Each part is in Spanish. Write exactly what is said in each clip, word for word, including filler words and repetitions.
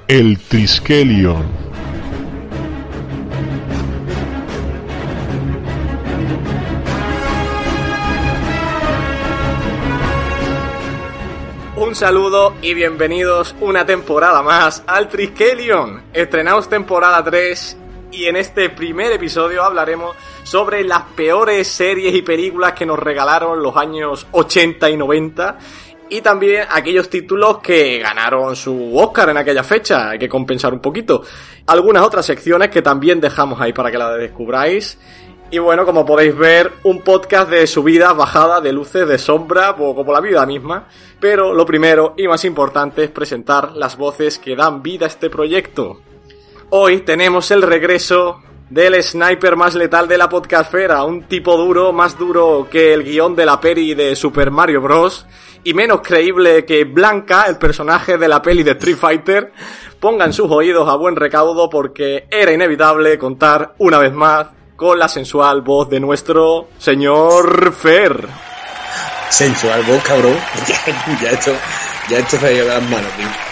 El Triskelion. Un saludo y bienvenidos una temporada más al Triskelion. Estrenamos temporada tres y en este primer episodio hablaremos sobre las peores series y películas que nos regalaron los años ochenta y noventa y también aquellos títulos que ganaron su Oscar en aquella fecha. Hay que compensar un poquito. Algunas otras secciones que también dejamos ahí para que las descubráis. Y bueno, como podéis ver, un podcast de subidas, bajadas, de luces, de sombra, como la vida misma. Pero lo primero y más importante es presentar las voces que dan vida a este proyecto. Hoy tenemos el regreso del sniper más letal de la podcastfera, un tipo duro, más duro que el guión de la peli de Super Mario Bros. Y menos creíble que Blanca, el personaje de la peli de Street Fighter. Pongan sus oídos a buen recaudo porque era inevitable contar una vez más con la sensual voz de nuestro señor Fer. Sensual voz, cabrón. Ya, ya esto, ya esto se ha ido de las manos,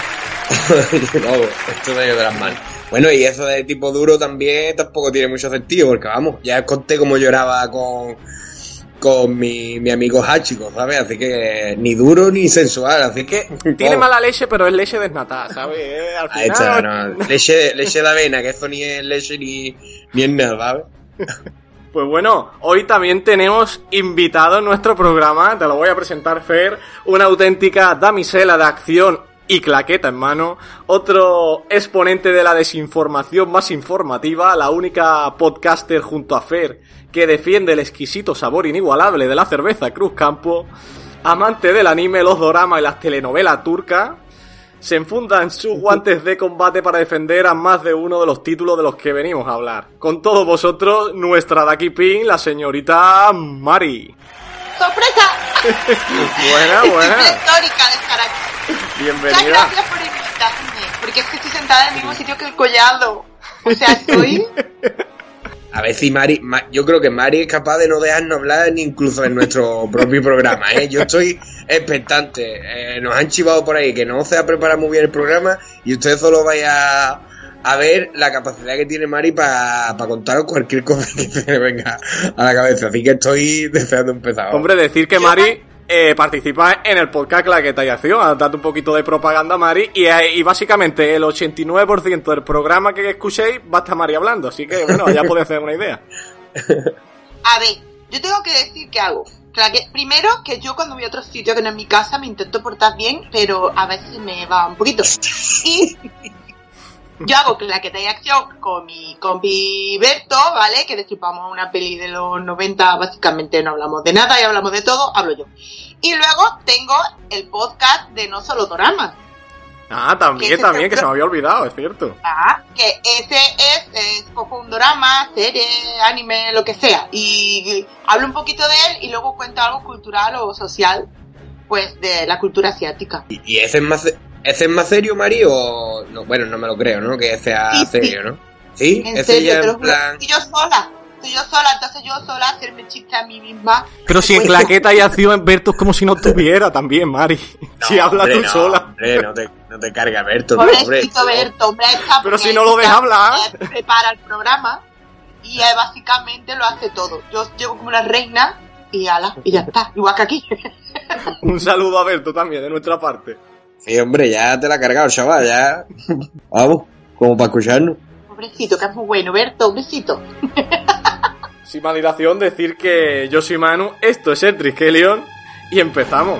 tío. No, esto se ha ido de las manos. Bueno, y eso de tipo duro también tampoco tiene mucho sentido, porque vamos, ya os conté cómo lloraba con, con mi, mi amigo Hachiko, ¿sabes? Así que ni duro ni sensual, así que... Tiene mala leche, pero es leche desnatada, ¿sabes? Eh, al final... Está, no, leche, leche de avena, que eso ni es leche ni, ni es nada, ¿sabes? Pues bueno, hoy también tenemos invitado en nuestro programa, te lo voy a presentar, Fer, una auténtica damisela de acción y claqueta en mano, otro exponente de la desinformación más informativa, la única podcaster junto a Fer que defiende el exquisito sabor inigualable de la cerveza Cruz Campo, amante del anime, los doramas y las telenovelas turcas. Se enfundan sus guantes de combate para defender a más de uno de los títulos de los que venimos a hablar. Con todos vosotros, nuestra Daki Pin, la señorita Mari. ¡Sorpresa! Buena, buena. Estoy histórica de estar aquí. Bienvenida. Muchas gracias por invitarme, porque es que estoy sentada en el mismo sitio que el collado. O sea, estoy... A ver si Mari, Ma, yo creo que Mari es capaz de no dejarnos hablar ni incluso en nuestro propio programa, ¿eh? Yo estoy expectante. Eh, nos han chivado por ahí que no se ha preparado muy bien el programa y ustedes solo vayan a, a ver la capacidad que tiene Mari para pa contaros cualquier cosa que se le venga a la cabeza. Así que estoy deseando empezar. Hombre, decir que Mari eh, participa en el podcast Claqueta y Acción, dando un poquito de propaganda a Mari y, y básicamente el ochenta y nueve por ciento del programa que escuchéis va a estar Mari hablando, así que bueno, ya podéis hacer una idea. A ver, yo tengo que decir que hago. Claque... Primero, que yo cuando voy a otro sitio que no es mi casa me intento portar bien, pero a veces me va un poquito. Y yo hago Claqueta y Acción con mi compi Berto, ¿vale? Que destripamos una peli de los noventa, básicamente no hablamos de nada y hablamos de todo, hablo yo. Y luego tengo el podcast de No Solo Dorama. Ah, también, también, que se me había olvidado, es cierto. Ah, que ese es, es cojo un drama, serie, anime, lo que sea, y hablo un poquito de él y luego cuento algo cultural o social, pues, de la cultura asiática. ¿Y, y ese es más ese es más serio, Mari, o...? No, bueno, no me lo creo, ¿no? Que sea sí, serio, sí. ¿no? ¿Sí? En ese serio, ya te lo en juro. plan... Estoy yo sola, estoy yo sola, entonces yo sola hacerme chiste a mí misma. Pero si en Claqueta y Acción Berto es como si no tuviera también, Mari. No, si hablas hombre, tú no, sola. Hombre, no te, no te carga Berto, no, hombre. Pobrecito Berto, hombre, está Pero si no lo deja hablar. Prepara el programa y él básicamente lo hace todo. Yo llego como una reina y ala, y ya está, igual que aquí. Un saludo a Berto también, de nuestra parte. Sí, hombre, ya te la ha cargado, chaval, ya. Vamos, como para escucharnos. Pobrecito, que es muy bueno, Berto, un besito. Sin más dilación, decir que yo soy Manu, esto es el Triskelion y empezamos.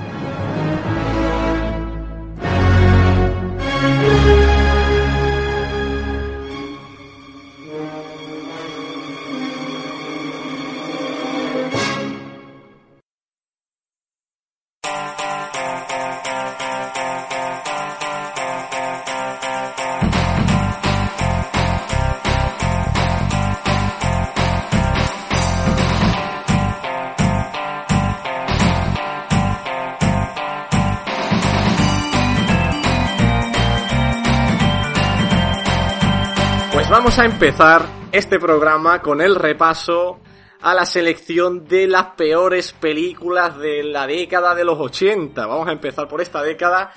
Pues vamos a empezar este programa con el repaso a la selección de las peores películas de la década de los ochenta. Vamos a empezar por esta década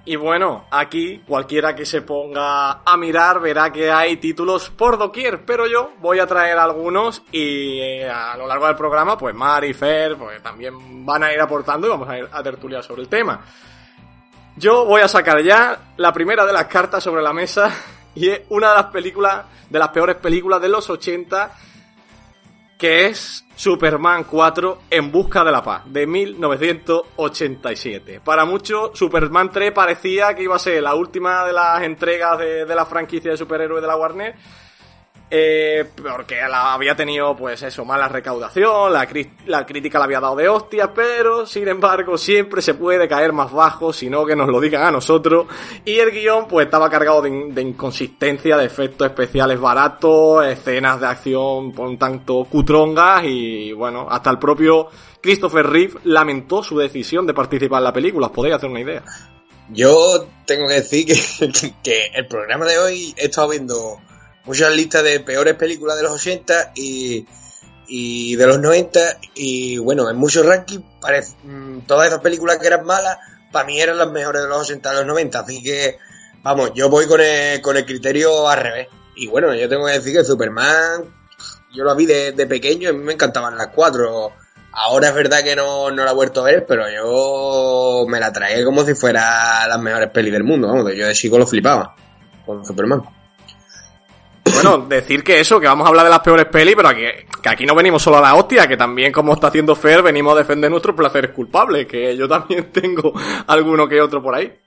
Y bueno, aquí cualquiera que se ponga a mirar verá que hay títulos por doquier, pero yo voy a traer algunos y eh, a lo largo del programa pues Mari y Fer pues también van a ir aportando y vamos a ir a tertuliar sobre el tema. Yo voy a sacar ya la primera de las cartas sobre la mesa y es una de las películas, de las peores películas de los ochenta, que es Superman cuatro En busca de la paz, de mil novecientos ochenta y siete. Para muchos, Superman tres parecía que iba a ser la última de las entregas de, de la franquicia de superhéroes de la Warner, eh, porque la había tenido, pues eso, mala recaudación, la, cri- la crítica la había dado de hostias, pero, sin embargo, siempre se puede caer más bajo, sino que nos lo digan a nosotros, y el guión, pues, estaba cargado de, in- de inconsistencia, de efectos especiales baratos, escenas de acción un tanto cutrongas, y, bueno, hasta el propio Christopher Reeve lamentó su decisión de participar en la película, os podéis hacer una idea. Yo tengo que decir que, que el programa de hoy he estado viendo muchas listas de peores películas de los ochenta y, y de los noventa, y bueno, en muchos rankings parece, todas esas películas que eran malas para mí eran las mejores de los ochenta y los noventa, así que vamos, yo voy con el, con el criterio al revés. Y bueno, yo tengo que decir que Superman yo la vi de, de pequeño y a mí me encantaban las cuatro. Ahora es verdad que no, no la he vuelto a ver, pero yo me la tragué como si fuera las mejores pelis del mundo, vamos, yo de chico lo flipaba con Superman. Bueno, decir que eso, que vamos a hablar de las peores pelis, pero aquí, que aquí no venimos solo a la hostia, que también, como está haciendo Fer, venimos a defender nuestros placeres culpables, que yo también tengo alguno que otro por ahí.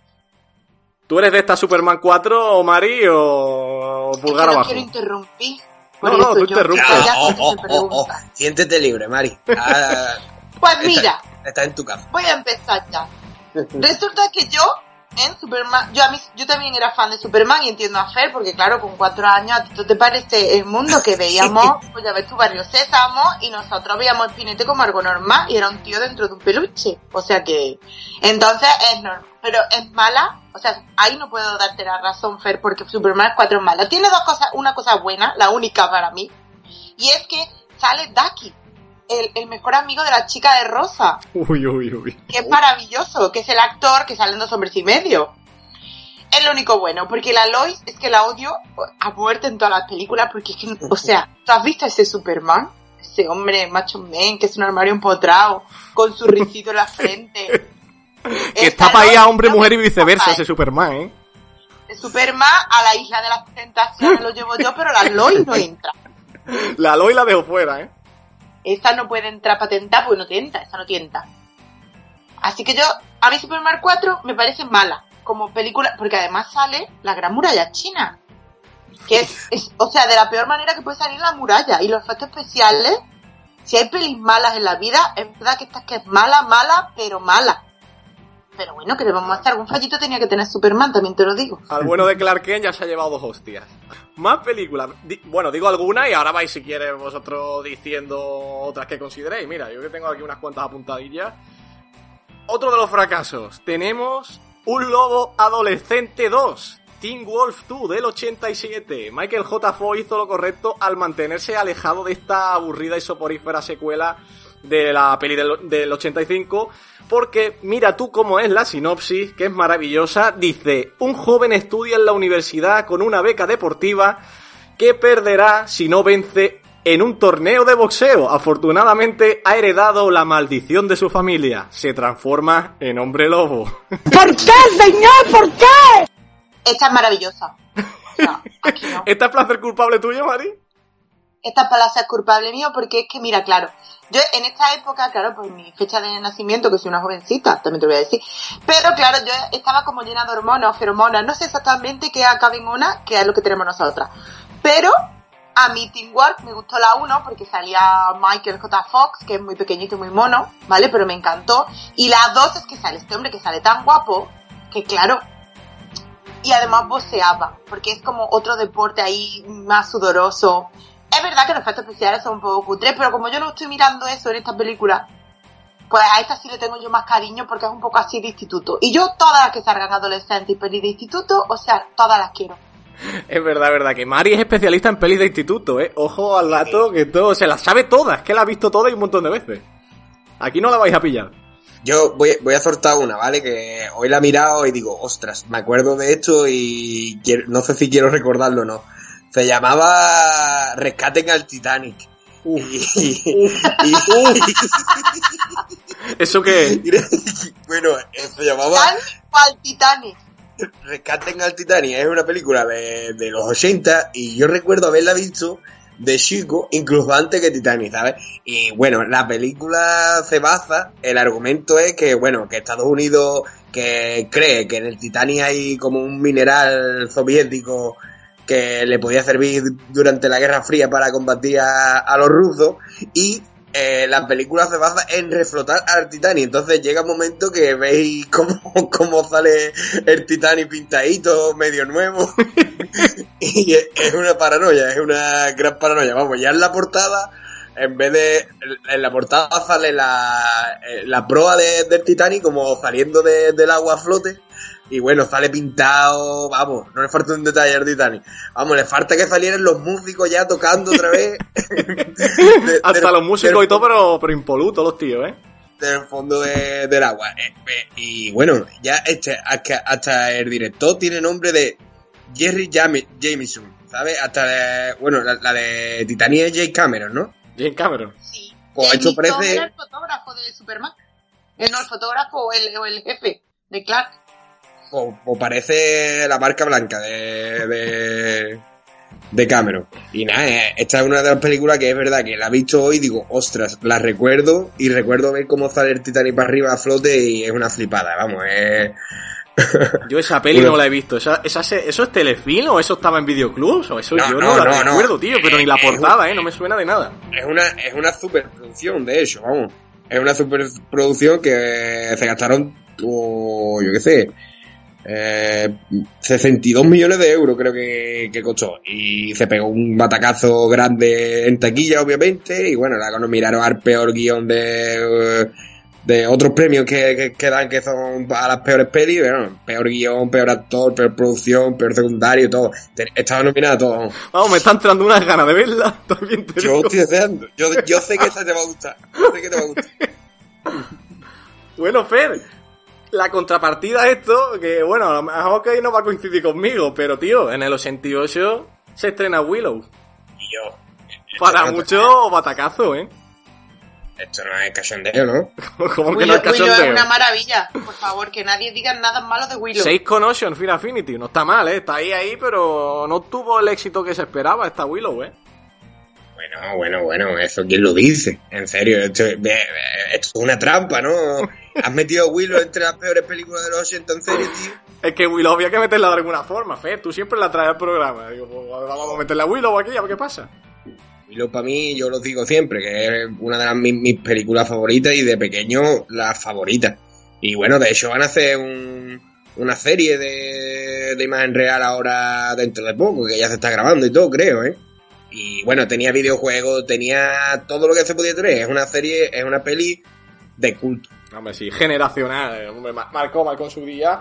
¿Tú eres de esta Superman cuatro, Mari, o pulgar es que abajo? No quiero interrumpir. Por No, no, eso tú yo- interrumpes. ya Oh, sé que oh, se oh, pregunta. oh. Siéntete libre, Mari. Ah, Pues mira, está, está en tu cama. voy a empezar ya. Resulta que yo, en Superman, yo a mí, yo también era fan de Superman y entiendo a Fer, porque claro, con cuatro años, ¿a ti te parece el mundo que veíamos? Pues ya ves tu Barrio Sésamo, y nosotros veíamos Spinete como algo normal, y era un tío dentro de un peluche. O sea que, entonces es normal. Pero es mala, o sea, ahí no puedo darte la razón, Fer, porque Superman cuatro es mala. Tiene dos cosas, una cosa buena, la única para mí, y es que sale Ducky, el, el mejor amigo de la chica de rosa, Uy, uy, uy. que es maravilloso, que es el actor que sale en Dos hombres y medio. Es lo único bueno, porque la Lois es que la odio a muerte en todas las películas, porque es que, o sea, ¿tú has visto a ese Superman? Ese hombre macho man, que es un armario empotrado, con su risito en la frente. Que Esta está para ir a Lois hombre, no mujer y me viceversa, gusta, ese Superman, ¿eh? de Superman a la isla de las tentaciones lo llevo yo, pero la Lois no entra. La Lois la dejo fuera, ¿eh? Esta no puede entrar para tentar porque no tienta, esta no tienta. Así que yo, a mí Superman cuatro me parece mala como película, porque además sale la Gran Muralla China, que es, es, o sea, de la peor manera que puede salir la muralla, y los efectos especiales, si hay pelis malas en la vida, es verdad que esta es que es mala, mala, pero mala. Pero bueno, que le vamos a hacer algún fallito tenía que tener Superman, también te lo digo. Al bueno de Clark Kent ya se ha llevado dos hostias. Más películas. Di- bueno, digo algunas y ahora vais, si quieres, vosotros diciendo otras que consideréis. Mira, yo que tengo aquí unas cuantas apuntadillas. Otro de los fracasos. Tenemos Un Lobo Adolescente dos. Teen Wolf dos del ochenta y siete. Michael J. Fox hizo lo correcto al mantenerse alejado de esta aburrida y soporífera secuela de la peli del, del ochenta y cinco, porque mira tú cómo es la sinopsis, que es maravillosa. Dice: un joven estudia en la universidad con una beca deportiva que perderá si no vence en un torneo de boxeo. Afortunadamente ha heredado la maldición de su familia. Se transforma en hombre lobo. ¿Por qué, señor? ¿Por qué? Esta es maravillosa. No, aquí no. ¿Esta es placer culpable tuyo, Mari? Esta palabra es culpable mío porque es que, mira, claro, yo en esta época, claro, pues mi fecha de nacimiento, que soy una jovencita, también te lo voy a decir, pero claro, yo estaba como llena de hormonas, feromonas, no sé exactamente qué acabe en una, que es lo que tenemos nosotras, pero a mí Teen Wolf me gustó la uno porque salía Michael J. Fox, que es muy pequeñito y muy mono, ¿vale? Pero me encantó, y la dos es que sale este hombre que sale tan guapo, que claro, y además boxeaba, porque es como otro deporte ahí más sudoroso. Es verdad que los efectos especiales son un poco cutres, pero como yo no estoy mirando eso en esta película, pues a esta sí le tengo yo más cariño porque es un poco así de instituto. Y yo todas las que salgan adolescentes y pelis de instituto, o sea, todas las quiero. Es verdad, es verdad, que Mari es especialista en pelis de instituto, ¿eh? Ojo al dato, que todo, se las sabe todas, que la ha visto todas y un montón de veces. Aquí no la vais a pillar. Yo voy, voy a soltar una, ¿vale? Que hoy la he mirado y digo, ostras, me acuerdo de esto y quiero, no sé si quiero recordarlo o no. Se llamaba Rescaten al Titanic. Uf, y, uf, y, uf. ¿Eso qué es? Bueno, se llamaba al Titanic. Rescaten al Titanic. Es una película de, de los ochenta y yo recuerdo haberla visto de chico, incluso antes que Titanic, ¿sabes? Y bueno, la película se basa, el argumento es que, bueno, que Estados Unidos que cree que en el Titanic hay como un mineral soviético que le podía servir durante la Guerra Fría para combatir a, a los rusos, y eh, la película se basa en reflotar al Titanic. Entonces llega un momento que veis cómo, cómo sale el Titanic pintadito, medio nuevo, y es, es una paranoia, es una gran paranoia. Vamos, ya en la portada, en vez de, en la portada sale la, la proa de, del Titanic como saliendo de, del agua a flote. Y bueno, sale pintado, vamos, no le falta un detalle al Titanic. Vamos, le falta que salieran los músicos ya tocando otra vez. de, Hasta del, los músicos del, y todo, pero, pero impolutos los tíos, ¿eh? Del fondo de, del agua. Y bueno, ya este, hasta, hasta el director tiene nombre de Jerry Jameson, ¿sabes? Hasta, de, bueno, la, la de Titanic es James Cameron, ¿no? James Cameron. Sí. Pues esto parece... Era el fotógrafo de Superman. Eh, no, el fotógrafo o el, o el jefe de Clark. O, o parece la marca blanca de, de, de Cameron. Y nada, esta es una de las películas que es verdad que la he visto hoy y digo, ostras, la recuerdo y recuerdo ver cómo sale el Titanic para arriba a flote y es una flipada, vamos, es... Yo esa peli Bueno. no la he visto. ¿Esa, esa, ¿Eso es Telefilm o eso estaba en videoclubs? O eso No, yo no, no, la no, recuerdo, no. tío, pero ni la Es portada, un- ¿eh? No me suena de nada. Es una, es una superproducción, de hecho, vamos. Es una superproducción que se gastaron, oh, yo qué sé, eh, sesenta y dos millones de euros creo que, que costó. Y se pegó un batacazo grande en taquilla, obviamente. Y bueno, la nominaron al peor guión de, de otros premios que, que, que dan, que son a las peores pelis. Bueno, peor guión, peor actor, peor producción, peor secundario, todo. Te- Estaba nominada todo. vamos. Vamos, me están entrando unas ganas de verla. También te Yo digo. estoy deseando. Yo, yo sé que esa te va a gustar. Yo sé que te va a gustar. Bueno, Fer, la contrapartida a esto, que bueno, a lo mejor que no va a coincidir conmigo, pero tío, en el ochenta y ocho se estrena Willow. Y yo. Para esto no- mucho batacazo, ¿eh? Esto no es cachondeo, ¿no? Como que Willow, no es Willow es cachondeo. una maravilla. Por favor, que nadie diga nada malo de Willow. seis con ocho en Final Affinity, no está mal, ¿eh? Está ahí, ahí, pero no tuvo el éxito que se esperaba esta Willow, ¿eh? Bueno, bueno, bueno, eso quién lo dice. En serio, esto, esto es una trampa, ¿no? Has metido a Willow entre las peores películas de los ochenta, en serio, tío. Es que Willow había que meterla de alguna forma, Fer. Tú siempre la traes al programa. Digo, pues vamos a meterle a Willow aquí, a ver qué pasa. Willow para mí, yo lo digo siempre, que es una de las, mis, mis películas favoritas y de pequeño la favorita. Y bueno, de hecho van a hacer un, una serie de, de imagen real ahora dentro de poco, que ya se está grabando y todo, creo, ¿eh? Y bueno, tenía videojuegos, tenía todo lo que se podía tener. Es una serie, es una peli de culto. Hombre, sí, generacional. eh, Hombre, mar- marcó, marcó en su día.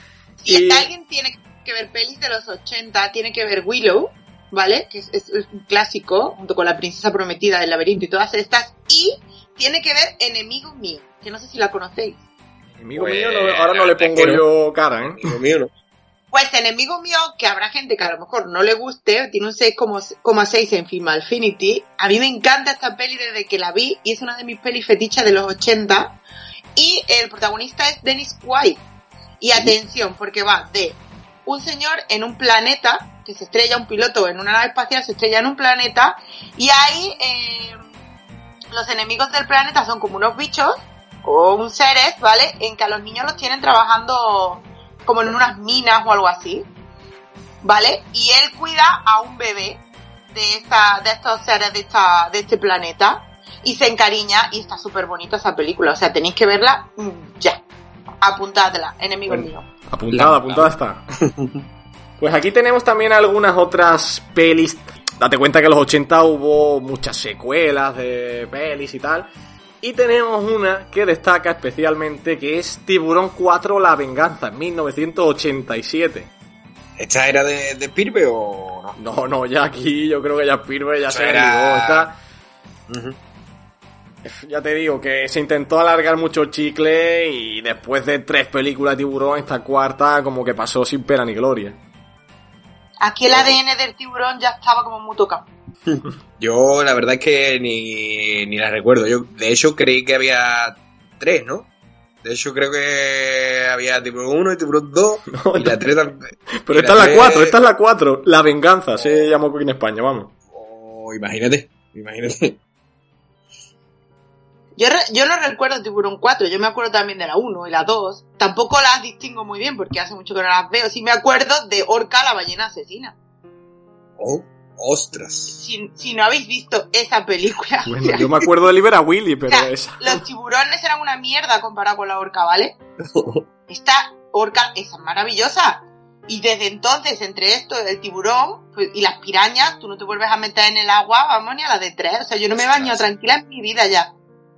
Si Y- alguien tiene que ver pelis de los ochenta, tiene que ver Willow, ¿vale? Que es, es- es un clásico, junto con La Princesa Prometida, del Laberinto y todas estas. Y tiene que ver Enemigo Mío, que no sé si la conocéis. Amigo Pues, mío, no- ahora no le la verdad pongo que no. yo cara, ¿eh? Lo mío, ¿no? Pues Enemigo Mío, que habrá gente que a lo mejor no le guste, tiene un seis coma seis en Film Affinity. A mí me encanta esta peli desde que la vi y es una de mis pelis fetichas de los ochenta. Y el protagonista es Dennis Quaid. Y atención, porque va de un señor en un planeta, que se estrella, un piloto en una nave espacial, se estrella en un planeta, y ahí eh, los enemigos del planeta son como unos bichos, o un seres, ¿vale? En que a los niños los tienen trabajando como en unas minas o algo así, ¿vale? Y él cuida a un bebé de esta, de estos seres de esta, de este planeta, y se encariña, y está súper bonita esa película, o sea, tenéis que verla mm, ya. Apuntadla, enemigo Bueno. mío. Apuntada, La- apuntada está. Pues aquí tenemos también algunas otras pelis. Date cuenta que en los ochenta hubo muchas secuelas de pelis y tal. Y tenemos una que destaca especialmente, que es Tiburón cuatro La Venganza, en mil novecientos ochenta y siete. ¿Esta era de, de Spielberg o no? No, no, ya aquí yo creo que ya Spielberg ya Eso se era- ligó. Esta, Ujú. Ya te digo que se intentó alargar mucho el chicle y después de tres películas de tiburón, esta cuarta como que pasó sin pena ni gloria. Aquí el A D N del tiburón ya estaba como muy tocado. Yo la verdad es que ni, ni la recuerdo. Yo de hecho creí que había tres, ¿no? De hecho creo que había tiburón uno y tiburón dos no, y la tres también. Pero esta es la cuatro, esta es la cuatro. La venganza, se llamó aquí en España, vamos. Oh, imagínate, imagínate. Yo, re, yo no recuerdo Tiburón cuatro, yo me acuerdo también de la uno y la dos. Tampoco las distingo muy bien porque hace mucho que no las veo. Sí me acuerdo de Orca, la ballena asesina. Oh, ostras. Si, si no habéis visto esa película. Bueno, yo me acuerdo de Libera Willy, pero o sea, esa. Los tiburones eran una mierda comparado con la orca, ¿vale? Esta orca es maravillosa. Y desde entonces, entre esto, el tiburón pues, y las pirañas, tú no te vuelves a meter en el agua, vamos, ni a la de tres. O sea, yo no me baño tranquila en mi vida ya.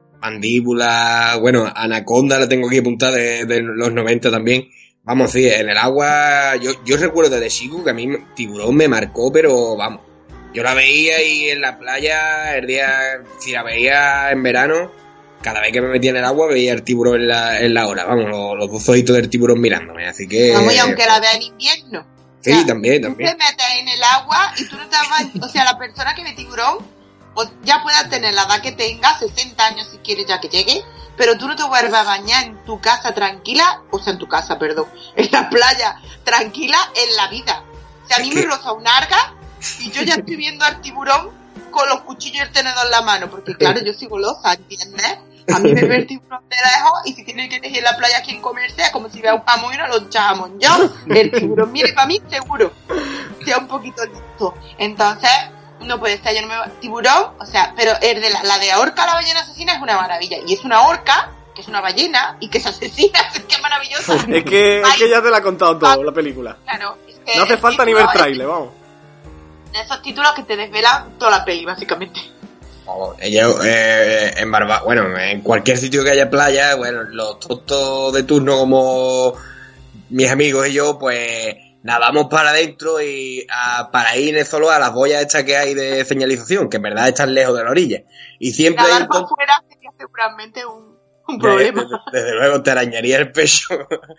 Mandíbula, bueno, Anaconda la tengo aquí apuntada de, de los noventa también. Vamos, sí, en el agua, yo, yo recuerdo de chico que a mí tiburón me marcó, pero vamos, yo la veía y en la playa, el día, si la veía en verano, cada vez que me metía en el agua veía el tiburón en la, en la hora, vamos, los, los dos ojitos del tiburón mirándome, así que... Vamos, y aunque la vea en invierno. Sí, o sea, también, tú también. Tú te metes en el agua y tú no te vas, o sea, la persona que ve tiburón, pues ya puedas tener la edad que tenga, sesenta años si quieres ya que llegue, pero tú no te vuelves a bañar en tu casa tranquila, o sea, en tu casa, perdón, en la playa tranquila en la vida. O sea, a mí me roza un arga y yo ya estoy viendo al tiburón con los cuchillos y el tenedor en la mano, porque claro, yo soy golosa, ¿entiendes? A mí me ve el tiburón de lejos y si tiene que elegir en la playa quien comerse, es como si vea un jamón y una loncha de jamón. Yo, el tiburón, mire, para mí seguro, sea un poquito listo. Entonces... no puede estar, yo no me... Tiburón, o sea, pero el de la, la de Orca, la ballena asesina, es una maravilla. Y es una orca, que es una ballena, y que se asesina, es que es maravillosa. es, que, es que ya te la he contado todo, la película. Claro, es que... No hace falta ni ver trailer, vamos. De esos títulos que te desvelan toda la peli, básicamente. Oh, ella, eh, en Barba, bueno, en cualquier sitio que haya playa, bueno, los tontos de turno como mis amigos y yo, pues... nadamos para adentro y a, para ir solo a las boyas estas que hay de señalización, que en verdad están lejos de la orilla. Y siempre nadar hay para afuera sería seguramente un, un problema. Desde, desde luego te arañaría el pecho.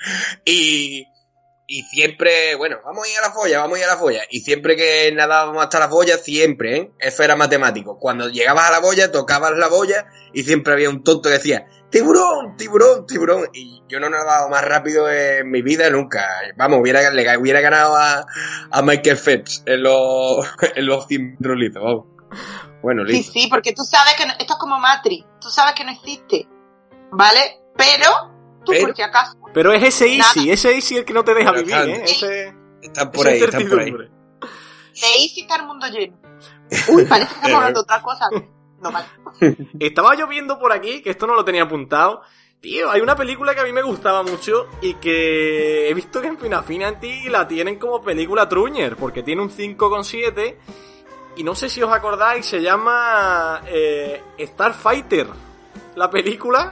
y, y siempre, bueno, vamos a ir a la boya, vamos a ir a la boya. Y siempre que nadábamos hasta las boyas, siempre, ¿eh? Eso era matemático. Cuando llegabas a la boya, tocabas la boya y siempre había un tonto que decía... tiburón, tiburón, tiburón. Y yo no he nadado más rápido en mi vida nunca. Vamos, hubiera, le hubiera ganado a, a Michael Phelps en los, en los cien metros lisos, vamos. Bueno, listo. Sí, sí, porque tú sabes que no, esto es como Matrix. Tú sabes que no existe, ¿vale? Pero, tú Pero, por si acaso. Pero es ese Easy, nada. ese Easy el que no te deja Pero vivir, están, ¿eh? Ese, están por ahí, están por ahí. De Easy está el mundo lleno. Uy, parece que estamos hablando de otra cosa. No, vale. Estaba yo viendo por aquí, que esto no lo tenía apuntado. Tío, hay una película que a mí me gustaba mucho y que he visto que en Final Fantasy la tienen como película Truñer, porque tiene un cinco coma siete y no sé si os acordáis, se llama eh, Starfighter, la película.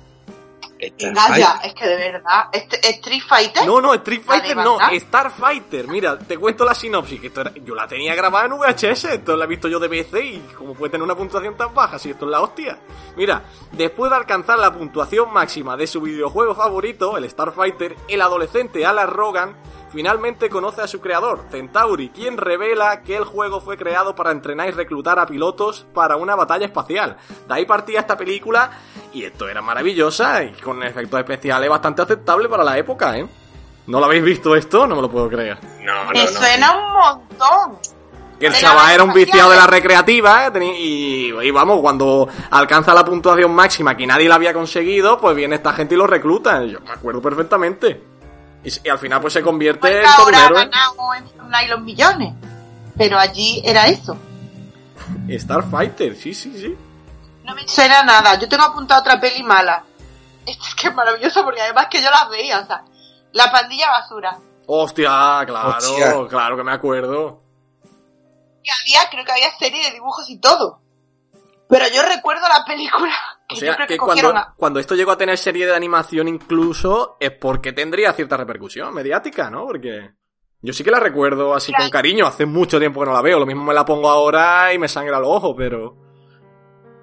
Calla, es que de verdad, ¿Est- ¿Street Fighter? No, no, Street Fighter no, ¿verdad? Starfighter. Mira, te cuento la sinopsis, que esto era, yo la tenía grabada en V H S, esto la he visto yo de P C y como puede tener una puntuación tan baja, si esto es la hostia. Mira, después de alcanzar la puntuación máxima de su videojuego favorito, el Starfighter, el adolescente Alan Rogan finalmente conoce a su creador, Centauri, quien revela que el juego fue creado para entrenar y reclutar a pilotos para una batalla espacial. De ahí partía esta película y esto era maravillosa y con efectos especiales bastante aceptable para la época, ¿eh? ¿No lo habéis visto esto? No me lo puedo creer. No, no, Me no. suena un montón. Que el De chaval la era un viciado de la espacial. recreativa, ¿eh? Teni- y, y vamos, cuando alcanza la puntuación máxima que nadie la había conseguido, pues viene esta gente y lo recluta. Yo me acuerdo perfectamente. Y, y al final pues se convierte Pues en todo un ahora ha héroe. ganado en Fortnite los millones. Pero allí era eso. Starfighter, sí, sí, sí. No me suena nada. Yo tengo apuntado otra peli mala. Esta es que es maravillosa porque además que yo las veía, o sea, La Pandilla Basura. Hostia, claro, Hostia. claro que me acuerdo. Y había, creo que había serie de dibujos y todo. Pero yo recuerdo la película que O yo sea, creo que, que cogieron cuando, a... cuando esto llegó a tener serie de animación incluso, es porque tendría cierta repercusión mediática, ¿no? Porque yo sí que la recuerdo así Claro. con cariño, hace mucho tiempo que no la veo, lo mismo me la pongo ahora y me sangra el ojo, pero...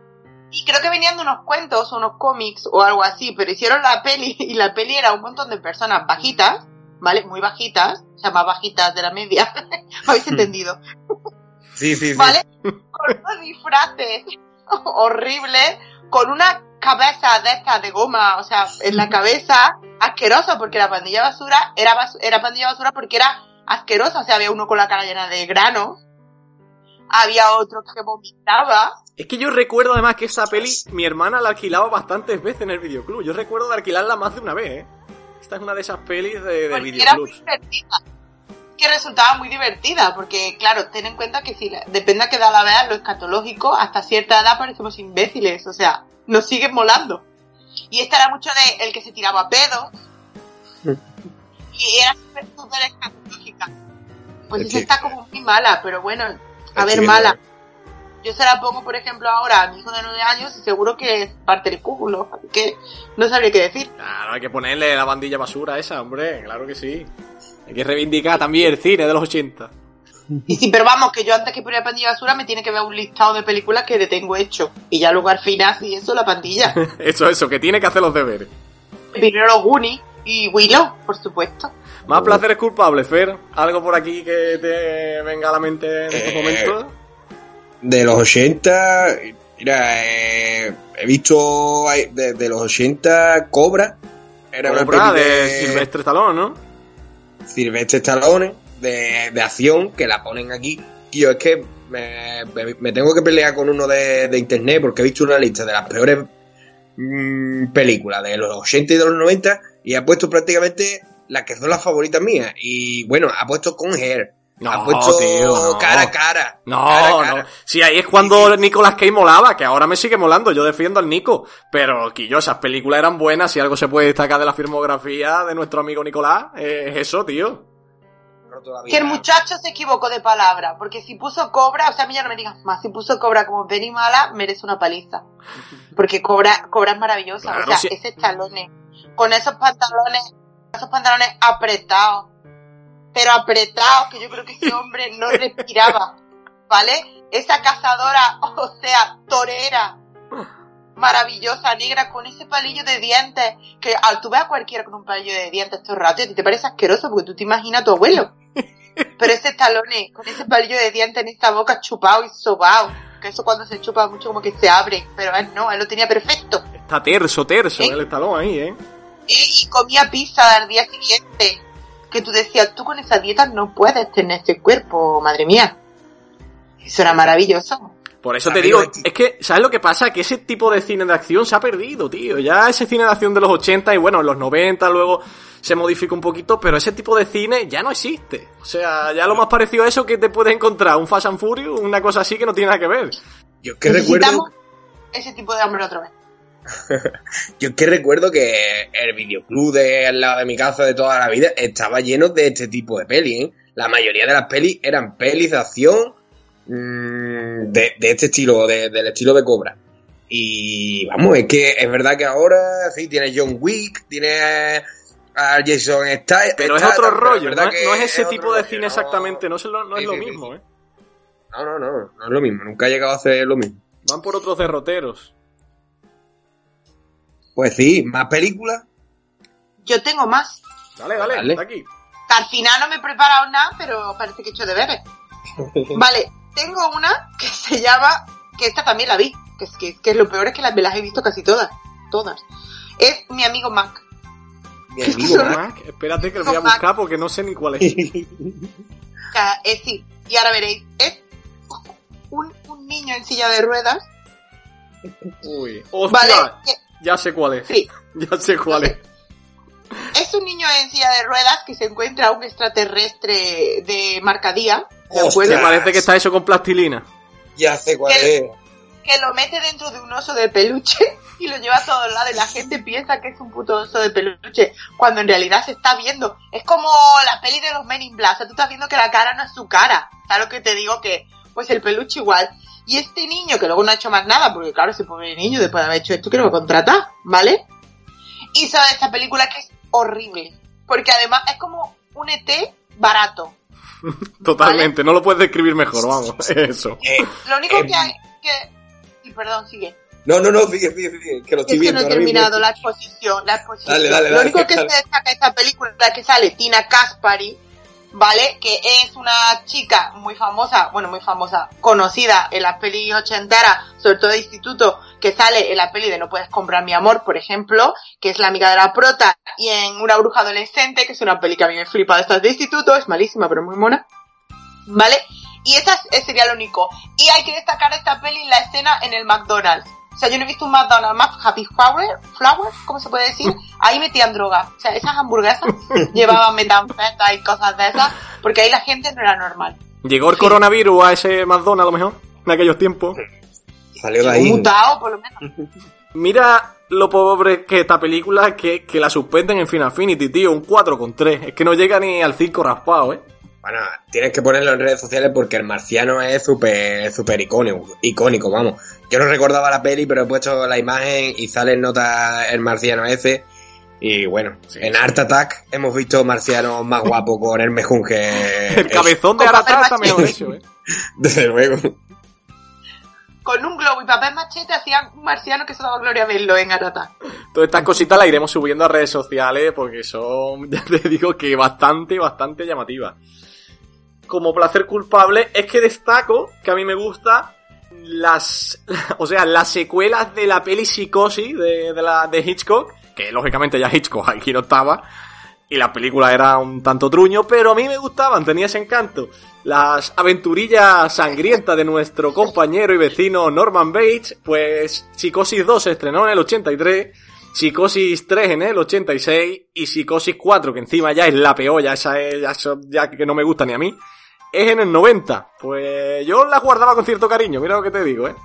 Y creo que venían de unos cuentos o unos cómics o algo así, pero hicieron la peli y la peli era un montón de personas bajitas, ¿vale? Muy bajitas, o sea, más bajitas de la media. ¿Habéis entendido? Sí, sí, sí. ¿Vale? Con unos disfraces horribles, con una cabeza de estas de goma, o sea, en la cabeza, asqueroso, porque la pandilla basura era, bas- era pandilla basura porque era asquerosa, o sea, había uno con la cara llena de granos, había otro que vomitaba. Es que yo recuerdo además que esa peli mi hermana la alquilaba bastantes veces en el videoclub. Yo recuerdo de alquilarla más de una vez, ¿eh? Esta es una de esas pelis de, de Porque era muy videoclubs. divertida. Que resultaba muy divertida, porque claro, ten en cuenta que si la, depende a qué edad la veas, lo escatológico, hasta cierta edad parecemos imbéciles, o sea, nos siguen molando. Y esta era mucho de el que se tiraba pedos, y era súper, súper escatológica. Pues Es esa que- está como muy mala, pero bueno, a Es ver, que- mala. Yo se la pongo, por ejemplo, ahora a mi hijo de nueve años y seguro que parte el culo, así que no sabría qué decir. Claro, hay que ponerle la bandilla basura a esa, hombre, claro que sí. Hay que reivindicar también el cine de los ochenta. Y sí, pero vamos, que yo antes que poner pandilla basura me tiene que ver un listado de películas que le tengo hecho. Y ya luego al final, y eso, la pandilla. Eso, eso, que tiene que hacer los deberes. Primero los Goonies y Willow, por supuesto. Más placeres culpables, Fer. ¿Algo por aquí que te venga a la mente en estos Eh, momentos? De los ochenta, mira, eh, he visto ahí, de, de los ochenta Cobra. Era una Cobra peli de Silvestre Stallone, ¿no? Silvestre Stallone, de, de acción, que la ponen aquí. Y yo es que me, me- me tengo que pelear con uno de, de internet porque he visto una lista de las peores mm, películas de los ochenta y de los noventa y ha puesto prácticamente las que son las favoritas mías. Y bueno, ha puesto Con Hair. No, ha puesto tío, no. cara a cara. No, cara a cara. no. Sí, ahí es cuando Nicolas Cage molaba, que ahora me sigue molando. Yo defiendo al Nico. Pero, Quillo, esas películas eran buenas. Si algo se puede destacar de la filmografía de nuestro amigo Nicolás, eh, es eso, tío. Roto la vida. Que el muchacho se equivocó de palabra, porque si puso Cobra, o sea, a mí ya no me digas más, si puso Cobra como Benny Mala, merece una paliza. Porque Cobra, Cobra es maravillosa, Claro, o sea, sí. ese Stallone, con esos pantalones, esos pantalones apretados, pero apretados, que yo creo que ese hombre no respiraba, ¿vale? Esa cazadora, o sea, torera, maravillosa, negra, con ese palillo de dientes, que ah, tú ves a cualquiera con un palillo de dientes todo el rato y a ti te parece asqueroso porque tú te imaginas a tu abuelo. Pero ese Stallone, con ese palillo de dientes en esta boca chupado y sobao, que eso cuando se chupa mucho como que se abre, pero él no, él lo tenía perfecto. Está terso, terso, ¿Eh? el Stallone ahí, ¿eh? Y, y comía pizza al día siguiente, que tú decías, tú con esa dieta no puedes tener ese cuerpo, madre mía. Eso era maravilloso. Por eso te Amigo, digo, es que, ¿sabes lo que pasa? Que ese tipo de cine de acción se ha perdido, tío. Ya ese cine de acción de los ochenta y bueno, en los noventa luego se modificó un poquito, pero ese tipo de cine ya no existe. O sea, ya lo más parecido a eso que te puedes encontrar, un Fast and Furious, una cosa así que no tiene nada que ver. Yo es que recuerdo, Necesitamos ese tipo de hambre otra vez. yo es que recuerdo que el videoclub de al lado de mi casa de toda la vida estaba lleno de este tipo de pelis, ¿eh? La mayoría de las pelis eran pelis de acción mmm, de, de este estilo, de, del estilo de Cobra. Y vamos, es que es verdad que ahora sí tiene John Wick, tiene a Jason Statham, Pero es Statham, otro pero rollo, verdad no es, que no es ese otro tipo de rollo, cine no- exactamente, no es lo, no es Sí, lo sí, sí, mismo, sí. ¿eh? No, no, no, no es lo mismo, nunca ha llegado a ser lo mismo. Van por otros derroteros. Pues sí, más películas. Yo tengo más. Dale, dale, Dale. está aquí. Que al final no me he preparado nada, pero parece que he hecho deberes. Vale, tengo una que se llama, que esta también la vi, que es, que, que lo peor es que las, me las he visto casi todas, todas. Es Mi Amigo Mac. Mi Es que amigo son- Mac. Mac, espérate que lo voy a Mac. buscar porque no sé ni cuál es. Que es, sí, y ahora veréis, es un, un niño en silla de ruedas, Uy, hostia, ¿vale? Que, ya sé cuál es. sí, Ya sé cuál es. es un niño en silla de ruedas que se encuentra a un extraterrestre de marcadía, ¿de Hostia. acuerdo? Me parece que está hecho con plastilina. Ya sé cuál ¿Qué? es. Que lo mete dentro de un oso de peluche y lo lleva a todos lados y la gente piensa que es un puto oso de peluche cuando en realidad se está viendo. Es como la peli de los Men in Black, o sea, tú estás viendo que la cara no es su cara. ¿Sabes lo que te digo? Que pues el peluche igual. Y este niño, que luego no ha hecho más nada, porque claro, ese pobre niño después de haber hecho esto que lo va a contratar, ¿vale? Hizo esta película que es horrible, porque además es como un E T barato. Totalmente, no lo puedes describir mejor, vamos. Eso. Eh, Lo único Eh, que hay que... Y perdón, sigue. No, no, no, sigue, sigue, sigue, que lo estoy Es que viendo. no he ahora mismo. terminado la exposición, la exposición. Dale, dale, Lo dale, único que dale. se destaca de esta película es que sale Tina Caspari, ¿vale? Que es una chica muy famosa, bueno, muy famosa, conocida en las pelis ochenteras, sobre todo de instituto, que sale en la peli de No puedes comprar mi amor, por ejemplo, que es la amiga de la prota, y en Una bruja adolescente, que es una peli que a mí me flipa de estas de instituto, es malísima, pero muy mona, ¿vale? Y esa sería lo único. Y hay que destacar esta peli la escena en el McDonald's. O sea, yo no he visto un McDonald's más Happy Flower, Flower, ¿cómo se puede decir? Ahí metían droga. O sea, esas hamburguesas llevaban metanfetas y cosas de esas, porque ahí la gente no era normal. ¿Llegó el Sí. coronavirus a ese McDonald's a lo mejor? En aquellos tiempos. Salió de ahí. Mutado, por lo menos. Mira lo pobre que esta película, que, que la suspenden en Final Affinity, tío, un cuatro coma tres. Es que no llega ni al cinco raspado, ¿eh? Bueno, tienes que ponerlo en redes sociales porque el marciano es súper súper icónico, icónico, vamos. Yo no recordaba la peli, pero he puesto la imagen y sale en nota el marciano ese. Y bueno, Sí, en sí. Art Attack hemos visto marcianos más guapos con el mejunje. El cabezón de Con papel Arata está machete. mejor hecho, ¿eh? Desde luego. Con un globo y papel machete hacían un marciano que se daba gloria verlo en Arata. Todas estas cositas las iremos subiendo a redes sociales porque son, ya te digo, que bastante, bastante llamativas. Como placer culpable es que destaco que a mí me gusta las, o sea, las secuelas de la peli Psicosis de, de, la, de Hitchcock, que lógicamente ya Hitchcock aquí no estaba, y la película era un tanto truño, pero a mí me gustaban, tenía ese encanto. Las aventurillas sangrientas de nuestro compañero y vecino Norman Bates, pues Psicosis dos se estrenó en el ochenta y tres, Psicosis tres en el ochenta y seis y Psicosis cuatro, que encima ya es la peor, ya esa es, ya, eso- ya que no me gusta ni a mí, es en el noventa. Pues yo la guardaba con cierto cariño, mira lo que te digo, ¿eh?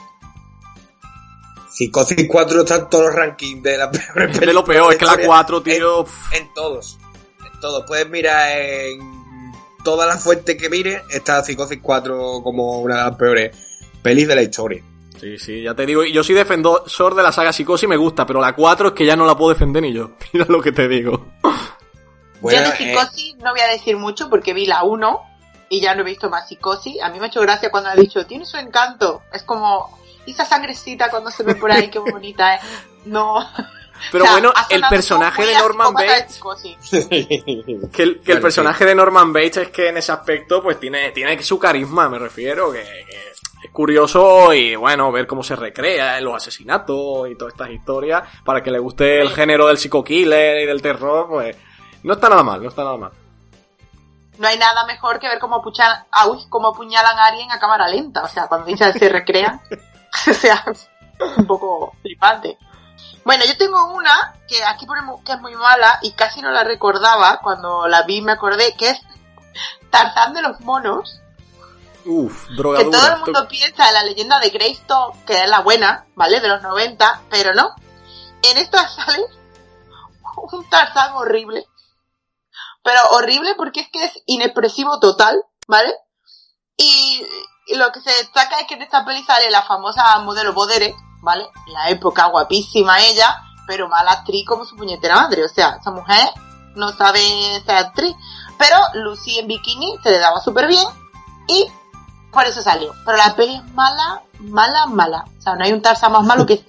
Psicosis cuatro está en todos los rankings de la peor De lo peor, es que la cuatro, tío... pff, En todos. En todos. Puedes mirar en todas las fuentes que mires, está Psicosis cuatro como una de las peores pelis de la historia. Sí, sí, ya te digo, y yo soy defensor de la saga Psicosis, me gusta, pero la cuatro es que ya no la puedo defender ni yo. Mira lo que te digo. Bueno, Yo de eh, Psicosis no voy a decir mucho porque vi la uno y ya no he visto más Psicosis. A mí me ha hecho gracia cuando ha dicho, tiene su encanto. Es como, esa sangrecita cuando se ve por ahí, qué bonita es. No. Pero O sea, bueno, ha el sonado personaje muy de a Norman psicópata de Bates, Psicosis. que el, que el Claro, personaje de Norman Bates es que en ese aspecto pues tiene, tiene su carisma, me refiero, que, que es curioso y bueno, ver cómo se recrea en los asesinatos y todas estas historias, para que le guste el género del psico-killer y del terror, pues no está nada mal, no está nada mal. No hay nada mejor que ver cómo, puchan, ah, uy, cómo apuñalan a alguien a cámara lenta. O sea, cuando dicen se recrean. O sea, un poco flipante. Bueno, yo tengo una que aquí ponemos que es muy mala y casi no la recordaba. Cuando la vi me acordé que es Tarzán de los monos. Uf, Que drogadura. todo el mundo piensa en la leyenda de Greystoke, que es la buena, ¿vale? De los noventa, pero no. En esta sale un Tarzán horrible. Pero horrible porque es que es inexpresivo total, ¿vale? Y, y lo que se destaca es que en esta peli sale la famosa modelo Bodere, ¿vale? En la época guapísima ella, pero mala actriz como su puñetera madre. O sea, esa mujer no sabe ser actriz. Pero Lucy en bikini se le daba súper bien y por eso salió. Pero la peli es mala, mala, mala. O sea, no hay un Tarzán más malo que este.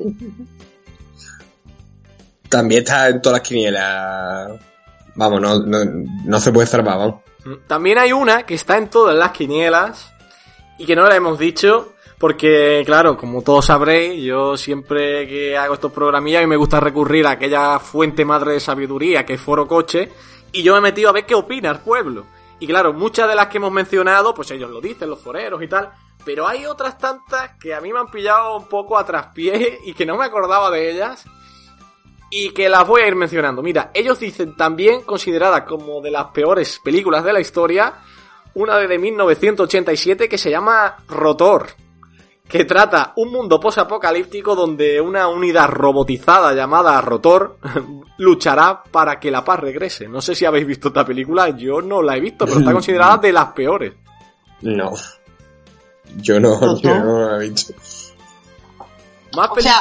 también está en todas las quinielas. Vamos, no, no, no se puede salvar, vamos. También hay una que está en todas las quinielas y que no la hemos dicho porque, claro, como todos sabréis, yo siempre que hago estos programillas y me gusta recurrir a aquella fuente madre de sabiduría que es Foro Coche, y yo me he metido a ver qué opina el pueblo. Y claro, muchas de las que hemos mencionado, pues ellos lo dicen, los foreros y tal, pero hay otras tantas que a mí me han pillado un poco a traspié y que no me acordaba de ellas. Y que las voy a ir mencionando. Mira, ellos dicen también considerada como de las peores películas de la historia, una de mil novecientos ochenta y siete que se llama Rotor, que trata un mundo posapocalíptico donde una unidad robotizada llamada Rotor luchará para que la paz regrese. No sé si habéis visto esta película, yo no la he visto, pero está considerada de las peores. No. Yo no, yo no lo he visto. Más O peli- sea,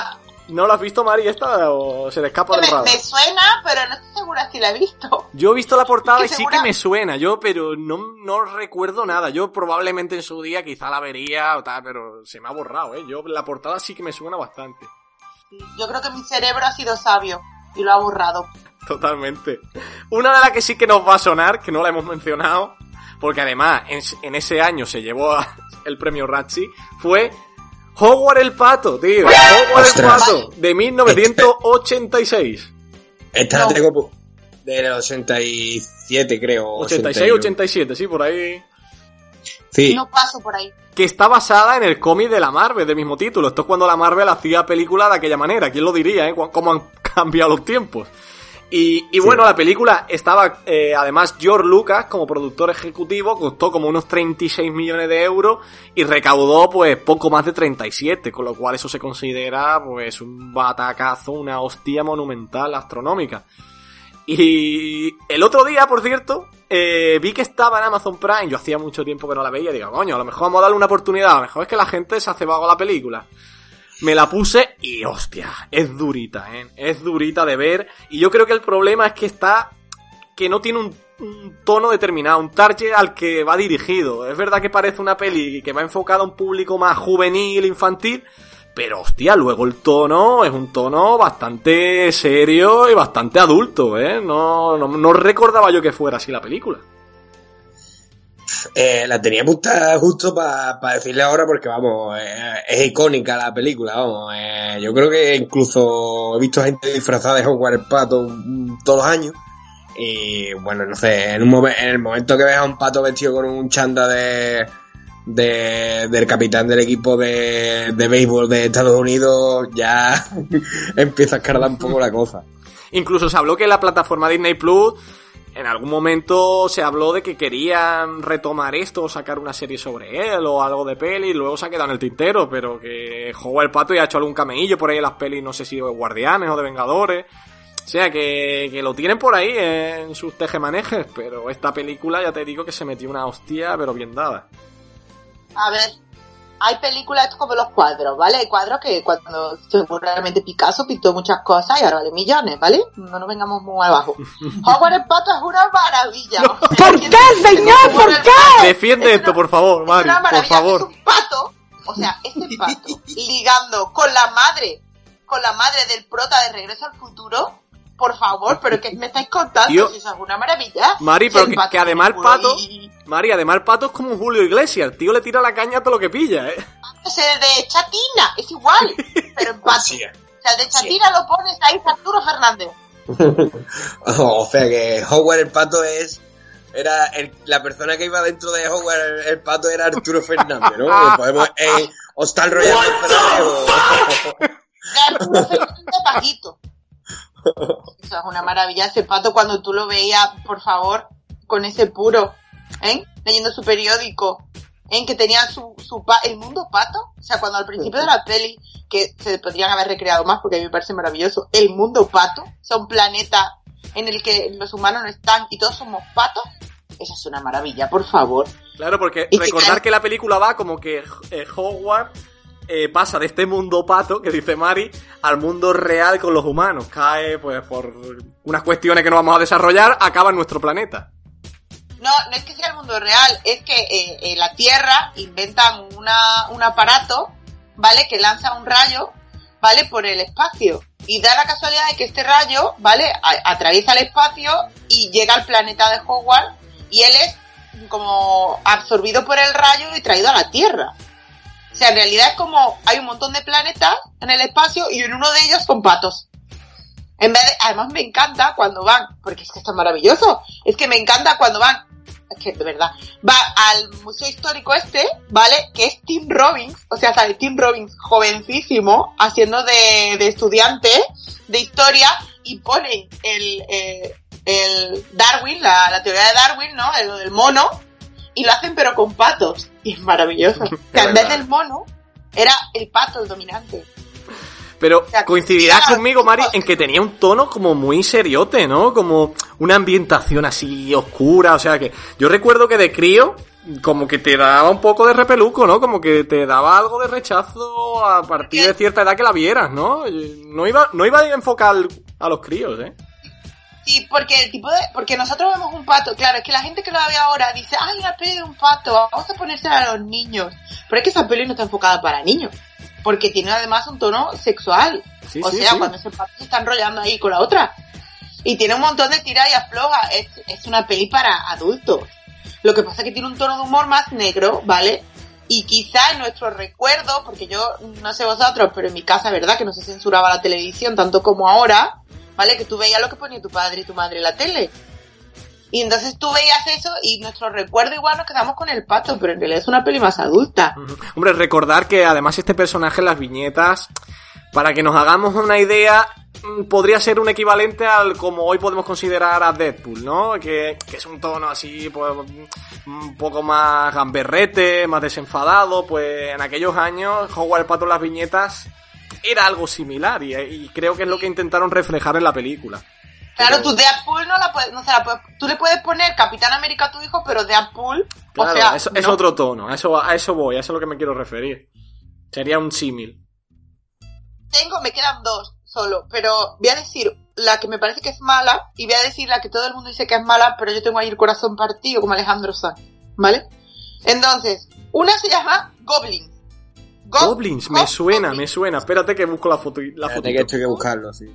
¿No lo has visto, Mari, esta o se te escapa del me, radar? me suena, pero no estoy segura si la he visto. Yo he visto la portada Es y que sí segura- que me suena, yo, pero no, no recuerdo nada. Yo probablemente en su día quizá la vería o tal, pero se me ha borrado, ¿eh? Yo la portada sí que me suena bastante. Yo creo que mi cerebro ha sido sabio y lo ha borrado. Totalmente. Una de las que sí que nos va a sonar, que no la hemos mencionado, porque además en, en ese año se llevó a- el premio Razzie, fue Howard el Pato, tío. Howard el Ostras. Pato, de mil novecientos ochenta y seis. Esta No. la tengo po- del ochenta y siete, creo. ochenta y seis, ochenta y siete, sí, por ahí. Sí. No paso por ahí. Que está basada en el cómic de la Marvel, del mismo título. Esto es cuando la Marvel hacía películas de aquella manera. ¿Quién lo diría, eh? Cu- Cómo han cambiado los tiempos. Y, y bueno, la película estaba, eh, además, George Lucas como productor ejecutivo, costó como unos treinta y seis millones de euros y recaudó pues poco más de treinta y siete, con lo cual eso se considera pues un batacazo, una hostia monumental astronómica. Y el otro día, por cierto, eh, vi que estaba en Amazon Prime. Yo hacía mucho tiempo que no la veía. Digo, coño, a lo mejor vamos a darle una oportunidad. A lo mejor es que la gente se hace vago a la película. Me la puse y, hostia, es durita, ¿eh? Es durita de ver. Y yo creo que el problema es que está... que no tiene un, un tono determinado, un target al que va dirigido. Es verdad que parece una peli que va enfocada a un público más juvenil, infantil... Pero, hostia, luego el tono es un tono bastante serio y bastante adulto, ¿eh? No, no, no recordaba yo que fuera así la película. Eh, la tenía puesta justo para pa decirle ahora porque, vamos, eh, es icónica la película, vamos. Eh, yo creo que incluso he visto gente disfrazada de Howard el Pato mm, todos los años. Y, bueno, no sé, en, un momen- en el momento que ves a un pato vestido con un chanda de... De, del capitán del equipo de, de béisbol de Estados Unidos, ya empieza a escalar un poco la cosa. Incluso se habló que la plataforma Disney Plus, en algún momento se habló de que querían retomar esto o sacar una serie sobre él o algo de peli, y luego se ha quedado en el tintero, pero que Howard el Pato ya ha hecho algún cameillo por ahí en las pelis, no sé si de Guardianes o de Vengadores. O sea, que, que lo tienen por ahí en sus tejemanejes, pero esta película ya te digo que se metió una hostia, pero bien dada. A ver, hay películas como los cuadros, ¿vale? Hay cuadros que cuando seguramente Picasso pintó muchas cosas y ahora vale millones, ¿vale? No nos vengamos muy abajo. Howard el Pato es una maravilla. No. ¿Por qué, señor? ¿Por qué? Defiende Es esto, una- por favor, Mari, Es una por maravilla, favor. es un pato, o sea, este pato ligando con la madre, con la madre del prota de Regreso al Futuro, por favor, pero ¿qué me estáis contando? Tío. Si eso es una maravilla. Mari, Si pero el que, pato que además el tiene pato... culo y- Mari, además el pato es como un Julio Iglesias. El tío le tira la caña a todo lo que pilla, ¿eh? Ese de Chatina, es igual, pero en pato. Sí. O sea, de Chatina lo pones ahí Arturo Fernández. O sea que Howard el Pato es... Era el- la persona que iba dentro de Howard el, el Pato era Arturo Fernández, ¿no? Que podemos... Eh, o está enrollando el personaje o... Era Arturo Fernández bajito. Eso es una maravilla, ese pato cuando tú lo veías, por favor, con ese puro, ¿eh? Leyendo su periódico, ¿eh? Que tenía su, su pa el mundo pato. O sea, cuando al principio de la peli, que se podrían haber recreado más porque a mí me parece maravilloso, el mundo pato, o sea, un planeta en el que los humanos no están y todos somos patos, esa es una maravilla, por favor. Claro, porque Y que- recordar que la película va como que eh, Howard eh, pasa de este mundo pato, que dice Mari, al mundo real con los humanos. Cae, pues, por unas cuestiones que no vamos a desarrollar, acaba en nuestro planeta. No, no es que sea el mundo real, es que eh, en la Tierra inventan una, un aparato, ¿vale? Que lanza un rayo, ¿vale? Por el espacio. Y da la casualidad de que este rayo, ¿vale? A- atraviesa el espacio y llega al planeta de Howard y él es como absorbido por el rayo y traído a la Tierra. O sea, en realidad es como hay un montón de planetas en el espacio y en uno de ellos son patos. En vez de, además me encanta cuando van, porque es que esto es maravilloso, es que me encanta cuando van, es que de verdad, va al museo histórico este, ¿vale? Que es Tim Robbins, o sea, sale Tim Robbins jovencísimo, haciendo de, de estudiante de historia, y ponen el, eh, el Darwin, la, la teoría de Darwin, ¿no? El del mono, y lo hacen pero con patos, y es maravilloso. O sea, en vez del mono, era el pato el dominante. Pero O sea, coincidirás claro, conmigo, Mari, chicos. en que tenía un tono como muy seriote, ¿no? Como una ambientación así oscura, o sea que... Yo recuerdo que de crío, como que te daba un poco de repeluco, ¿no? Como que te daba algo de rechazo a partir de cierta edad que la vieras, ¿no? No iba, no iba a enfocar a los críos, ¿eh? Sí, porque el tipo de, porque nosotros vemos un pato, claro, es que la gente que lo ve ahora dice, ay, la peli de un pato, vamos a ponérsela a los niños. Pero es que esa peli no está enfocada para niños, porque tiene además un tono sexual. Sí, o sí, sea, sí. Cuando ese pato se está enrollando ahí con la otra. Y tiene un montón de tira y afloja, es, es una peli para adultos. Lo que pasa es que tiene un tono de humor más negro, ¿vale? Y quizá en nuestro recuerdo, porque yo no sé vosotros, pero en mi casa, ¿verdad? Que no se censuraba la televisión tanto como ahora, ¿vale? Que tú veías lo que ponía tu padre y tu madre en la tele. Y entonces tú veías eso y nuestro recuerdo igual nos quedamos con el pato, pero en realidad es una peli más adulta. Uh-huh. Hombre, recordar que además este personaje en las viñetas, para que nos hagamos una idea, podría ser un equivalente al como hoy podemos considerar a Deadpool, ¿no? Que, que es un tono así, pues, un poco más gamberrete, más desenfadado. Pues en aquellos años, Howard el Pato en las viñetas era algo similar y, y creo que es lo que intentaron reflejar en la película. Claro, pero... tú Deadpool no la puedes, no se la puedes, tú le puedes poner Capitán América a tu hijo, pero Deadpool, claro, o sea, eso, no. Es otro tono, a eso, a eso voy, a eso es lo que me quiero referir. Sería un símil. Tengo, me quedan dos solo, pero voy a decir la que me parece que es mala y voy a decir la que todo el mundo dice que es mala, pero yo tengo ahí el corazón partido como Alejandro Sanz, ¿vale? Entonces, una se llama Goblins. Go- Goblins, me Go- suena, Goblins. me suena. Espérate que busco la foto. La foto. que esto hay que buscarlo, sí.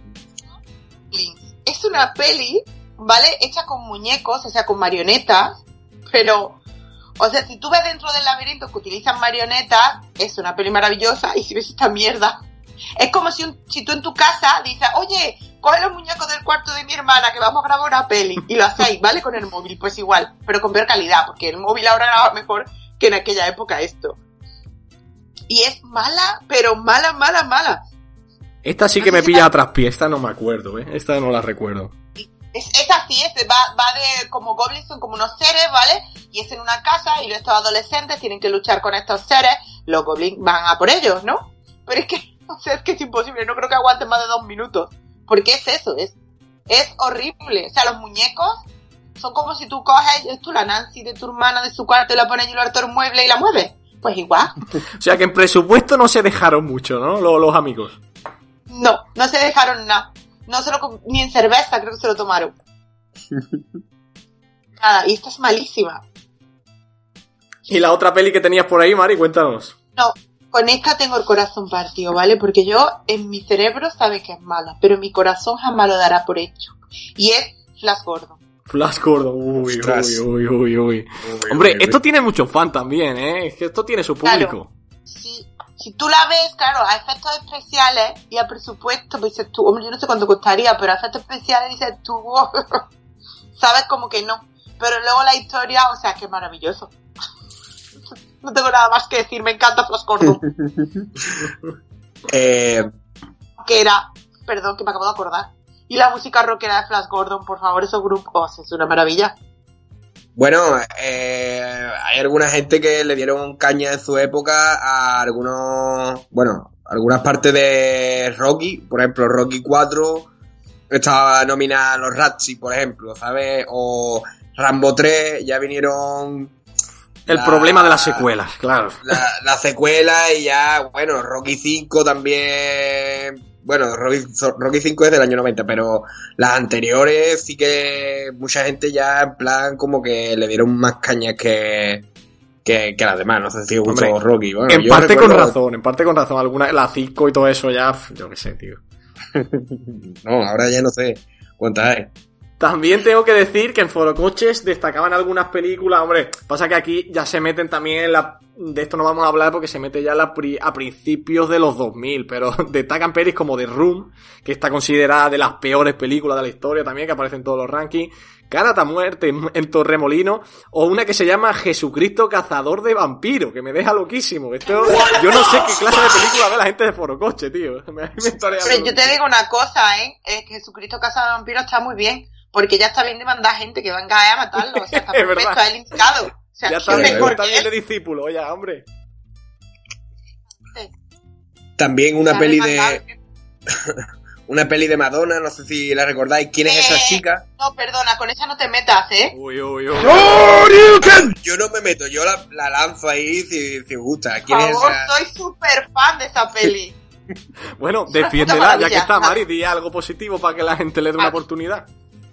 Es una peli, ¿vale? Hecha con muñecos, o sea, con marionetas, pero, o sea, si tú ves dentro del laberinto que utilizan marionetas, es una peli maravillosa, y si ves esta mierda, es como si, un, si tú en tu casa dices, oye, coge los muñecos del cuarto de mi hermana que vamos a grabar una peli, y lo hacéis, ¿vale? Con el móvil, pues igual, pero con peor calidad, porque el móvil ahora graba mejor que en aquella época esto. Y es mala, pero mala, mala, mala. Esta sí que me pilla a traspié, esta no me acuerdo, ¿eh? Esta no la recuerdo. Es, es así, es, va, va de como goblins, son como unos seres, ¿vale? Y es en una casa y estos adolescentes tienen que luchar con estos seres, los goblins van a por ellos, ¿no? Pero es que, o sea, es que es imposible, no creo que aguanten más de dos minutos. Porque es eso, es, es horrible. O sea, los muñecos son como si tú coges, es tú la Nancy de tu hermana de su cuarto y la pones en el alto mueble y la mueves. Pues igual. O sea que en presupuesto no se dejaron mucho, ¿no? Los, los amigos. No, no se dejaron nada. No se lo, ni en cerveza creo que se lo tomaron. Nada, y esta es malísima. ¿Y la otra peli que tenías por ahí, Mari? Cuéntanos. No, con esta tengo el corazón partido, ¿vale? Porque yo, en mi cerebro, sabe que es mala, pero mi corazón jamás lo dará por hecho. Y es Flash Gordon. Flash Gordon, uy, uy, uy, uy, uy. Hombre, uy, esto uy. tiene mucho fan también, ¿eh? Es que esto tiene su público. Claro. Sí. Si tú la ves, claro, a efectos especiales y a presupuesto, pues dices tú, hombre, yo no sé cuánto costaría, pero a efectos especiales dices tú, oh, sabes como que no. Pero luego la historia, o sea, que es maravilloso. No tengo nada más que decir, me encanta Flash Gordon. eh... Que era, perdón, que me acabo de acordar. Y la música rockera de Flash Gordon, por favor, esos grupos, oh, es una maravilla. Bueno, eh, hay alguna gente que le dieron caña en su época a algunos, bueno, algunas partes de Rocky, por ejemplo, Rocky cuatro estaba nominada a los Razzie, por ejemplo, ¿sabes? O Rambo tres, ya vinieron... El la, problema de las secuelas, claro. La, la secuela y ya, bueno, Rocky cinco también... Bueno, Rocky, Rocky cinco es del año noventa, pero las anteriores sí que mucha gente ya en plan como que le dieron más cañas que, que, que las demás. No sé si os gustó Rocky. Bueno, en parte recuerdo... con razón, en parte con razón. Alguna, la cinco y todo eso ya, yo qué sé, tío. No, ahora ya no sé cuántas hay. También tengo que decir que en Forocoches destacaban algunas películas, hombre, pasa que aquí ya se meten también en la... De esto no vamos a hablar porque se mete ya la pri... a principios de los dos mil, pero destacan pelis como The Room, que está considerada de las peores películas de la historia también, que aparece en todos los rankings, Karate a muerte en, en Torremolino, o una que se llama Jesucristo Cazador de Vampiros, que me deja loquísimo. Esto, yo no sé qué clase de película ve la gente de Forocoche, tío. Me, me Pero yo te digo una cosa, ¿eh? Es que Jesucristo Cazador de Vampiros está muy bien. Porque ya está bien de mandar gente que venga a matarlo. O sea, está perfecto, es el indicado. O sea, ya está bien, está bien de discípulo, ya, hombre. Sí. También una peli de... una peli de Madonna, no sé si la recordáis. ¿Quién es eh, esa chica? No, perdona, con esa no te metas, ¿eh? Uy, uy, uy. Yo no me meto, yo la, la lanzo ahí si, si os gusta. Por ¿Quién favor, es esa? soy súper fan de esa peli. Bueno, Es una defiéndela, puta ya que maravilla. está Mari, di algo positivo para que la gente le dé una Ah. oportunidad.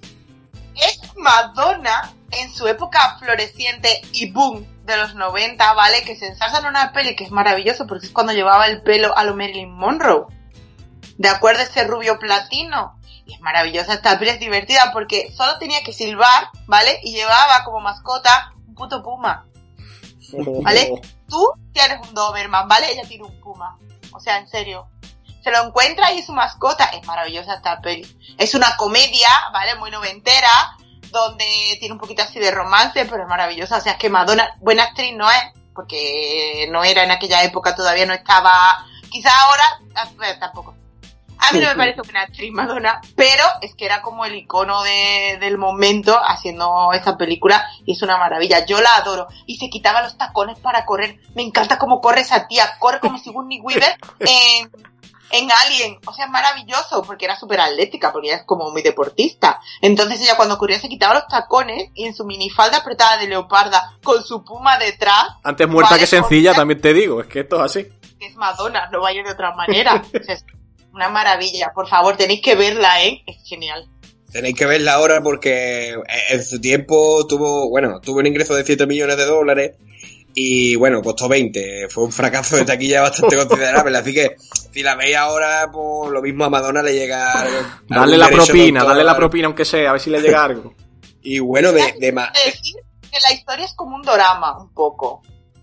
Es Madonna en su época floreciente y boom de los noventa, ¿vale? Que se ensalza en una peli que es maravilloso porque es cuando llevaba el pelo a lo Marilyn Monroe. ¿De acuerdo? Ese rubio platino. Y es maravillosa esta peli, es divertida porque solo tenía que silbar, ¿vale? Y llevaba como mascota un puto puma, ¿vale? Tú tienes un Doberman, ¿vale? Ella tiene un puma. O sea, en serio. Se lo encuentra y es su mascota. Es maravillosa esta peli. Es una comedia, ¿vale? Muy noventera, donde tiene un poquito así de romance, pero es maravillosa. O sea, es que Madonna, buena actriz no es, porque no era en aquella época, todavía no estaba... Quizá ahora, eh, tampoco. A mí no me parece buena actriz Madonna, pero es que era como el icono de, del momento haciendo esa película y es una maravilla. Yo la adoro. Y se quitaba los tacones para correr. Me encanta cómo corre esa tía. Corre como Sigourney Weaver en, en Alien. O sea, es maravilloso porque era súper atlética, porque ella es como muy deportista. Entonces ella cuando corría se quitaba los tacones y en su minifalda apretada de leoparda con su puma detrás. Antes muerta ¿vale? que sencilla, Corría, también te digo, es que esto es así. que es Madonna, no vaya de otra manera. O sea, es una maravilla. Por favor, tenéis que verla, ¿eh? Es genial. Tenéis que verla ahora porque en su tiempo tuvo, bueno, tuvo un ingreso de siete millones de dólares y bueno, costó veinte. Fue un fracaso de taquilla bastante considerable, así que si la veis ahora, pues lo mismo a Madonna le llega... Dale la propina, dale la propina aunque sea, a ver si le llega algo. Y bueno, de, de más... decir que la historia es como un drama, un poco.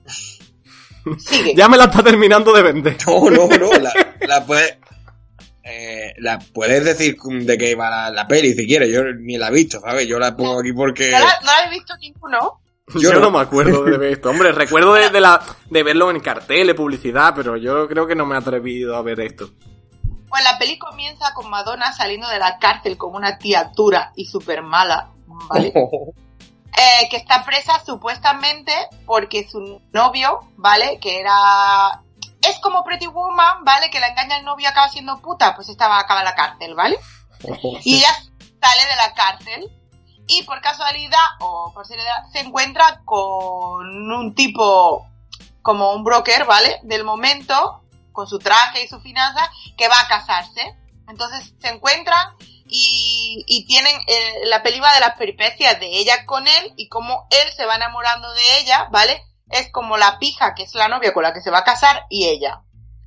Sigue. Ya me la está terminando de vender. No, no, no, la, la puedes... Eh, la puedes decir de qué va la, la peli si quieres, yo ni la he visto, ¿sabes? Yo la pongo aquí porque... ¿No la, no la he visto ninguno? Yo, Yo no. no. me acuerdo de ver esto. Hombre, recuerdo de, de, la, de verlo en cartel, de publicidad, pero yo creo que no me he atrevido a ver esto. Pues la peli comienza con Madonna saliendo de la cárcel como una criatura y súper mala, ¿vale? Eh, que está presa supuestamente porque su novio, ¿vale? Que era... Es como Pretty Woman, ¿vale? Que la engaña el novio y acaba siendo puta, pues esta va a acabar en la cárcel, ¿vale? Y ella sale de la cárcel y por casualidad o por seriedad se encuentra con un tipo como un broker, ¿vale? Del momento, con su traje y su finanza, que va a casarse. Entonces se encuentran y, y tienen eh, la película de las peripecias de ella con él y cómo él se va enamorando de ella, ¿vale? Es como la pija, que es la novia con la que se va a casar, y ella.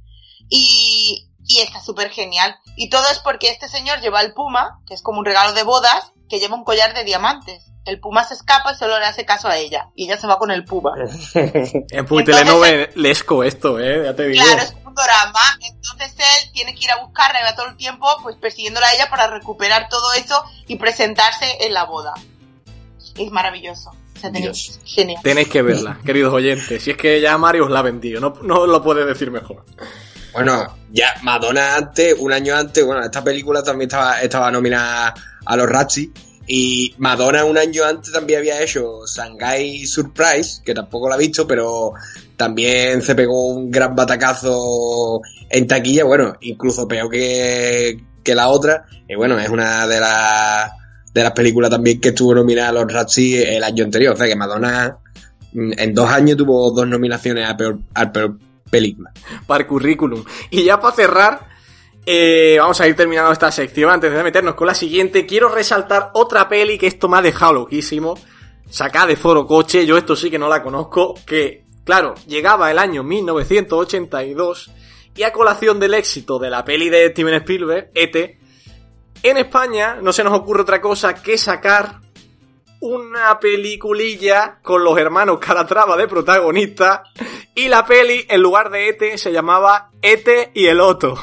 Y, y está súper genial. Y todo es porque este señor lleva el puma, que es como un regalo de bodas, que lleva un collar de diamantes. El puma se escapa y solo le hace caso a ella. Y ella se va con el puma. Es muy telenovelesco esto, eh, ya te digo. Claro, es un drama. Entonces él tiene que ir a buscarla y va todo el tiempo pues persiguiéndola a ella para recuperar todo eso y presentarse en la boda. Es maravilloso. O sea, tenéis, genial. Tenéis que verla, queridos oyentes. Si es que ya Mario os la ha vendido, no, no lo puede decir mejor. Bueno, ya Madonna antes, un año antes, bueno, esta película también estaba, estaba nominada a los Razzie. Y Madonna un año antes también había hecho Shanghai Surprise, que tampoco la he visto, pero también se pegó un gran batacazo en taquilla, bueno, incluso peor que, que la otra. Y bueno, es una de las de las películas también que estuvo nominada a los Razzie el año anterior. O sea que Madonna en dos años tuvo dos nominaciones a peor, a peor película. Para el currículum. Y ya para cerrar, eh, vamos a ir terminando esta sección. Antes de meternos con la siguiente, quiero resaltar otra peli que esto me ha dejado loquísimo. Sacada de Foro Coche, yo esto sí que no la conozco. Que, claro, llegaba el año mil novecientos ochenta y dos y a colación del éxito de la peli de Steven Spielberg, E T, en España no se nos ocurre otra cosa que sacar una peliculilla con los hermanos Calatrava de protagonista, y la peli, en lugar de E T, se llamaba E T y el Otto.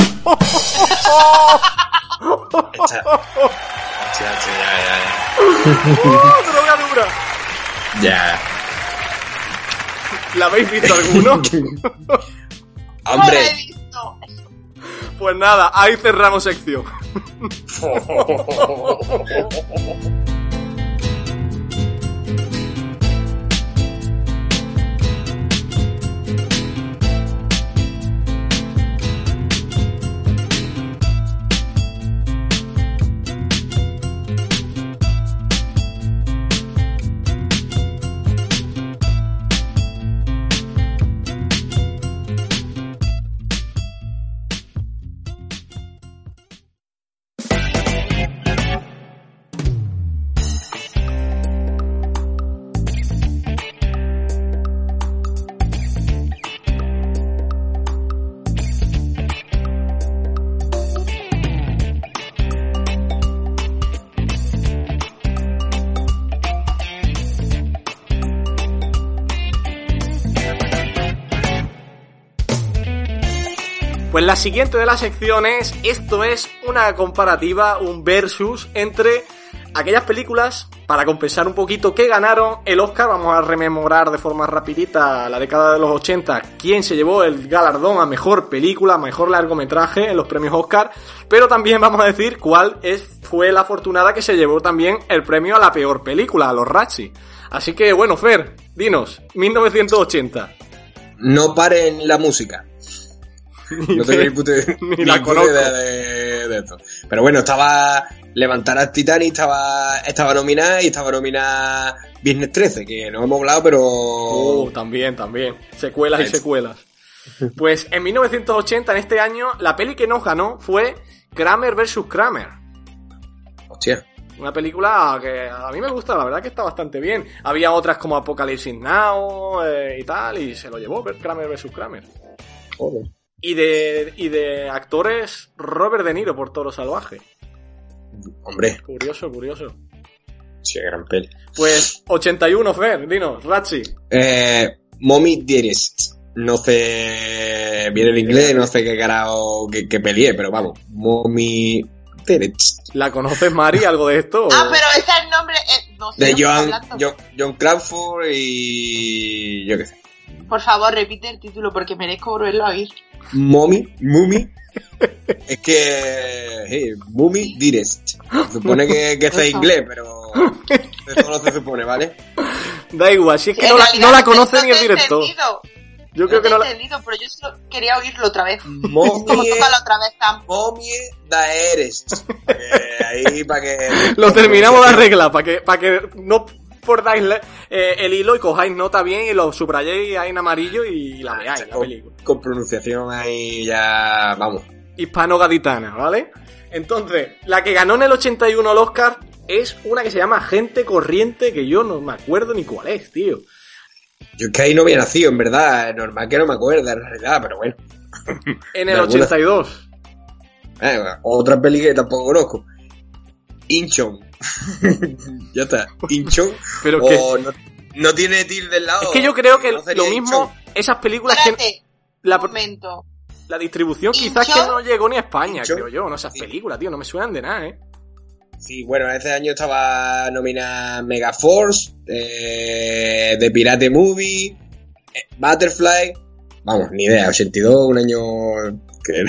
Hostia, hostia, ya, ya, ya. ¡Oh, droga dura! Ya. ¿La habéis visto alguno? No Hombre. la he visto. Pues nada, ahí cerramos sección. Pues la siguiente de las secciones, esto es una comparativa, un versus entre aquellas películas, para compensar un poquito, que ganaron el Oscar. Vamos a rememorar de forma rapidita la década de los ochenta, quién se llevó el galardón a mejor película, mejor largometraje en los premios Oscar, pero también vamos a decir cuál es, fue la afortunada que se llevó también el premio a la peor película, a los Razzie. Así que bueno, Fer, dinos, mil novecientos ochenta. No paren la música. No tengo ni puta ni la conozco de, de, de esto. Pero bueno, estaba Levantar al Titanic, estaba estaba nominada y estaba nominada Viernes trece, que no hemos hablado, pero... Uh, también, también. Secuelas y secuelas. Pues en mil novecientos ochenta, en este año, la peli que nos ganó fue Kramer versus Kramer. Hostia. Una película que a mí me gusta, la verdad que está bastante bien. Había otras como Apocalypse Now eh, y tal, y se lo llevó Kramer versus Kramer. Joder. Y de, y de actores, Robert De Niro por Toro Salvaje. Hombre. Curioso, curioso. Sí, gran peli. Pues ochenta y uno, Fer, dinos, Razzie. Eh, Mommy Dearest. No sé bien el inglés, no sé qué carajo, qué, qué peli, pero vamos. Mommy Dearest. ¿La conoces, Mari, algo de esto? Ah, pero ese es el nombre, eh, no sé. De John, John, John Crawford y... yo qué sé. Por favor, repite el título porque merezco volverlo a oír. Mommy, Mummy. Es que... Hey, Mommy Dearest. Se supone que, que está en inglés, pero... Eso no se supone, ¿vale? Da igual, si es que en no la, no la conoce no ni el director. Entendido. Yo creo no que no he la... entendido, pero yo solo quería oírlo otra vez. Mommy, como toca la otra vez, Sam. Mommy Dearest. Eh, ahí para que... Lo terminamos de arreglar, para que, para que no portáis eh, el hilo y cojáis nota bien y lo subrayéis ahí en amarillo y la veáis, la película. Con pronunciación ahí ya... vamos. Hispano-gaditana, ¿vale? Entonces, la que ganó en el ochenta y uno el Oscar es una que se llama Gente Corriente, que yo no me acuerdo ni cuál es, tío. Yo es que ahí no había nacido, en verdad. Es normal que no me acuerde, en realidad, pero bueno. En el ochenta y dos. Eh, otra peli que tampoco conozco. Inchon. Ya está. Inchon. Pero o que... no, no tiene tilde del lado. Es que yo creo que no lo mismo, Inchon. Esas películas Espérate, que... La, un momento. la distribución quizás ¿Inchon? que no llegó ni a España, ¿Inchon? creo yo, no esas Sí. películas, tío, no me suenan de nada, ¿eh? Sí, bueno, ese año estaba nominada Megaforce, eh, The Pirate Movie, eh, Butterfly. Vamos, ni idea, ochenta y dos, un año que...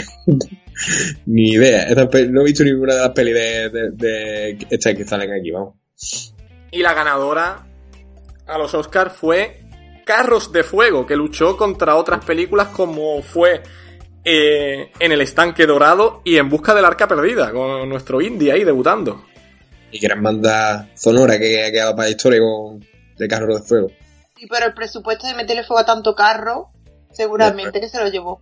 ni idea. Esta pe- no he visto ninguna de las pelis de, de, de estas que salen aquí, vamos. Y la ganadora a los Oscars fue Carros de Fuego, que luchó contra otras películas como fue eh, En el Estanque Dorado y En Busca del Arca Perdida, con nuestro indie ahí debutando. Y gran banda sonora que ha quedado para la historia con de Carros de Fuego. Sí, pero el presupuesto de meterle fuego a tanto carro, seguramente que se lo llevó.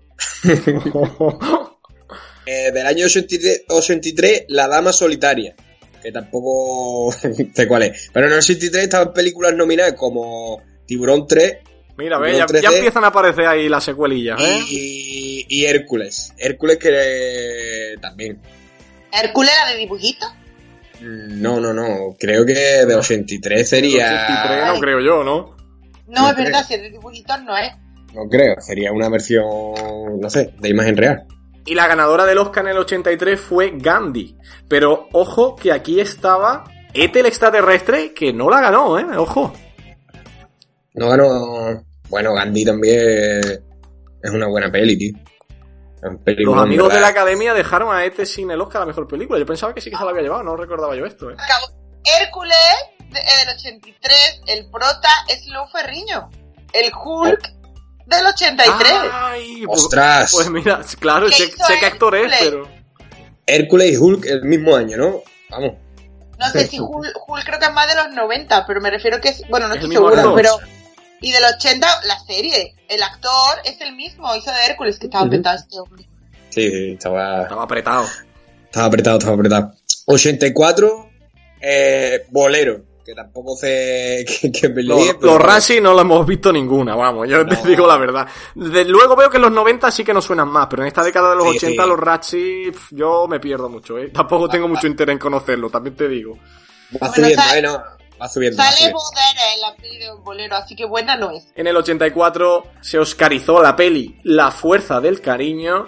Eh, del año ochenta y tres, ochenta y tres, La Dama Solitaria, que tampoco sé cuál es. Pero en el ochenta y tres estaban películas nominadas como Tiburón tres. Mira, ve, ya, ya empiezan a aparecer ahí las secuelillas, ¿eh? Y, y Hércules. Hércules que eh, también. ¿Hércules era de dibujito? No, no, no. Creo que de ochenta y tres sería... ochenta y tres no creo yo, ¿no? No, No es verdad, creo. si es de dibujitos no es. No creo. Sería una versión, no sé, de imagen real. Y la ganadora del Oscar en el ochenta y tres fue Gandhi. Pero ojo que aquí estaba E T el extraterrestre, que no la ganó, ¿eh? Ojo. No ganó... Bueno, Gandhi también es una buena peli, tío. Es un película, Los amigos ¿verdad? de la academia dejaron a E T sin el Oscar a la mejor película. Yo pensaba que sí que se la había llevado, no recordaba yo esto, ¿eh? Acabó. Hércules de- del ochenta y tres, el prota es Lou Ferriño. El Hulk del ochenta y tres. ¡Ay! Pues, ¡Ostras! pues mira, claro, ¿Qué sé, hizo sé qué actor es, Hércules? pero... Hércules y Hulk el mismo año, ¿no? Vamos. No sé si Hulk, Hulk creo que es más de los noventa, pero me refiero que es... Bueno, no Es el estoy mismo segura, actor. pero... Y del ochenta, la serie. El actor es el mismo, hizo de Hércules, que estaba Ujú. petado este hombre. Sí, sí, estaba... Estaba apretado. Estaba apretado, estaba apretado. ochenta y cuatro, eh, Bolero, que tampoco sé qué, qué peli Los, es, pero- los Razzie no la hemos visto ninguna, vamos, yo te No. digo la verdad. De, luego veo que en los noventa sí que nos suenan más, pero en esta década de los Sí, ochenta sí. los Razzie pf, yo me pierdo mucho, ¿eh? Tampoco tengo mucho interés en conocerlo, también te digo. Va Bueno, subiendo, sale- eh, no, va subiendo. va Sale subiendo. Bodera en la peli de Bolero, así que buena no es. En el ochenta y cuatro se oscarizó la peli La Fuerza del Cariño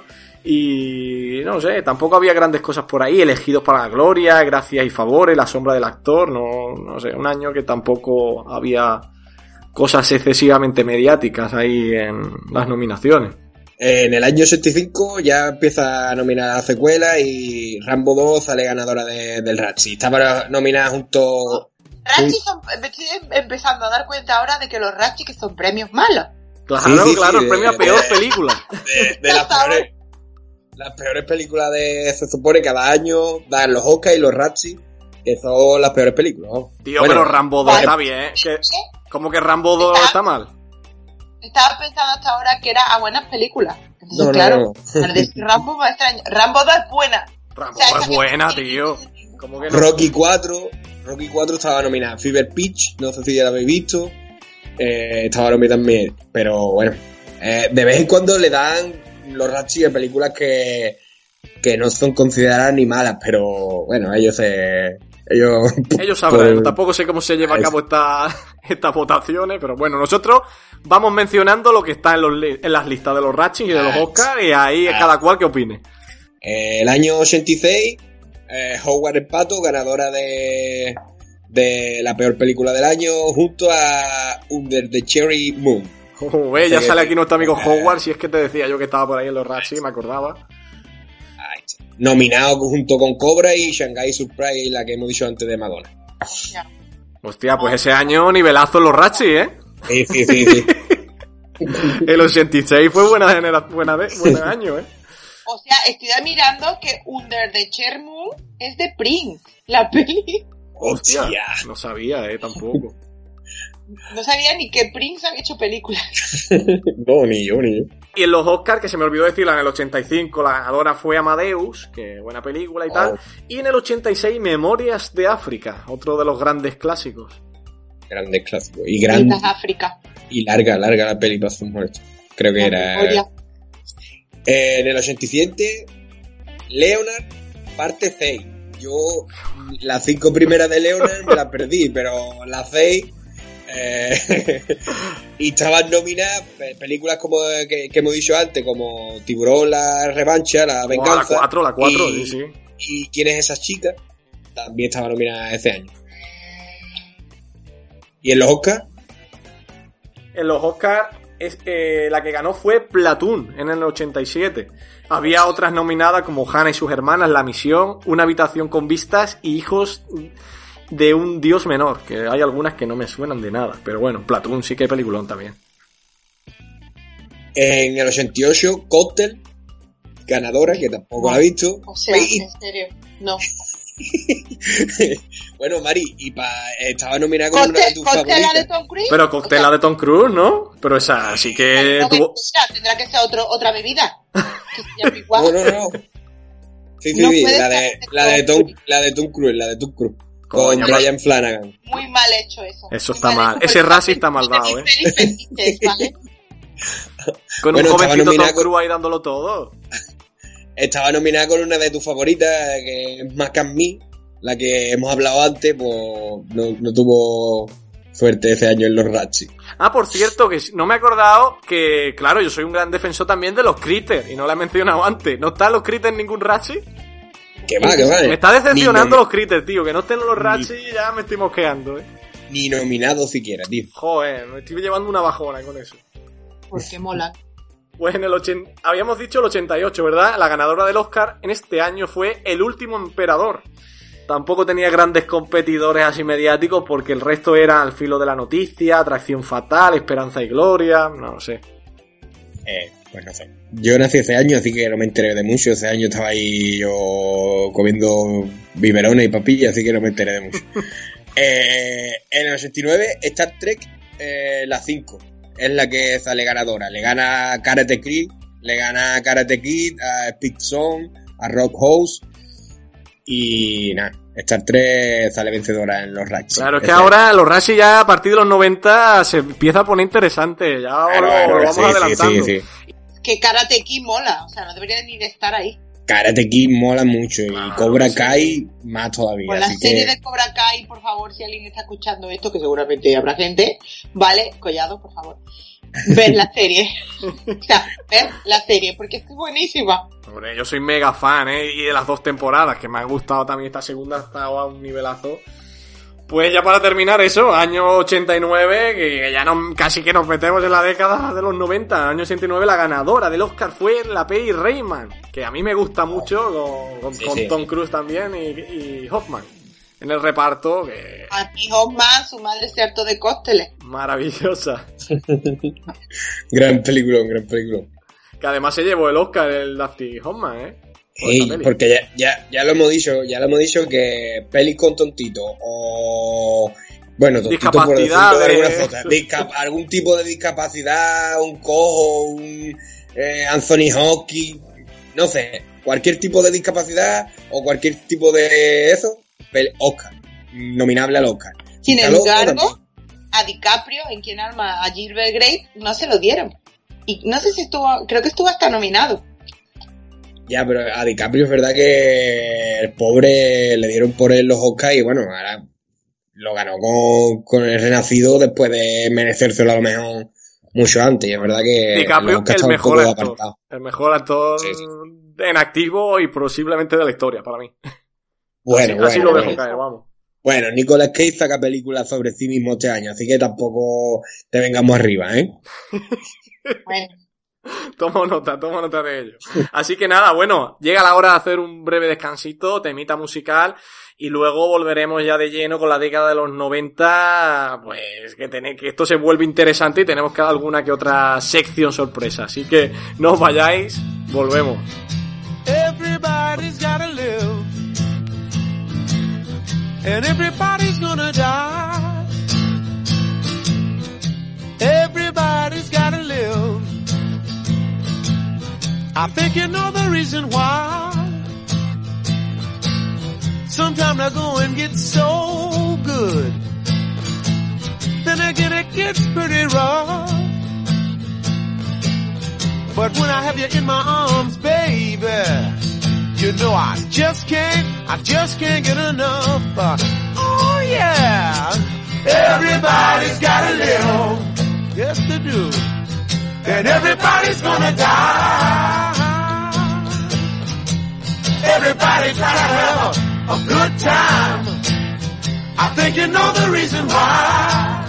Y no sé, tampoco había grandes cosas por ahí, elegidos para la gloria, gracias y favores, la sombra del actor, no, no sé, un año que tampoco había cosas excesivamente mediáticas ahí en las nominaciones. En el año ochenta y cinco ya empieza a nominar a la secuela y Rambo dos sale ganadora de, del Razzie. Estaba nominada junto... Razzie son, me estoy empezando a dar cuenta ahora de que los Razzie que son premios malos. Claro, Sí, sí, claro, sí, el premio de- a peor de- película. De, de las peores... Las peores películas de... Se supone cada año dan los Oscars y los Razzie, que son las peores películas, ¿no? Tío, Bueno, pero Rambo dos vale. está bien, que, ¿cómo que Rambo dos está mal? Estaba pensando hasta ahora que era a buenas películas. Entonces, No, no, claro, no. al decir Rambo me extraño. Rambo dos es buena. Rambo O sea, es esa que- buena, tío. ¿Cómo que no? Rocky cuatro, Rocky cuatro estaba nominada. Fever Pitch, no sé si ya la habéis visto. Eh, estaba nominada también. Pero bueno, eh, de vez en cuando le dan los Razzie a películas que, que no son consideradas ni malas, pero bueno, ellos se... Ellos, Ellos sabrán, por- tampoco sé cómo se lleva a Eso. cabo esta, estas votaciones, pero bueno, nosotros vamos mencionando lo que está en, los li- en las listas de los Razzies y de los Ah, Oscars, y ahí ah. cada cual que opine. Eh, el año ochenta y seis, eh, Howard el Pato, ganadora de, de la peor película del año, junto a Under the Cherry Moon. Oh, ve, ya Sí, sale sí. aquí nuestro amigo Eh. Howard, si es que te decía yo que estaba por ahí en los Razzies, me acordaba. Ahí está. Nominado junto con Cobra y Shanghai Surprise, la que hemos dicho antes de Madonna. Hostia, pues ese año nivelazo en los Razzies, ¿eh? Sí, sí, sí, sí. El ochenta y seis fue buena genera, buena de, buen año, ¿eh? O sea, estoy mirando que Under the Cherry Moon es de Prince, la peli. Hostia, Hostia. no sabía, ¿eh? Tampoco. No sabía ni que Prince había hecho películas. No, ni yo, ni yo. Y en los Oscars, que se me olvidó decirla, en el ochenta y cinco la ganadora fue Amadeus, que buena película y tal. Oh. Y en el ochenta y seis Memorias de África, otro de los grandes clásicos. Grandes clásicos. Y gran Lindas África. y larga, larga la peli para su muerto. Creo que La era. memoria. Eh, en el ochenta y siete, Leonard, parte seis. Yo, las cinco primeras de Leonard me las perdí, pero las seis. Eh, y estaban nominadas pe- películas como que, que hemos dicho antes, como Tiburón, la revancha, la Oh, venganza. la cuatro, la cuatro, y, sí, sí. ¿Y quién es esa chica? También estaba nominada ese año. ¿Y en los Oscars? En los Oscars, es, eh, la que ganó fue Platoon en el ochenta y siete. Había otras nominadas como Hannah y sus hermanas, La misión, Una habitación con vistas y Hijos de un dios menor, que hay algunas que no me suenan de nada. Pero bueno, Platoon sí que peliculón también. En el ochenta y ocho, Cocktail, ganadora, que tampoco la he visto. O sea, Y- en serio, no. bueno, Mari, y pa, estaba nominada como una de ¿Coste, tus coste la de favoritas. Tom Cruise? Pero Cocktail la de Tom Cruise, ¿no? Pero esa sí que No, tuvo... mentira, tendrá que ser otro, otra bebida. Que se llame igual. No, no, no. Sí, sí, No sí, puede la ser de, de la de Tom Tom, la de Tom Cruise, la de Tom Cruise. Con Coño, Brian Flanagan. Muy mal hecho eso. Eso Muy está mal. hecho. Ese Razzie está mal dado, ¿eh? Feliz, felices, ¿vale? Con Bueno, un estaba jovencito Tom nominada con- Cruise ahí dándolo todo. Estaba nominada con una de tus favoritas, que es Mac and Me, la que hemos hablado antes, pues no, no tuvo suerte ese año en los Razzie. Ah, por cierto, que no me he acordado que, claro, yo soy un gran defensor también de los critters, y no lo he mencionado antes. ¿No están los critters en ningún Razzie? Que va, que va. Me está decepcionando Ni, los critters, tío. Que no estén los Razzie y ya me estoy mosqueando, eh. ni nominado siquiera, tío. Joder, me estoy llevando una bajona con eso. Porque molan. Pues en el ochenta... Habíamos dicho el ochenta y ocho, ¿verdad? La ganadora del Oscar en este año fue El último emperador. Tampoco tenía grandes competidores así mediáticos porque el resto era Al filo de la noticia, Atracción fatal, Esperanza y gloria, no lo sé. Eh, pues no sé. Yo nací ese año, así que no me enteré de mucho. Ese año estaba ahí yo comiendo biberones y papillas, así que no me enteré de mucho. eh, en el ochenta y nueve, Star Trek, eh, la cinco, es la que sale ganadora. Le gana a Karate Kid, le gana a Karate Kid, a Speed Zone, a Rock House. Y nada, Star Trek sale vencedora en los Razzie. Claro, es que Ese- ahora los Razzie ya a partir de los noventa se empieza a poner interesante. Ya Claro, lo, claro, lo vamos sí, sí, adelantando. sí, sí. Que Karate Kid mola. O sea, no debería ni de estar ahí. Karate Kid mola mucho y Claro, Cobra sí. Kai más todavía. Con la así serie que... de Cobra Kai, por favor, si alguien está escuchando esto, que seguramente habrá gente, vale, Collado, por favor. ver la serie. O sea, ver la serie, porque es buenísima. Hombre, yo soy mega fan, ¿eh? Y de las dos temporadas, que me ha gustado también esta segunda, está a un nivelazo. Pues ya para terminar eso, año ochenta y nueve, que ya no, casi que nos metemos en la década de los noventa. Año ochenta y nueve, la ganadora del Oscar fue la Peggy Rayman, que a mí me gusta mucho, con, con, sí, con sí. Tom Cruise también y, y Hoffman en el reparto. Que... Aquí Hoffman, su madre se hartó de cócteles. Maravillosa. Gran película, gran película. Que además se llevó el Oscar el Dustin Hoffman, ¿eh? Ey, porque ya, ya, ya lo hemos dicho, ya lo hemos dicho que pelis con tontito o bueno, tontito por decirlo de alguna cosa, discap- algún tipo de discapacidad, un cojo, un eh, Anthony Hopkins, no sé, cualquier tipo de discapacidad o cualquier tipo de eso, pel- Oscar, nominable al Oscar. Sin embargo, a DiCaprio, en Quien arma a Gilbert Grape, no se lo dieron. Y no sé si estuvo, creo que estuvo hasta nominado. Ya, pero a DiCaprio es verdad que el pobre le dieron por él los Oscars y bueno, ahora lo ganó con, con el Renacido después de merecérselo a lo mejor mucho antes. Y es verdad que DiCaprio es el mejor actor, apartado. el mejor actor sí, sí. en activo y posiblemente de la historia para mí. Bueno, así, bueno, así lo dejo bueno. caer, vamos. Bueno, Nicolas Cage saca películas sobre sí mismo este año, así que tampoco te vengamos arriba, ¿eh? Bueno. Tomo nota, tomo nota de ello. Así que nada, bueno, llega la hora de hacer un breve descansito, temita musical, y luego volveremos ya de lleno con la década de los noventa, pues que, ten- que esto se vuelve interesante y tenemos que dar alguna que otra sección sorpresa. Así que no os vayáis, volvemos. Everybody's gotta live, and everybody's gonna die. Everybody's gotta live. I think you know the reason why. Sometimes I go and get so good, then again it gets pretty rough. But when I have you in my arms, baby, you know I just can't, I just can't get enough. Uh, oh yeah, everybody's gotta live. Yes they do. And everybody's gonna die. Everybody try to have a, a good time. I think you know the reason why.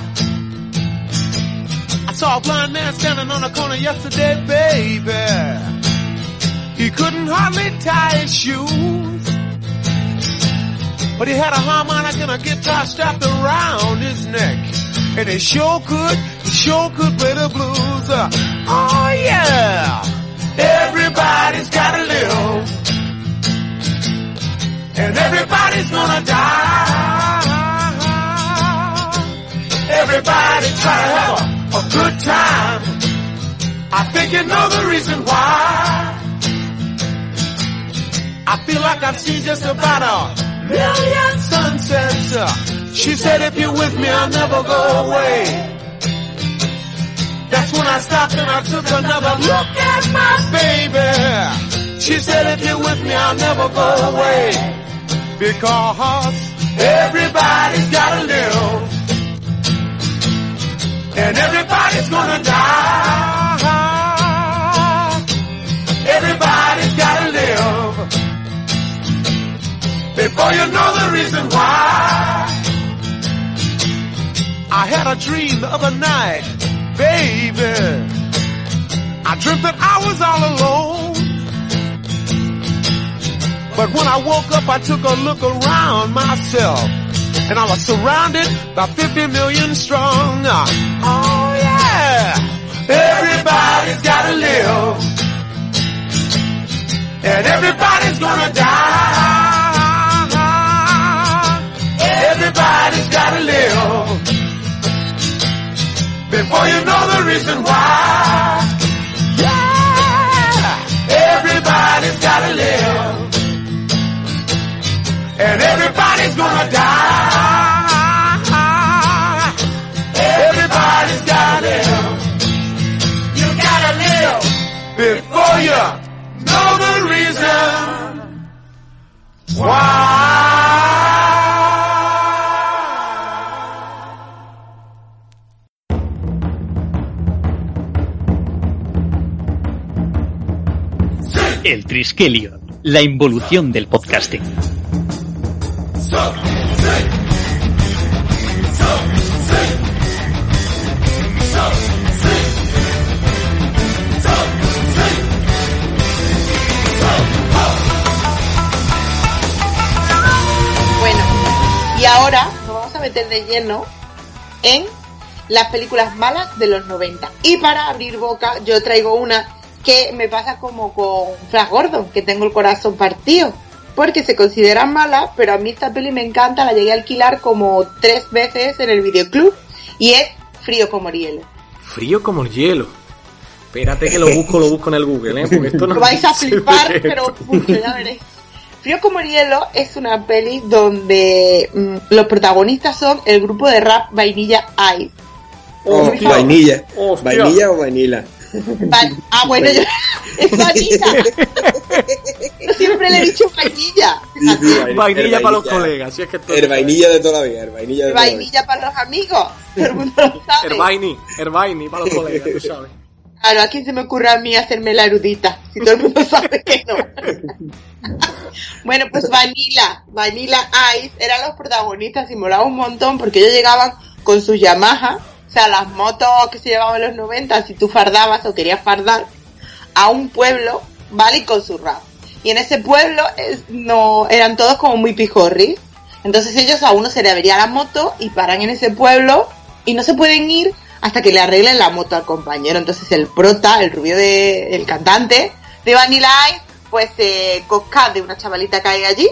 I saw a blind man standing on a corner yesterday, baby. He couldn't hardly tie his shoes, but he had a harmonica and a guitar strapped around his neck. And he sure could, he sure could play the blues. Uh, oh yeah, everybody's gotta live, and everybody's gonna die. Everybody try to have a, a good time. I think you know the reason why. I feel like I've seen just about a million sunsets. Uh, She said, if you're with me, I'll never go away. That's when I stopped and I took another look at my baby. She said, if you're with me, I'll never go away. Because everybody's gotta live, and everybody's gonna die. Everybody's gotta live, before you know the reason why. I had a dream the other night, baby. I dreamt that I was all alone. But when I woke up, I took a look around myself, and I was surrounded by fifty million strong. Oh yeah, everybody's gotta live, and everybody's gonna die. Everybody's gotta live, before you know the reason why. Yeah, everybody's gotta live, and everybody's gonna die. Everybody's gotta live. You gotta live before you know the reason why. El Triskelion, la involución del podcasting. Bueno, y ahora nos vamos a meter de lleno en las películas malas de los noventa. Y para abrir boca, yo traigo una que me pasa como con Flash Gordon, que tengo el corazón partido, porque se consideran malas, pero a mí esta peli me encanta, la llegué a alquilar como tres veces en el videoclub, y es Frío como el hielo. Frío como el hielo. Espérate que lo busco, lo busco en el Google, ¿eh? Porque esto no lo vais a flipar, pero mucho, ya veréis. Frío como el hielo es una peli donde mmm, los protagonistas son el grupo de rap Vainilla Ice. Oh, vainilla. Hostia. ¿Vainilla o vainila? Va- ah, bueno, yo... es vainilla. Yo siempre le he dicho vainilla. Sí, sí, vainilla, vainilla para los colegas. Si es que el vainilla de toda la vida. El vainilla, de toda vainilla la para los amigos. Todo el mundo lo sabe. El vaini, el vaini para los colegas, tú sabes. Claro, ¿a quién se me ocurre a mí hacerme la erudita? Si todo el mundo sabe que no. Bueno, pues Vanilla, Vanilla Ice eran los protagonistas y molaba un montón porque ellos llegaban con sus Yamaha, o sea, las motos que se llevaban en los noventa, si tú fardabas o querías fardar, a un pueblo, ¿vale? Y con su rap. Y en ese pueblo es, no eran todos como muy pijorris. Entonces ellos a uno se le avería la moto y paran en ese pueblo y no se pueden ir hasta que le arreglen la moto al compañero. Entonces el prota, el rubio de, el cantante de Vanilla Ice, pues se eh, cosca de una chavalita que hay allí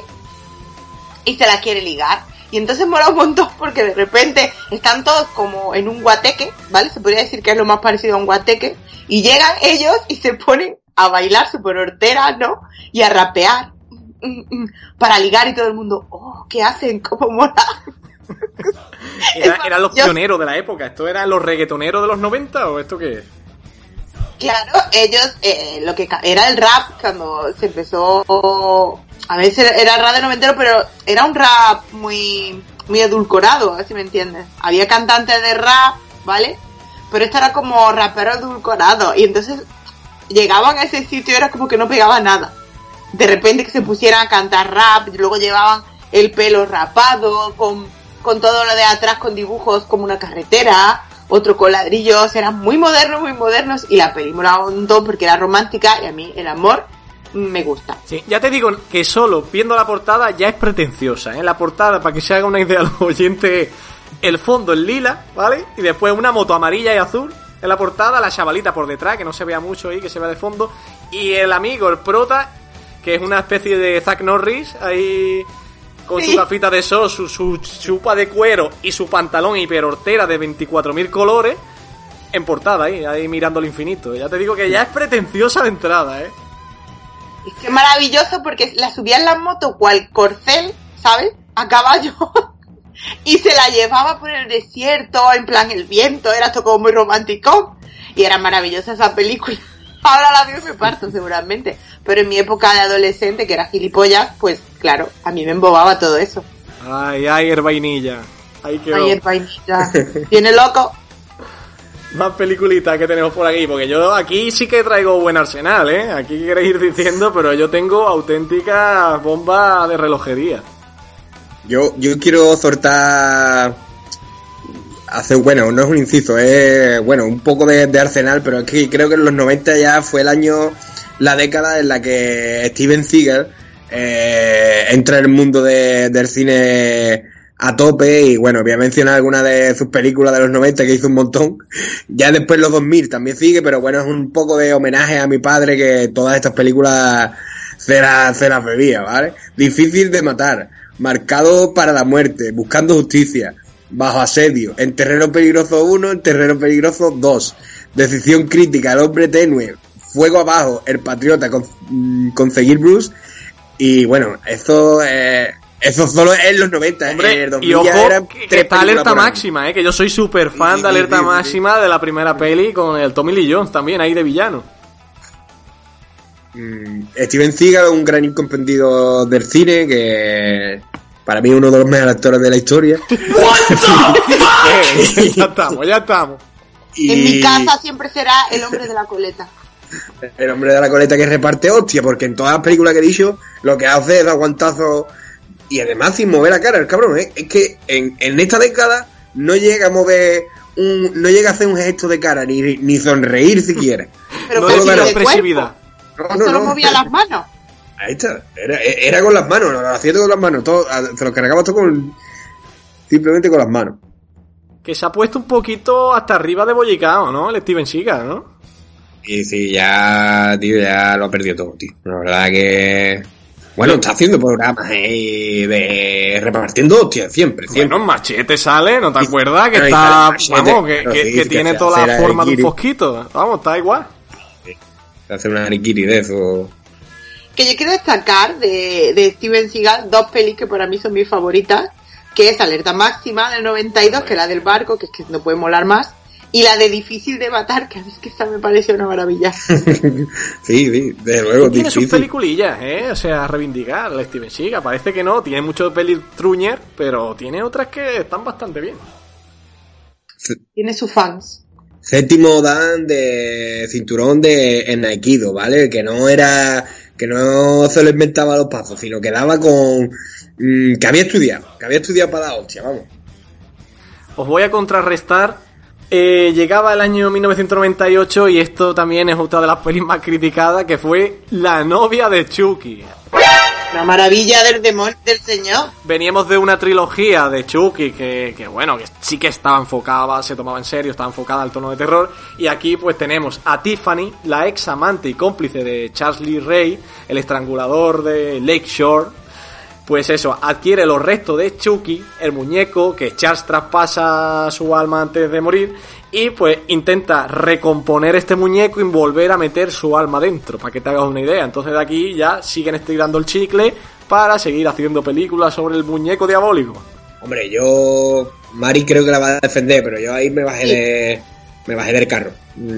y se la quiere ligar. Y entonces mola un montón porque de repente están todos como en un guateque, ¿vale? Se podría decir que es lo más parecido a un guateque. Y llegan ellos y se ponen a bailar súper horteras, ¿no? Y a rapear para ligar y todo el mundo, oh, ¿qué hacen? ¿Cómo mola? Era, eran los pioneros de la época. ¿Esto eran los reggaetoneros de los noventa o esto qué es? Claro, ellos, eh, lo que era el rap cuando se empezó, a veces era el rap de noventero, pero era un rap muy, muy edulcorado, a ver si me entiendes. Había cantantes de rap, ¿vale? Pero esto era como rapero edulcorado, y entonces llegaban a ese sitio y era como que no pegaba nada. De repente que se pusieran a cantar rap, y luego llevaban el pelo rapado, con, con todo lo de atrás con dibujos como una carretera, otro con ladrillos, eran muy modernos, muy modernos, y la peli molaba un montón porque era romántica y a mí el amor me gusta. Sí, ya te digo que solo viendo la portada ya es pretenciosa, ¿eh? La portada, para que se haga una idea a los oyentes, el fondo es lila, ¿vale? Y después una moto amarilla y azul en la portada, la chavalita por detrás, que no se vea mucho ahí, que se vea de fondo, y el amigo, el prota, que es una especie de Zack Norris, ahí con sí. Su gafita de sol, su, su chupa de cuero y su pantalón hiperhortera de veinticuatro mil colores, en portada ahí, ahí mirando al infinito. Ya te digo que ya es pretenciosa de entrada, ¿eh? Es que maravilloso porque la subía en la moto cual corcel, ¿sabes? A caballo. Y se la llevaba por el desierto, en plan el viento, era todo como muy romántico. Y era maravillosa esa película. Ahora la veo y me parto seguramente. Pero en mi época de adolescente, que era gilipollas, pues claro, a mí me embobaba todo eso. Ay, ay, hervainilla. Ay, qué Ay, hervainilla. Tiene loco. Más peliculitas que tenemos por aquí, porque yo aquí sí que traigo buen arsenal, ¿eh? Aquí queréis ir diciendo, pero yo tengo auténtica bomba de relojería. Yo, yo quiero soltar... Hace, bueno, no es un inciso, es, bueno, un poco de, de arsenal, pero es que creo que en los noventa ya fue el año, la década en la que Steven Seagal eh, entra en el mundo de, del cine a tope y, bueno, voy a mencionar algunas de sus películas de los noventa que hizo un montón. Ya después los dos mil también sigue, pero bueno, es un poco de homenaje a mi padre que todas estas películas se las, se las bebía, ¿vale? Difícil de matar, Marcado para la muerte, Buscando justicia, Bajo asedio, En terreno peligroso uno, En terreno peligroso dos, Decisión crítica, El hombre tenue, Fuego abajo, El patriota, con, Conseguir Bruce. Y bueno, eso eh, eso solo es en los noventa. Hombre, en el y ojo que, que está Alerta Máxima, eh, que yo soy súper fan sí, de Alerta sí, sí, Máxima sí. De la primera peli con el Tommy Lee Jones también ahí de villano. mm, Steven Seagal, un gran incomprendido del cine, que para mí es uno de los mejores actores de la historia. Ya estamos, ya estamos. Y... En mi casa siempre será el hombre de la coleta. El hombre de la coleta que reparte hostia, porque en todas las películas que he dicho, lo que hace es dar guantazos y además sin mover la cara, el cabrón, ¿eh? Es que en, en esta década no llega a mover un, no llega a hacer un gesto de cara, ni, ni sonreír siquiera. Pero no casi tiene de expresividad. cuerpo. No, no, no movía las manos. Ahí está, era, era con las manos, lo hacía todo con las manos, todo, se lo cargaba todo con, simplemente con las manos. Que se ha puesto un poquito hasta arriba de bollicao, ¿no? El Steven Seagal, ¿no? Y sí, ya, tío, ya lo ha perdido todo, tío. La verdad que... Bueno, está haciendo programas eh, de repartiendo hostias, siempre, siempre. Bueno, Machete sale, ¿no te acuerdas? Que Bueno, está, Machete, vamos, que, pero que, sí, que que tiene se toda hace la la forma de un Kiri. fosquito. Vamos, está igual. Hace una ariquiri de eso. Que yo quiero destacar de, de Steven Seagal dos pelis que para mí son mis favoritas, que es Alerta Máxima del noventa y dos, que es la del barco, que es que no puede molar más, y la de Difícil de Matar, que a mí es que esta me parece una maravilla. sí, sí, desde luego, Tiene sus difícil. peliculillas, ¿eh? O sea, a reivindicar el Steven Seagal. Parece que no, tiene muchos pelis truñer, pero tiene otras que están bastante bien. Tiene sus fans. Séptimo dan de cinturón de en Aikido, ¿vale? Que no era... Que no se lo inventaba los pasos, sino que daba con... Mmm, que había estudiado, que había estudiado para la hostia, vamos. Os voy a contrarrestar. Eh, llegaba el año mil novecientos noventa y ocho y esto también es otra de las pelis más criticadas, que fue La novia de Chucky. Una maravilla del demonio del señor. Veníamos de una trilogía de Chucky que, que bueno, que sí que estaba enfocada, se tomaba en serio, estaba enfocada al tono de terror. Y aquí pues tenemos a Tiffany, la ex amante y cómplice de Charles Lee Ray, el estrangulador de Lakeshore. Pues eso, adquiere los restos de Chucky, el muñeco que Charles traspasa su alma antes de morir, y pues intenta recomponer este muñeco y volver a meter su alma dentro, para que te hagas una idea. Entonces de aquí ya siguen estirando el chicle para seguir haciendo películas sobre el muñeco diabólico. Hombre, yo... Mari creo que la va a defender, pero yo ahí me bajé de... Me bajé del carro.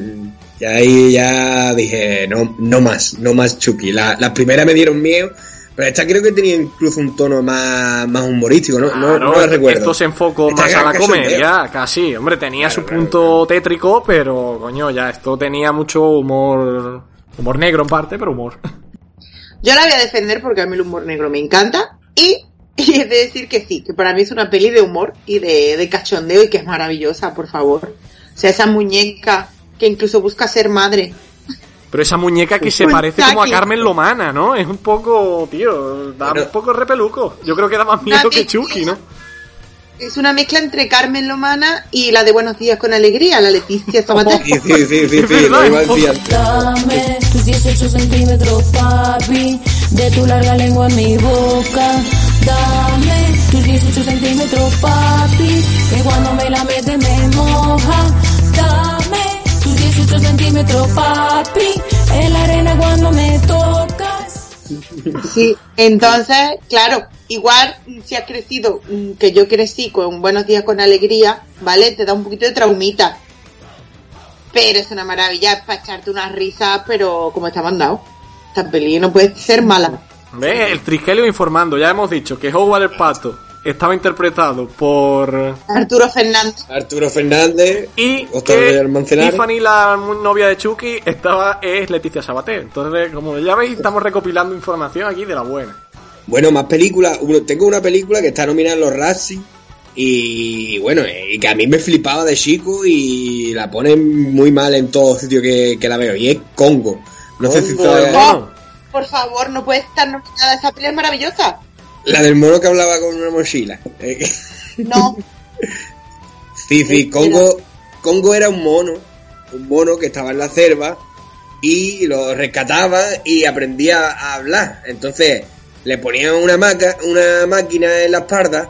Y ahí ya dije, no, no más, no más Chucky. La, las primeras me dieron miedo. Pero esta creo que tenía incluso un tono más, más humorístico, ¿no? Claro, no, no la recuerdo. Esto se enfocó Esta más a la casi comedia, casi. Hombre, tenía Claro, su claro, punto claro. tétrico, pero, coño, ya esto tenía mucho humor... Humor negro en parte, pero humor. Yo la voy a defender porque a mí el humor negro me encanta. Y, y he de decir que sí, que para mí es una peli de humor y de, de cachondeo y que es maravillosa, por favor. O sea, esa muñeca que incluso busca ser madre. Pero esa muñeca que se Un parece como a Chucky. Carmen Lomana, ¿no? Es un poco, tío, da Pero- un poco repeluco. Yo creo que da más miedo Una que mezcla. Chucky, ¿no? Es una mezcla entre Carmen Lomana y la de Buenos Días con Alegría, la Leticia Sabater. Sí, sí, sí, sí, Es sí, verdad, lo iba a un poco. decir antes. Dame tus dieciocho centímetros, papi, de tu larga lengua en mi boca. Dame tus dieciocho centímetros, papi, que cuando me la metes me moja. Dame tus dieciocho centímetros, papi, en la arena cuando me tocas. Sí, entonces, claro, igual si has crecido, mm, que yo crecí con Buenos Días con Alegría, ¿vale? Te da un poquito de traumita. Pero es una maravilla, es para echarte unas risas, pero como está mandado. Esta peli no puede ser mala. ¿Ves? El Triskelio informando. Ya hemos dicho que Howard el Pato estaba interpretado por... Arturo Fernández. Arturo Fernández Y Octavio que del Mancenares. Tiffany, la novia de Chucky, estaba es Leticia Sabater. Entonces, como ya veis, estamos recopilando información aquí de la buena. Bueno, más películas. Uno- Tengo una película que está nominada en los Razzie y bueno, y que a mí me flipaba de chico y la ponen muy mal en todos sitios que, que la veo. Y es Congo. No sé si Congo, sabes- hermano. Oh, por favor, no puede estar nominada. Esa peli es maravillosa. La del mono que hablaba con una mochila. Eh, No. sí, sí, Congo, Congo era un mono, un mono que estaba en la selva y lo rescataba y aprendía a hablar. Entonces le ponían una maca, una máquina en la espalda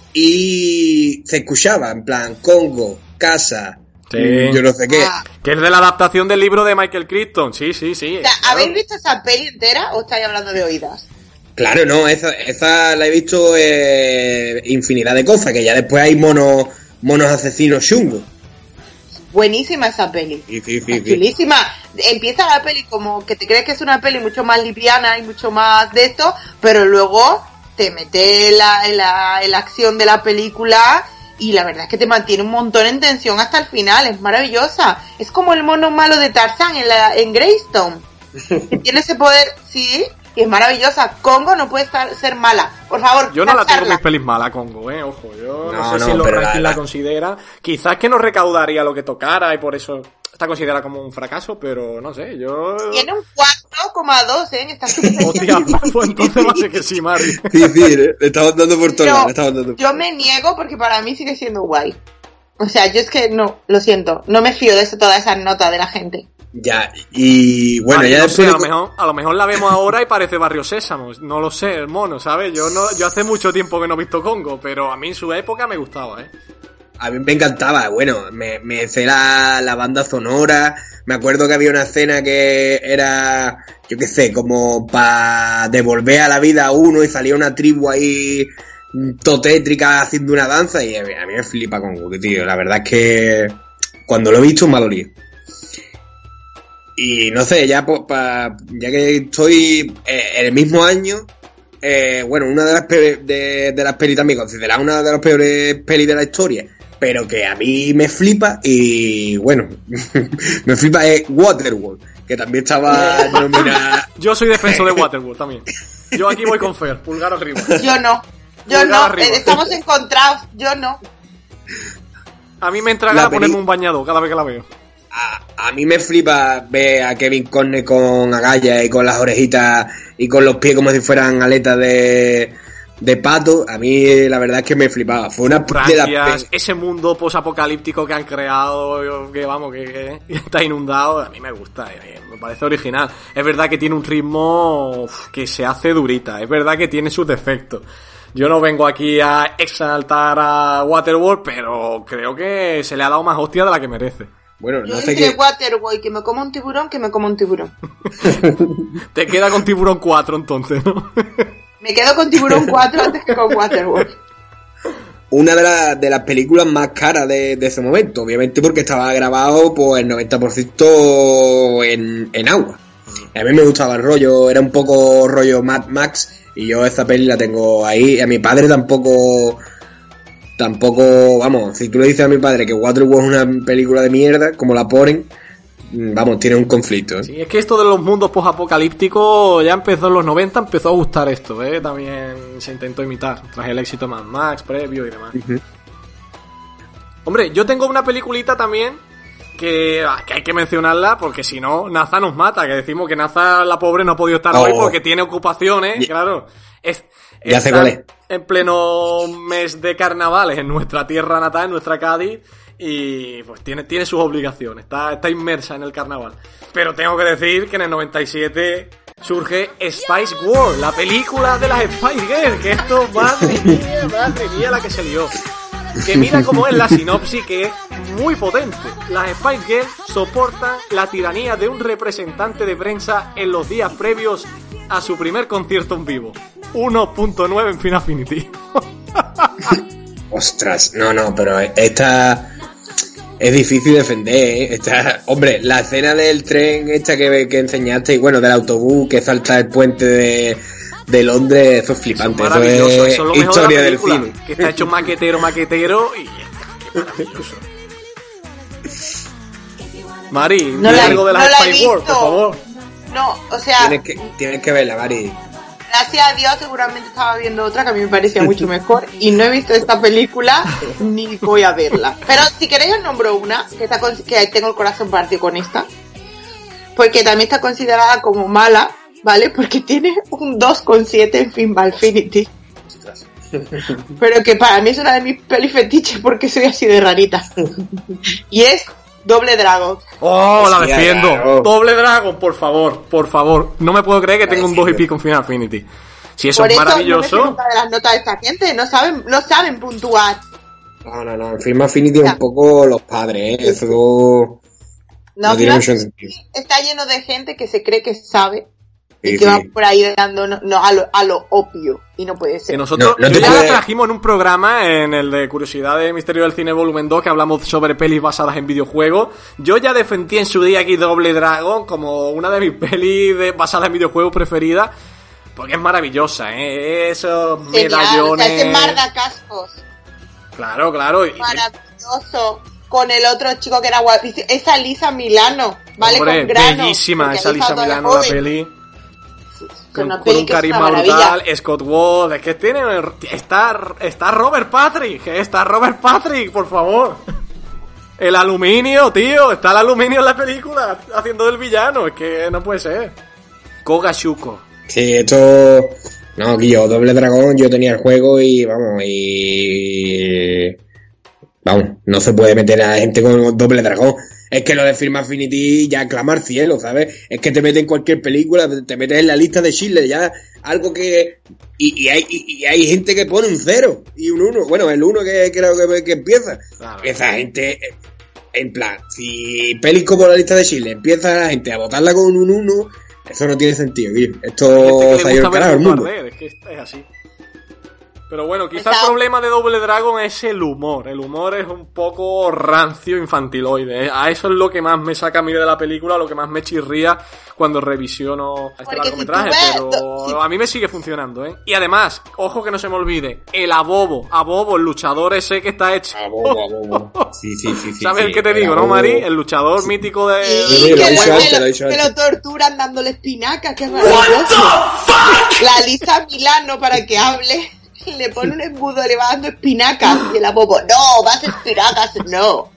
y se escuchaba en plan Congo, casa, Sí. yo no sé qué. Ah, Que es de la adaptación del libro de Michael Crichton. Sí, sí, sí. o sea, claro. ¿habéis visto esa peli entera o estáis hablando de oídas? Claro, no, esa, esa la he visto eh, infinidad de cosas, que ya después hay monos, monos asesinos chungos. Buenísima esa peli. Sí, sí, sí, Es sí. chulísima. Empieza la peli como que te crees que es una peli mucho más liviana y mucho más de esto, pero luego te mete en la, en la, en la acción de la película y la verdad es que te mantiene un montón en tensión hasta el final, es maravillosa. Es como el mono malo de Tarzán en, la, en Greystone, que tiene ese poder, sí, y es maravillosa. Congo no puede estar, ser mala, por favor. Yo no la tengo muy feliz mala, Congo, eh, ojo, yo no, no sé no, si los rankings la, la considera, quizás que no recaudaría lo que tocara y por eso está considerada como un fracaso, pero no sé, yo... Tiene un cuatro coma dos, ¿eh? En esta Hostia, pues entonces va a ser que sí, Mari. Sí, sí, le estamos dando por todo lado, le estamos dando. Yo me niego porque para mí sigue siendo guay. O sea, yo es que no, lo siento, no me fío de eso, todas esas notas de la gente. Ya, y bueno, Mari, ya no después... sé, a, lo mejor, a lo mejor la vemos ahora y parece Barrio Sésamo, no lo sé, el mono, ¿sabes? Yo no, yo hace mucho tiempo que no he visto Congo, pero a mí en su época me gustaba, ¿eh? A mí me encantaba, bueno, me, me sé la, la banda sonora, me acuerdo que había una escena que era, yo qué sé, como para devolver a la vida a uno y salía una tribu ahí totétrica haciendo una danza y a mí, a mí me flipa Congo, tío, la verdad es que cuando lo he visto me ha dolido. Y no sé, ya pues, pa, ya que estoy eh, en el mismo año, eh, bueno, una de las peores, de, de las pelis también considerada una de las peores pelis de la historia, pero que a mí me flipa y bueno, me flipa es Waterworld, que también estaba nominada. Yo soy defensor de Waterworld también. Yo aquí voy con Fer, pulgar arriba. Yo no, yo pulgar no, arriba. Eh, estamos encontrados, yo no. A mí me entra ganas ponerme un bañador cada vez que la veo. A, a mí me flipa ver a Kevin Costner con agallas y con las orejitas y con los pies como si fueran aletas de... de pato, a mí la verdad es que me flipaba. Fue una de las... ese mundo posapocalíptico que han creado, que vamos, que, que está inundado, a mí me gusta, me parece original. Es verdad que tiene un ritmo que se hace durita, es verdad que tiene sus defectos. Yo no vengo aquí a exaltar a Waterworld, pero creo que se le ha dado más hostia de la que merece. Bueno, yo no sé entre qué... Waterworld, que me como un tiburón, que me como un tiburón. Te queda con Tiburón cuatro entonces, ¿no? Me quedo con Tiburón cuatro antes que con Waterworld. Una de, la, de las películas más caras de, de ese momento, obviamente porque estaba grabado pues el noventa por ciento en, en agua. A mí me gustaba el rollo, era un poco rollo Mad Max y yo esa peli la tengo ahí. A mi padre tampoco, tampoco, vamos, si tú le dices a mi padre que Waterworld es una película de mierda, como la ponen, vamos, tiene un conflicto, ¿eh? Sí, es que esto de los mundos post-apocalípticos ya empezó en los noventa, empezó a gustar esto, ¿eh? También se intentó imitar, tras el éxito de Mad Max, previo y demás. Uh-huh. Hombre, yo tengo una peliculita también que, que hay que mencionarla, porque si no, Naza nos mata, que decimos que Naza, la pobre, no ha podido estar oh. hoy porque tiene ocupaciones, yeah. Claro. Es, ya sé cuál es. En pleno mes de carnavales en nuestra tierra natal, en nuestra Cádiz, y pues tiene, tiene sus obligaciones, está, está inmersa en el carnaval. Pero tengo que decir que en el noventa y siete surge Spice World, la película de las Spice Girls, que esto, madre mía, madre mía la que se lió. Que mira cómo es la sinopsis, que es muy potente. Las Spice Girls soportan la tiranía de un representante de prensa en los días previos a su primer concierto en vivo. uno punto nueve en Final Affinity. Ostras, no, no, pero esta... es difícil defender, ¿eh? Esta, hombre, la escena del tren esta que, que enseñaste, y bueno, del autobús que salta el puente de, de Londres, eso es flipante, eso es, eso es lo historia de del cine. Que está hecho maquetero, maquetero, y qué maravilloso. Mari, no la, algo de la no Spice World, por favor. No, o sea... Tienes que, tienes que verla, Mari. Gracias a Dios seguramente estaba viendo otra que a mí me parecía mucho mejor y no he visto esta película ni voy a verla. Pero si queréis os nombro una que, está con, que tengo el corazón partido con esta, porque también está considerada como mala, ¿vale? Porque tiene un dos coma siete en Final Affinity. Pero que para mí es una de mis pelis fetiches porque soy así de rarita. Y es Doble Dragon. Oh, la defiendo. Claro. Doble Dragon, por favor, por favor. No me puedo creer que tenga un dos y pico en Final Affinity. Si eso por es eso maravilloso. No me de las notas de esta gente, no saben, no saben puntuar. No, no, no. En Final Affinity es un poco los padres, ¿eh? Eso no, no tiene mucho sentido. Está lleno de gente que se cree que sabe. Sí, y que sí. va por ahí dando no, no, a, lo, a lo obvio. Y no puede ser. Que nosotros no, no yo ya puede... la trajimos en un programa, en el de Curiosidad de Misterio del Cine Volumen dos, que hablamos sobre pelis basadas en videojuegos. Yo ya defendí en su día aquí Doble Dragon como una de mis pelis de, basadas en videojuegos preferidas. Porque es maravillosa, ¿eh? Esos Genial, medallones. O sea, ese mar de cascos. Claro, claro. Maravilloso. Con el otro chico que era guapísimo. Esa Lisa Milano, ¿vale? Hombre, con grano. bellísima esa Lisa Milano, la peli. Con, una con peli un que es carisma una brutal, maravilla. Scott Ward, es que tiene... Está, está Robert Patrick, está Robert Patrick, por favor. El aluminio, tío, está el aluminio en la película, haciendo del villano, es que no puede ser. Koga Shuko. Sí, esto... No, Guillo, Doble Dragón, yo tenía el juego y, vamos, y... Vamos, no se puede meter a la gente con Doble Dragón. Es que lo de Film Affinity ya clama al cielo, ¿sabes? Es que te meten en cualquier película, te metes en la lista de Schindler, ya algo que... Y, y, hay, y, y hay gente que pone un cero y un uno. Bueno, el uno que creo que, que empieza. Claro. Esa gente... En plan, si pelis como la lista de Schindler empieza la gente a votarla con un uno, eso no tiene sentido, tío. Esto se ha ido al carajo al mundo. Es que es así. Pero bueno, quizá el problema de Double Dragon es el humor. El humor es un poco rancio, infantiloide, ¿eh? A eso es lo que más me saca a mí de la película, lo que más me chirría cuando revisiono este largometraje. Si pero si... a mí me sigue funcionando, ¿eh? Y además, ojo que no se me olvide, el Abobo, Abobo, el luchador ese que está hecho. Abobo, Abobo. Sí, sí, sí. sí ¿Sabes sí, qué te digo, Abobo. no, Mari? El luchador mítico de... Sí, sí, que, lo, que, lo, que lo torturan dándole espinacas, que es maravilloso. La Lisa Milano para que hable... Le pone un embudo, le va dando espinacas. Y el Abobo, no, vas a espinacas, no.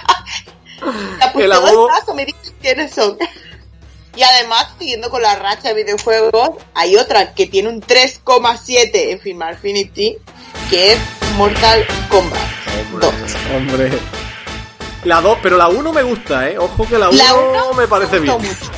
La el Abobo... caso me dicen quiénes son. Y además, siguiendo con la racha de videojuegos, hay otra que tiene un tres coma siete en Film Affinity, que es Mortal Kombat dos. Hombre. La dos, pero la uno me gusta, ¿eh? Ojo que la uno me parece me bien. Mucho.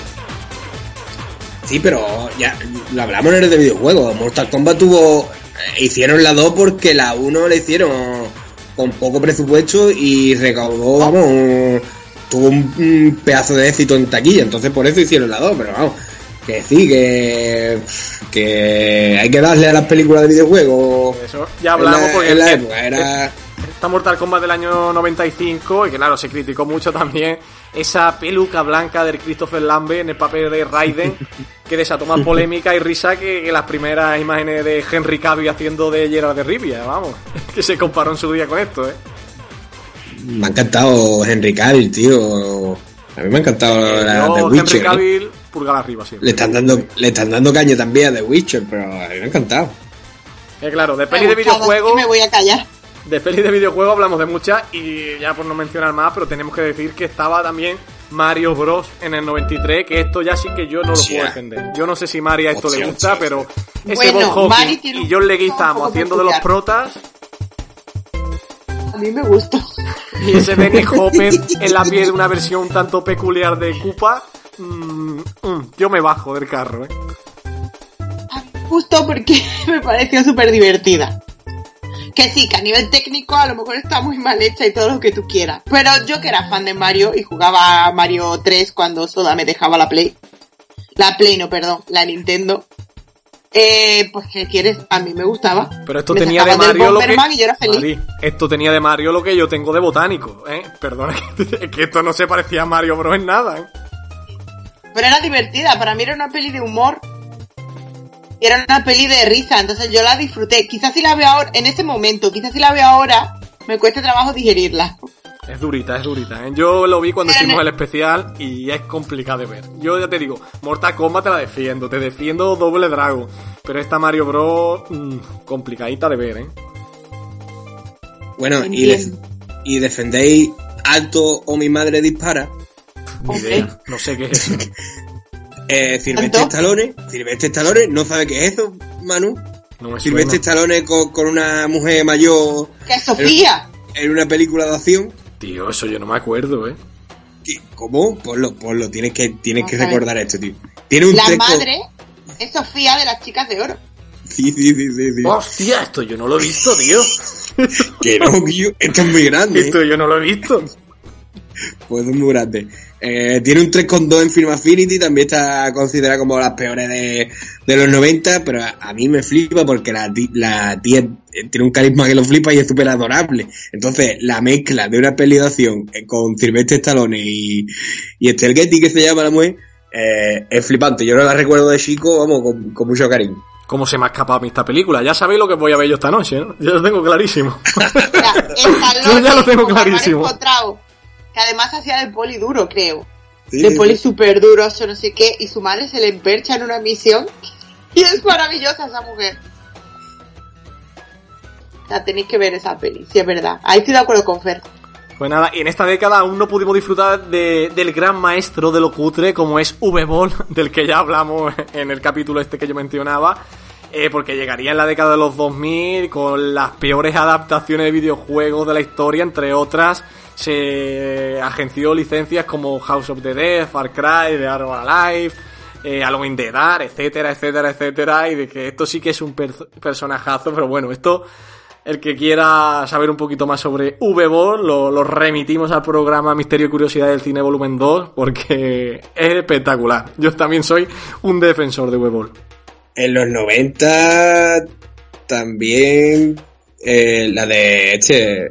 Sí, pero ya lo hablamos en el de videojuegos. Mortal Kombat tuvo... Hicieron la dos porque la uno la hicieron con poco presupuesto y recaudó, vamos, un, tuvo un, un pedazo de éxito en taquilla, entonces por eso hicieron la dos, pero vamos, que sí, que que hay que darle a las películas de videojuegos. Eso ya hablamos la, porque en la época era... Esta Mortal Kombat del año noventa y cinco, y que claro, se criticó mucho también esa peluca blanca del Christopher Lambert en el papel de Raiden, que desató más polémica y risa que, que las primeras imágenes de Henry Cavill haciendo de Geralt de Rivia, vamos, que se comparó en su día con esto, ¿eh? Me ha encantado Henry Cavill, tío. A mí me ha encantado eh, la no, de Witcher. Henry Cavill, ¿eh? Pulgar arriba siempre. Le están dando, le están dando caña también a The Witcher, pero a mí me ha encantado. Eh, claro, de peli de videojuegos... me voy a callar. De pelis de videojuegos hablamos de muchas y ya por no mencionar más, pero tenemos que decir que estaba también Mario Bros en el noventa y tres, que esto ya sí que yo no lo Hostia. puedo defender. Yo no sé si Mari a esto Hostia, le gusta, Hostia. pero ese bueno, Bob Hawkins y John Leguizamo haciendo de los protas. A mí me gusta. Y ese Dennis Hopper en la piel de una versión un tanto peculiar de Koopa. Mmm, mmm, yo me bajo del carro, ¿eh? A mí me gustó porque me pareció súper divertida. Que sí, que a nivel técnico a lo mejor está muy mal hecha y todo lo que tú quieras. Pero yo que era fan de Mario y jugaba a Mario tres cuando Soda me dejaba la Play. La Play, no, perdón, la Nintendo. Eh, pues ¿qué quieres? A mí me gustaba. Pero esto me tenía de Mario lo que... Y yo era feliz. Mari, esto tenía de Mario lo que yo tengo de botánico, ¿eh? Perdona, que, que esto no se parecía a Mario Bros en nada, ¿eh? Pero era divertida, para mí era una peli de humor. Era una peli de risa, entonces yo la disfruté. Quizás si la veo ahora, en ese momento, quizás si la veo ahora, me cueste trabajo digerirla. Es durita, es durita, ¿eh? Yo lo vi cuando hicimos el especial y es complicado de ver. Yo ya te digo, Mortal Kombat te la defiendo, te defiendo Double Dragon. Pero esta Mario Bros, mmm, complicadita de ver, ¿eh? Bueno, y, def- y defendéis Alto o mi madre dispara. Ni idea, no sé qué es eso. Eh, Silvestre Stallone, Silvestre Stallone, ¿no sabe qué es eso, Manu? No me Silvestre Stallone con, con una mujer mayor. ¿Qué es Sofía? En, en una película de acción. Tío, eso yo no me acuerdo, ¿eh? ¿Cómo? Ponlo, ponlo, tienes que, tienes que recordar esto, tío. Tiene un La treco... madre es Sofía de las chicas de oro. Sí, sí, sí, sí, sí. Hostia, esto yo no lo he visto, tío. Que no, tío, esto es muy grande. Esto yo no lo he visto. Pues es muy grande. Eh, tiene un tres coma dos en Film Affinity, también está considerada como las peores de, de los noventa, pero a, a mí me flipa porque la, la tía tiene un carisma que lo flipa y es súper adorable. Entonces, la mezcla de una peli de acción con Silvestre Stallone y, y Estelle Getty, que se llama la mujer, eh, es flipante. Yo no la recuerdo de chico, vamos, con, con mucho cariño. cómo se me ha escapado a mí esta película. Ya sabéis lo que voy a ver yo esta noche, ¿no? Ya lo tengo clarísimo. Yo ya lo tengo clarísimo. Que además hacía de poli duro, creo. Sí, de poli sí. súper duro, eso no sé qué, y su madre se le empercha en una misión. Y es maravillosa esa mujer. O sea, tenéis que ver esa peli, si es verdad. Ahí estoy de acuerdo con Fer. Pues nada, y en esta década aún no pudimos disfrutar de, del gran maestro de lo cutre, como es V-Ball, del que ya hablamos en el capítulo este que yo mencionaba, eh, porque llegaría en la década de los dos mil con las peores adaptaciones de videojuegos de la historia, entre otras, se agenció licencias como House of the Dead, Far Cry, The Art of Alive, eh, Alone in the Dark, etcétera, etcétera, etcétera, y de que esto sí que es un per- personajazo, pero bueno, esto... El que quiera saber un poquito más sobre V-Ball, lo, lo remitimos al programa Misterio y Curiosidad del Cine Volumen dos, porque es espectacular. Yo también soy un defensor de V-Ball. En los noventa también eh, la de este...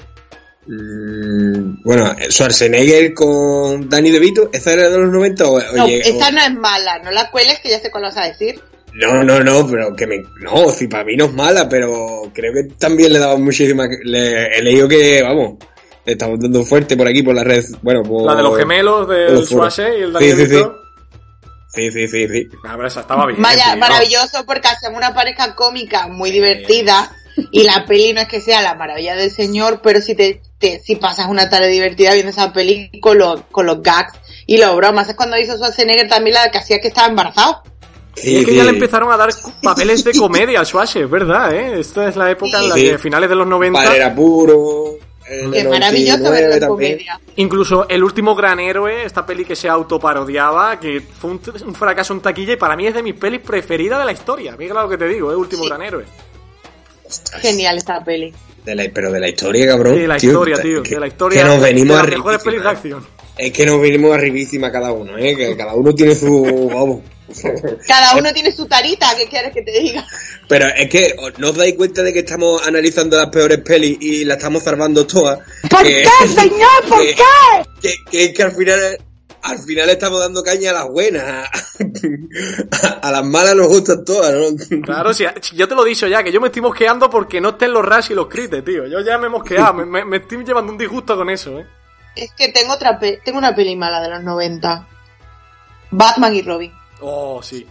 Mmm, bueno, Schwarzenegger con Danny DeVito, ¿esa era de los noventa o...? No, oye, esa o... no es mala, no la cueles que ya sé cuál vas a decir. No, no, no, pero que me... No, si para mí no es mala, pero creo que también le daba muchísima... Le... He leído que, vamos, le estamos dando fuerte por aquí, por la red... Bueno, por... La de los gemelos del Schwarzenegger y el Danny sí, sí, DeVito. Sí, sí, sí, sí. Ah, pero esa estaba bien. Vaya, tío. maravilloso porque hacemos una pareja cómica muy divertida y la peli no es que sea la maravilla del señor, pero si te, te si pasas una tarde divertida viendo esa peli con los, con los gags y los bromas. Es cuando hizo Schwarzenegger también la que hacía que estaba embarazado. Y es que ya le empezaron a dar papeles de comedia al Schwarzenegger, es verdad, ¿eh? Esta es la época en la Sí. que finales de los noventa... Padre era puro... el Qué del maravilloso noventa y nueve ver la también. comedia. Incluso El último gran héroe, esta peli que se autoparodiaba, que fue un, un fracaso en taquilla y para mí es de mis pelis preferidas de la historia. Mira lo que te digo, ¿eh? Último Sí. gran héroe. Ostras. Genial esta peli. De la, pero de la historia, cabrón. De la Tío, historia, que- tío, que- de la historia. Que nos venimos de a las mejores pelis de arribísima, acción. Es que nos venimos arribísima cada uno, ¿eh? Que cada uno tiene su... Vamos. Cada uno tiene su tarita, ¿qué quieres que te diga? Pero es que ¿no os dais cuenta de que estamos analizando las peores pelis y las estamos salvando todas? ¿Por que, qué, señor? ¿Por que, qué? Que, que, que al final al final estamos dando caña a las buenas. A, a las malas nos gustan todas, ¿no? Claro, si, si yo te lo he dicho ya, que yo me estoy mosqueando porque no estén los Rush y los Crites, tío. Yo ya me he mosqueado, me, me, me estoy llevando un disgusto con eso, ¿eh? Es que tengo otra pe tengo una peli mala de los noventa. Batman y Robin. Oh, sí.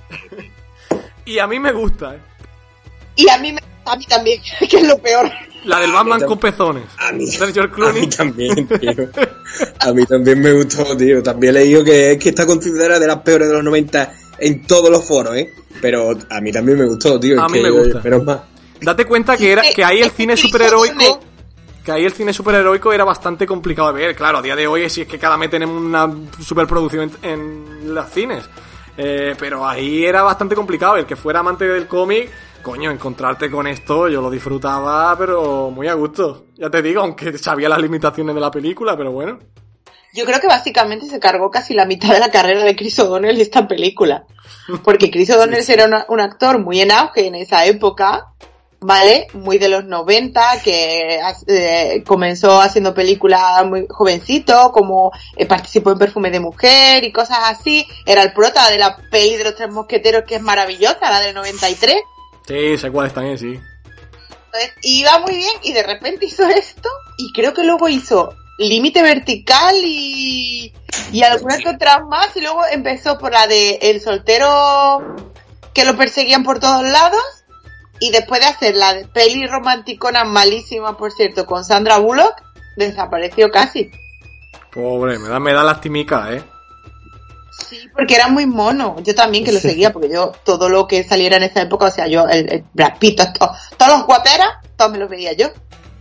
Y a mí me gusta, ¿eh? Y a mí, me, a mí también, que es lo peor. La del Batman con pezones. A mí, De George a Clooney. mí también, tío. A mí también me gustó, tío. También he leído que es que está considerada de las peores de los noventa en todos los foros, ¿eh? Pero a mí también me gustó, tío. A Es mí que me yo- gusta. Pero más. Date cuenta que era que ahí el cine superheroico, que ahí el cine superheroico era bastante complicado de ver. Claro, a día de hoy si es que cada mes tenemos una superproducción en, en los cines. Eh, pero ahí era bastante complicado. El que fuera amante del cómic, coño, encontrarte con esto, yo lo disfrutaba, pero muy a gusto. Ya te digo, aunque sabía las limitaciones de la película, pero bueno. Yo creo que básicamente se cargó casi la mitad de la carrera de Chris O'Donnell esta película. Porque Chris O'Donnell era una, un actor muy en auge en esa época, ¿vale? Muy de los noventa, que eh, comenzó haciendo películas muy jovencito, como eh, participó en Perfume de Mujer y cosas así. Era el prota de la peli de los Tres Mosqueteros, que es maravillosa, la del noventa y tres. Sí, sé cuáles también, sí. Entonces, iba muy bien y de repente hizo esto y creo que luego hizo Límite Vertical y, y algunas que otras más y luego empezó por la de El Soltero que lo perseguían por todos lados y después de hacer la de peli romanticona malísima, por cierto, con Sandra Bullock, desapareció casi. Pobre, me da, me da lastimica, ¿eh? Sí, porque era muy mono. Yo también que lo seguía, porque yo todo lo que saliera en esa época, o sea, yo, el, el Brad Pitt, to, todos los guaperas, todos me los veía yo.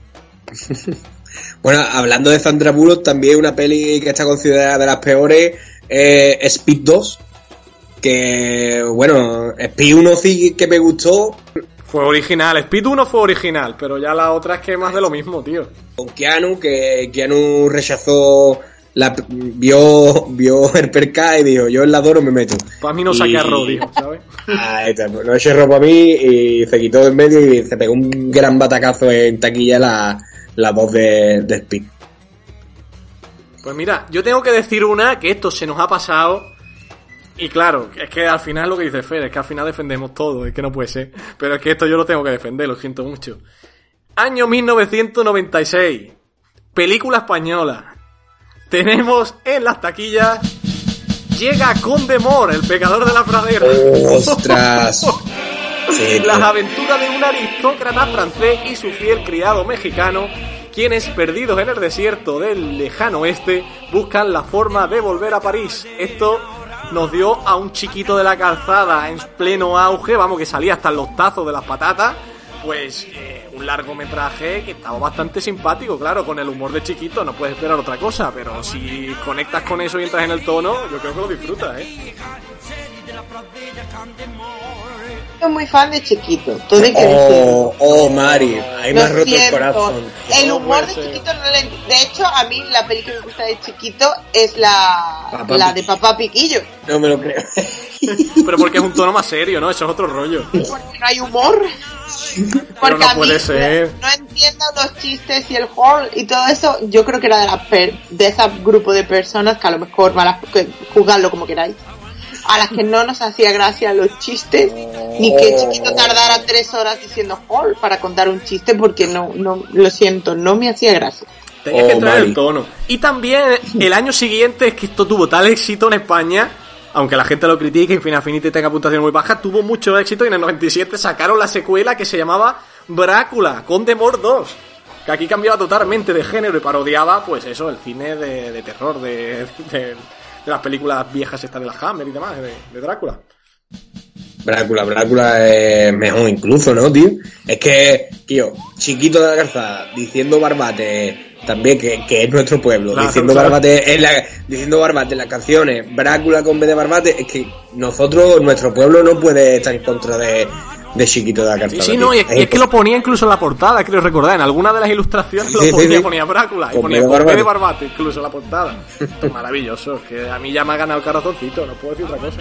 Bueno, hablando de Sandra Bullock, también una peli que está considerada de las peores, eh, Speed dos. Que, bueno, Speed uno sí que me gustó. Fue original, Speed uno fue original, pero ya la otra es que es más de lo mismo, tío. Con Keanu, que Keanu rechazó, la, vio, vio el perca y dijo, yo en la Doro me meto. Para mí no saqué Y- arroz, dijo, ¿sabes? Ahí está, no eché ropa a mí y se quitó de en medio y se pegó un gran batacazo en taquilla la, la voz de, de Speed. Pues mira, yo tengo que decir una que esto se nos ha pasado Y claro, es que al final lo que dice Fer, es que al final defendemos todo, es que no puede ser. Pero es que esto yo lo tengo que defender, lo siento mucho. Año mil novecientos noventa y seis. Película española. Tenemos en las taquillas... Llega Conde Mor, el pecador de la pradera. ¡Ostras! Sí, las aventuras de un aristócrata francés y su fiel criado mexicano, quienes, perdidos en el desierto del lejano oeste, buscan la forma de volver a París. Esto nos dio a un chiquito de la calzada en pleno auge, vamos, que salía hasta los tazos de las patatas. Pues eh, un largometraje que estaba bastante simpático, claro, con el humor de Chiquito, no puedes esperar otra cosa, pero si conectas con eso y entras en el tono, yo creo que lo disfrutas, ¿eh? Soy muy fan de Chiquito, todo hay que Oh, oh, Mari, ahí me has roto el corazón. El humor de Chiquito no le... De hecho, a mí la peli que me gusta de Chiquito es la, Papá la de Papá Piquillo. No me lo creo. Pero porque es un tono más serio, ¿no? Eso es otro rollo. Porque no hay humor. Porque no a mí puede ser. No, no entiendo los chistes y el horror y todo eso. Yo creo que era de, la per, de ese grupo de personas que a lo mejor malas, que juzgadlo como queráis, a las que no nos hacía gracia los chistes, ni que Chiquito tardara tres horas diciendo horror para contar un chiste, porque no, no, lo siento, no me hacía gracia. Tenía Oh, que entrar en Mari. el tono. Y también el año siguiente, es que esto tuvo tal éxito en España, aunque la gente lo critique y Final Affinity tenga puntuación muy baja, tuvo mucho éxito y en el noventa y siete sacaron la secuela que se llamaba Brácula, Conde Mor dos, que aquí cambiaba totalmente de género y parodiaba, pues eso, el cine de, de terror, de, de, de las películas viejas estas de la Hammer y demás, de, de Drácula. Brácula, Brácula es mejor incluso, ¿no, tío? Es que, tío, Chiquito de la Calzada diciendo Barbate también, que, que es nuestro pueblo, Claro, diciendo claro. Barbate en la, diciendo Barbate en las canciones, Brácula con B de Barbate, es que nosotros, nuestro pueblo no puede estar en contra de, de Chiquito de la Sí, Calzada. sí, tío. no, y es, y es que lo ponía incluso en la portada, creo recordar, en alguna de las ilustraciones lo Sí, sí, ponía, sí. ponía Brácula, y Con ponía B de con B de Barbate. Barbate, incluso en la portada. Pues maravilloso, es que a mí ya me ha ganado el corazoncito, no puedo decir otra cosa.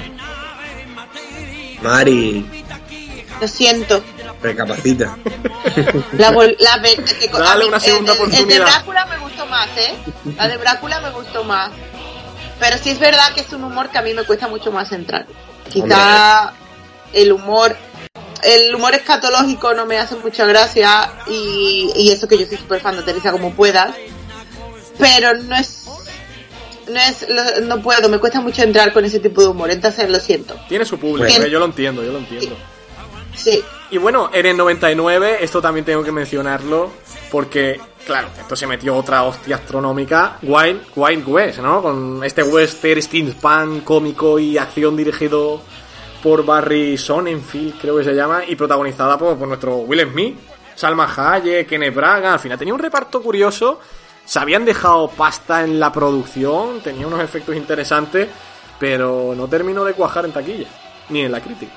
Mari, Lo siento. recapacita. La, vol- la ve- que co- Dale a mí, una segunda el, el- el de oportunidad. Brácula me gustó más, ¿eh? La de Brácula me gustó más. Pero sí es verdad que es un humor que a mí me cuesta mucho más entrar. Quizá el humor... El humor escatológico no me hace mucha gracia y, y eso que yo soy súper fan de Teresa como puedas. Pero no es... No es... lo- no puedo, me cuesta mucho entrar con ese tipo de humor, entonces lo siento. Tiene su público, Bien. eh, yo lo entiendo, yo lo entiendo. Sí. Y bueno, en el noventa y nueve, esto también tengo que mencionarlo, porque, claro, esto se metió otra hostia astronómica, Wild, Wild West, ¿no? Con este western steampunk cómico y acción dirigido por Barry Sonnenfeld, creo que se llama, y protagonizada por, por nuestro Will Smith, Salma Hayek, Kenneth Branagh. Al final tenía un reparto curioso, se habían dejado pasta en la producción, tenía unos efectos interesantes, pero no terminó de cuajar en taquilla, ni en la crítica.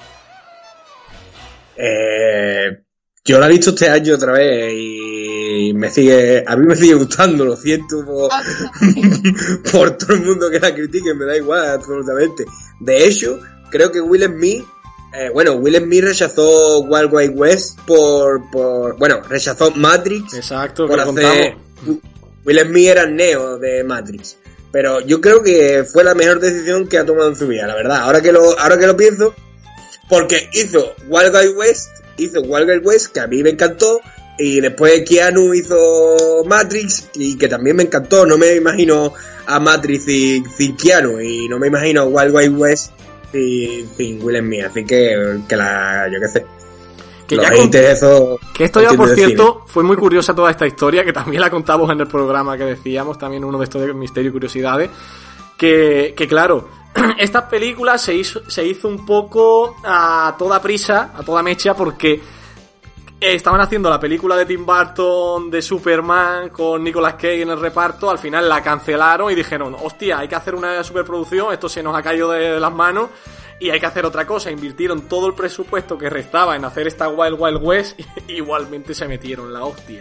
Eh, yo la he visto este año otra vez y me sigue, a mí me sigue gustando, lo siento por, por todo el mundo que la critique, me da igual absolutamente. De hecho, creo que Will Smith, eh, bueno, Will Smith rechazó Wild Wild West por, por, bueno, rechazó Matrix. Exacto, por que hacer, contamos. Will Smith era el Neo de Matrix. Pero yo creo que fue la mejor decisión que ha tomado en su vida, la verdad. Ahora que lo, ahora que lo pienso, porque hizo Wild Wild West, hizo Wild Wild West, que a mí me encantó, y después Keanu hizo Matrix, y que también me encantó. No me imagino a Matrix sin, sin Keanu, y no me imagino a Wild Wild West sin, sin Will Smith, así que, que la, yo qué sé. Que Los ya con- haters esos Que esto ya, entienden por de cierto, fue muy curiosa toda esta historia, que también la contamos en el programa que decíamos, también uno de estos de misterio y curiosidades, que, que claro, estas películas se hizo, se hizo un poco a toda prisa, a toda mecha, porque estaban haciendo la película de Tim Burton de Superman con Nicolas Cage en el reparto, al final la cancelaron y dijeron, hostia, hay que hacer una superproducción, esto se nos ha caído de, de las manos y hay que hacer otra cosa. Invirtieron todo el presupuesto que restaba en hacer esta Wild Wild West y igualmente se metieron la hostia.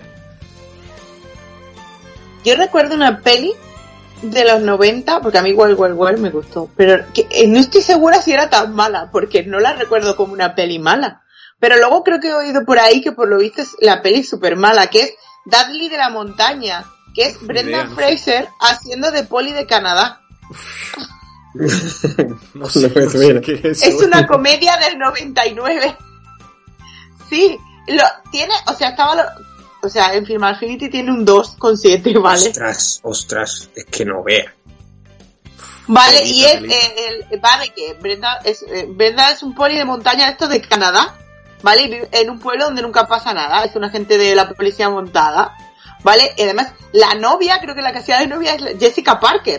Yo recuerdo una peli de los noventa, porque a mí Wild Wild West me gustó, pero que, eh, no estoy segura si era tan mala, porque no la recuerdo como una peli mala. Pero luego creo que he oído por ahí que por lo visto es la peli super mala, que es Dudley de la Montaña, que es Brendan idea, no sé. Fraser haciendo de Poli de Canadá. No sé, no sé qué es eso. Es una comedia del noventa y nueve. Sí, lo tiene, o sea, estaba lo, o sea, en Film Affinity tiene un dos coma siete, ¿vale? Ostras, ostras, es que no vea. Vale, y es eh, el, vale, que Brenda es, eh, Brenda es un poli de montaña esto de Canadá, ¿vale? Y vive en un pueblo donde nunca pasa nada, es un agente de la policía montada, ¿vale? Y además, la novia, creo que la que hacía de novia es Jessica Parker.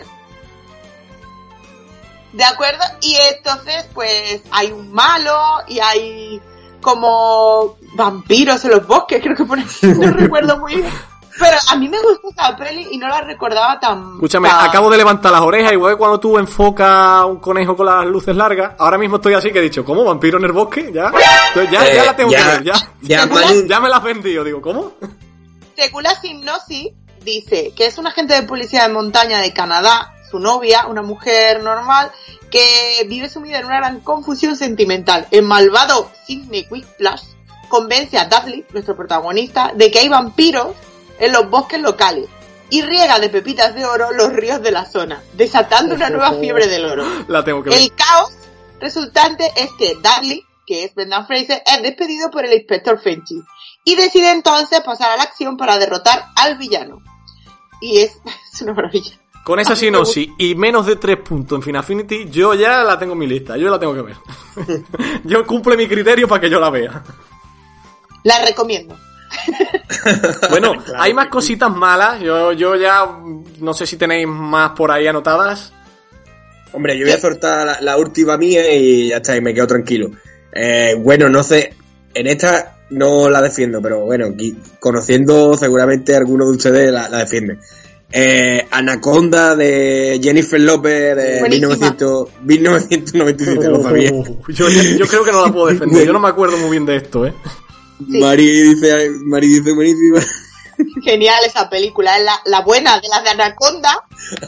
¿De acuerdo? Y entonces, pues, hay un malo y hay como vampiros en los bosques, creo que por ahí, no recuerdo muy bien. Pero a mí me gustó esa peli y no la recordaba tan... Escúchame, tan... acabo de levantar las orejas, igual que cuando tú enfocas un conejo con las luces largas. Ahora mismo estoy así que he dicho, ¿cómo? ¿Vampiro en el bosque? ¿Ya? Entonces, ya, eh, ya la tengo ya, que ver, ya. Ya, ya, ya me la has vendido, digo, ¿cómo? Según la sinopsis, dice que es un agente de policía de montaña de Canadá, su novia, una mujer normal, que vive sumida en una gran confusión sentimental. El malvado Sidney Whiplash convence a Dudley, nuestro protagonista, de que hay vampiros en los bosques locales y riega de pepitas de oro los ríos de la zona, desatando una nueva fiebre del oro. La tengo que ver. El caos resultante es que Dudley, que es Brendan Fraser, es despedido por el inspector Frenchy y decide entonces pasar a la acción para derrotar al villano. Y es, es una maravilla. Con esa sinopsis y menos de tres puntos en Final Affinity, yo ya la tengo en mi lista, yo la tengo que ver. Yo cumple mi criterio para que yo la vea. La recomiendo. Bueno, claro, hay más cositas malas. Yo, yo ya no sé si tenéis más por ahí anotadas. Hombre, yo voy a soltar la, la última mía y ya está, y me quedo tranquilo. Eh, bueno, no sé, en esta no la defiendo, pero bueno, conociendo seguramente alguno de ustedes la, la defiende. Eh, Anaconda de Jennifer López de mil novecientos noventa y siete, no sabía. Yo, yo creo que no la puedo defender, yo no me acuerdo muy bien de esto, ¿eh? Sí. Mari dice, Mari dice buenísima. Genial esa película, es la, la buena de las de Anaconda.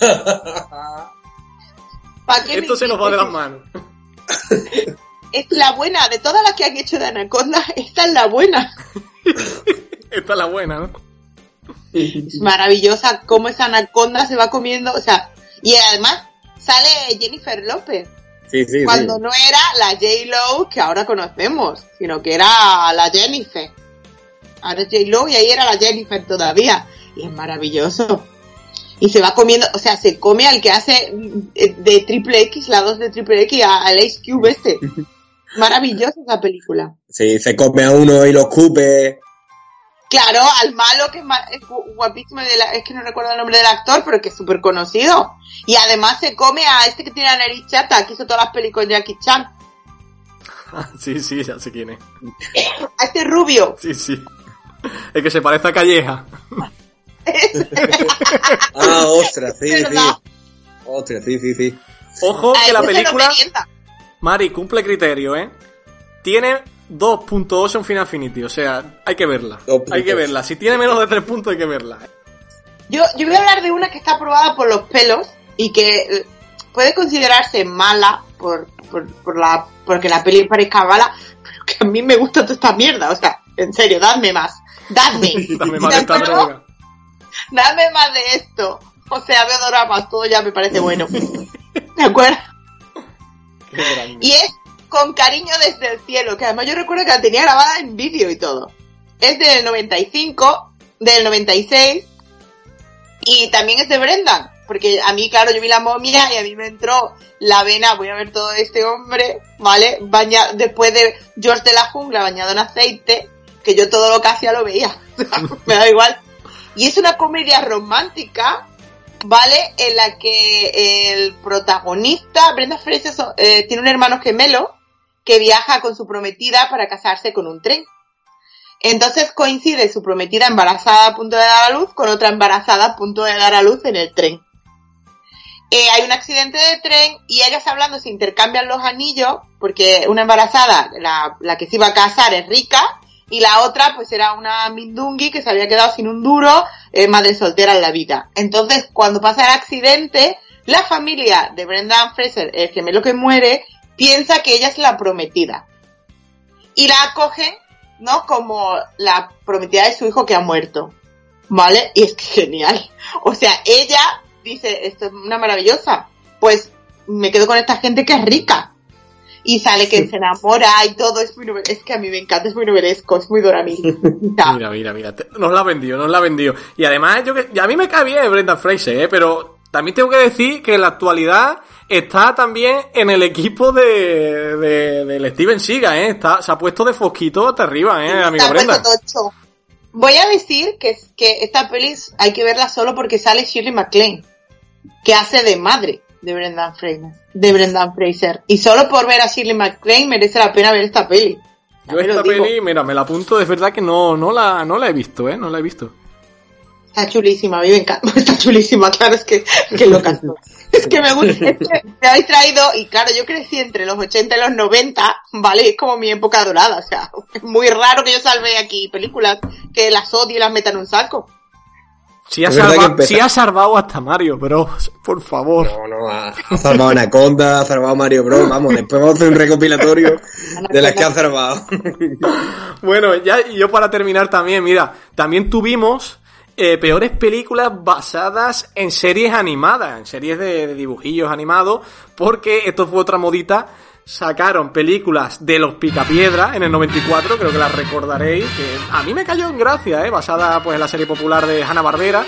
Esto se nos va de las manos. Es la buena, de todas las que han hecho de Anaconda, esta es la buena. Esta es la buena, ¿no? Es maravillosa cómo esa Anaconda se va comiendo, o sea, y además sale Jennifer López. Sí, sí, cuando sí. No era la J-Lo que ahora conocemos, sino que era la Jennifer. Ahora es J-Lo y ahí era la Jennifer todavía. Y es maravilloso. Y se va comiendo, o sea, se come al que hace de Triple X, la dos de Triple X, al Ice Cube este. Maravillosa esa película. Sí, se come a uno y lo escupe. Claro, al malo que es, ma- es guapísimo, de la- es que no recuerdo el nombre del actor, pero que es súper conocido. Y además se come a este que tiene la nariz chata, que hizo todas las películas de Jackie Chan. Sí, sí, ya sé quién es. A este rubio. Sí, sí. Es que se parece a Calleja. Ah, ostras, sí, sí. ¿Verdad? Ostras, sí, sí, sí. Ojo A que la ese se lo película, merienda. Mari, cumple criterio, ¿eh? Tiene dos punto ocho en Final Affinity, o sea, hay que verla. Hay que verla. Si tiene menos de tres puntos hay que verla. Yo, yo voy a hablar de una que está aprobada por los pelos y que eh, puede considerarse mala por, por, por la, porque la peli parezca mala, pero que a mí me gusta toda esta mierda. O sea, en serio, dadme más. Dadme. Dame más de esta droga. Dame más de esto. O sea, veo doramas, todo ya me parece bueno. ¿De acuerdo? Y es Con cariño desde el cielo, que además yo recuerdo que la tenía grabada en vídeo y todo. Es del noventa y cinco, del noventa y seis, y también es de Brendan, porque a mí, claro, yo vi La momia y a mí me entró la vena, voy a ver todo este hombre, ¿vale? Baña, después de George de la jungla, bañado en aceite, que yo todo lo que hacía lo veía, me da igual. Y es una comedia romántica, ¿vale? En la que el protagonista, Brendan Fraser, eh, tiene un hermano gemelo que viaja con su prometida para casarse con un tren. Entonces coincide su prometida embarazada a punto de dar a luz con otra embarazada a punto de dar a luz en el tren. Eh, hay un accidente de tren y ellas hablando se intercambian los anillos porque una embarazada, la, la que se iba a casar, es rica y la otra pues era una mindungui que se había quedado sin un duro, eh, madre soltera en la vida. Entonces cuando pasa el accidente, la familia de Brendan Fraser, el gemelo que muere, piensa que ella es la prometida y la acogen, ¿no? Como la prometida de su hijo que ha muerto, ¿vale? Y es que genial. O sea, ella dice, esto es una maravillosa, pues me quedo con esta gente que es rica. Y sale que se enamora y todo, es muy novel- es que a mí me encanta, es muy novelesco, es muy Dora Mil. Mira, mira, mira, te- nos la ha vendido, nos la ha vendido. Y además, yo que, y a mí me cae bien Brendan Fraser, ¿eh? Pero también tengo que decir que en la actualidad está también en el equipo de, de del Steven Seagal, ¿eh? Está, se ha puesto de fosquito hasta arriba, ¿eh, amigo Está Brenda? puesto tocho. Voy a decir que, que esta peli hay que verla solo porque sale Shirley MacLaine, que hace de madre de Brendan Fraser, de Brendan Fraser. Y solo por ver a Shirley MacLaine merece la pena ver esta peli. Yo esta peli, mira, me la apunto, es verdad que no, no la, no la he visto, ¿eh? No la he visto. Está chulísima, a mí me encanta. Está chulísima, claro, es que, que loca estoy. Es que me gusta, es que me habéis traído, y claro, yo crecí entre los ochenta y los noventa, ¿vale? Es como mi época dorada, o sea, es muy raro que yo salve aquí películas que las odie y las meta en un saco. Sí ha, salva, sí ha salvado hasta Mario, pero por favor. No, no, ha, ha salvado Anaconda, ha salvado Mario Bros. Vamos, después vamos a hacer un recopilatorio de las que ha salvado. Bueno, ya y yo para terminar también, mira, también tuvimos eh, peores películas basadas en series animadas, en series de, de dibujillos animados, porque esto fue otra modita. Sacaron películas de los Picapiedra en el noventa y cuatro, creo que las recordaréis, que a mí me cayó en gracia, ¿eh? Basada pues en la serie popular de Hanna-Barbera,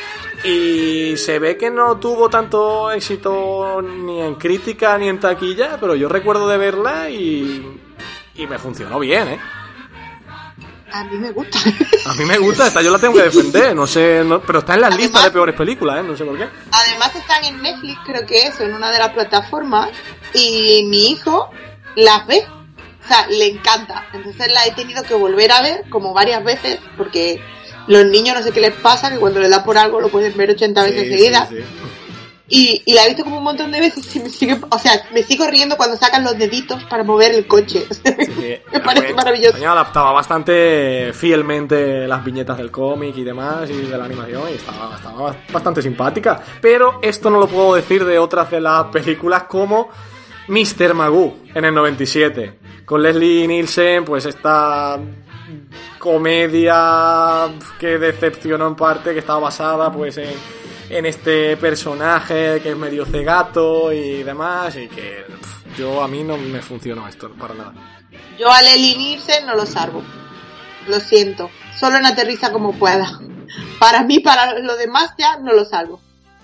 y se ve que no tuvo tanto éxito ni en crítica ni en taquilla, pero yo recuerdo de verla y, y me funcionó bien, ¿eh? A mí me gusta. A mí me gusta, esta yo la tengo que defender, no sé, no, pero está en la lista de peores películas, ¿eh? No sé por qué. Además están en Netflix, creo que eso, en una de las plataformas, y mi hijo las ve, o sea, le encanta. Entonces la he tenido que volver a ver como varias veces, porque los niños no sé qué les pasa, que cuando les da por algo lo pueden ver ochenta veces Sí, seguidas. sí, sí. Y, y la he visto como un montón de veces y me sigue, o sea, me sigo riendo cuando sacan los deditos para mover el coche. Sí, me parece pues, maravilloso. Coño, adaptaba bastante fielmente las viñetas del cómic y demás, y de la animación, y estaba, estaba bastante simpática. Pero esto no lo puedo decir de otras de las películas como mister Magoo en el noventa y siete, con Leslie Nielsen, pues esta comedia que decepcionó en parte, que estaba basada pues en, en este personaje que es medio cegato y demás, y que pff, yo a mí no me funcionó esto para nada. Yo a Leslie Nielsen no lo salvo. Lo siento. Solo en Aterriza como pueda. Para mí, para lo demás ya no lo salvo.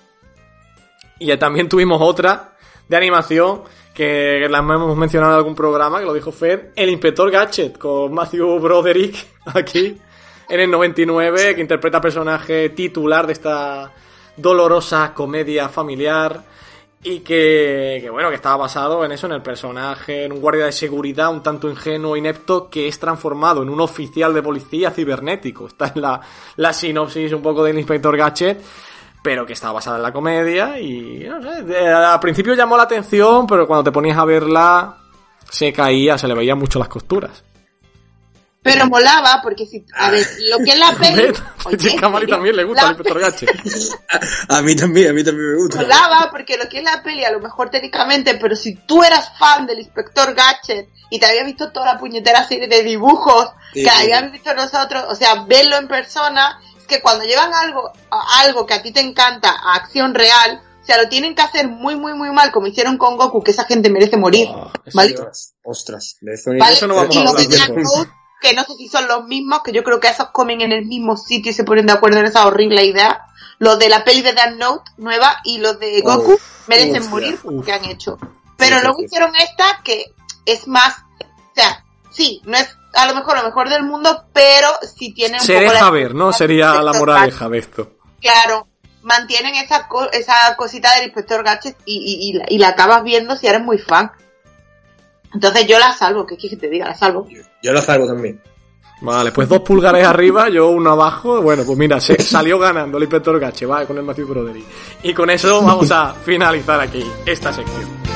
Y ya también tuvimos otra de animación que la hemos mencionado en algún programa, que lo dijo Fer, El Inspector Gadget, con Matthew Broderick aquí en el noventa y nueve, que interpreta personaje titular de esta dolorosa comedia familiar, y que, que bueno, que estaba basado en eso, en el personaje, en un guardia de seguridad un tanto ingenuo, inepto, que es transformado en un oficial de policía cibernético. Esta es la, la sinopsis un poco del Inspector Gadget, pero que estaba basada en la comedia y, no sé, de, al principio llamó la atención, pero cuando te ponías a verla se caía, se le veían mucho las costuras. Pero molaba, porque si, a ver, lo que es la peli... Oye, a Mari también le gusta el Inspector Gadget. A mí también, a mí también me gusta. Molaba, porque lo que es la peli, a lo mejor técnicamente, pero si tú eras fan del Inspector Gadget y te habías visto toda la puñetera serie de dibujos sí, que sí. habíamos visto nosotros, o sea, verlo en persona, es que cuando llevan algo, algo que a ti te encanta a acción real, o sea, lo tienen que hacer muy, muy, muy mal, como hicieron con Goku, que esa gente merece morir, oh, ¿vale? Ostras, ostras, de eso, ¿vale? eso no vamos y a lo hablar de Jack Rose, que no sé si son los mismos, que yo creo que esos comen en el mismo sitio y se ponen de acuerdo en esa horrible idea. Los de la peli de Death Note nueva y los de Goku uf, merecen uf, morir por lo que han hecho. Pero sí, luego sí, hicieron sí. esta que es más, o sea, sí, no es a lo mejor lo mejor del mundo, pero sí tiene un se poco deja la ver, ¿no? Sería la moraleja de esto. Claro, mantienen esa co- esa cosita del Inspector Gadget y, y, y, la, y la acabas viendo si eres muy fan. Entonces yo la salvo, ¿qué quieres que te diga? La salvo. Yo, yo la salvo también. Vale, pues dos pulgares arriba, yo uno abajo. Bueno, pues mira, se salió ganando el Inspector Gadget, vale, con el Matthew Broderick. Y con eso vamos a finalizar aquí esta sección.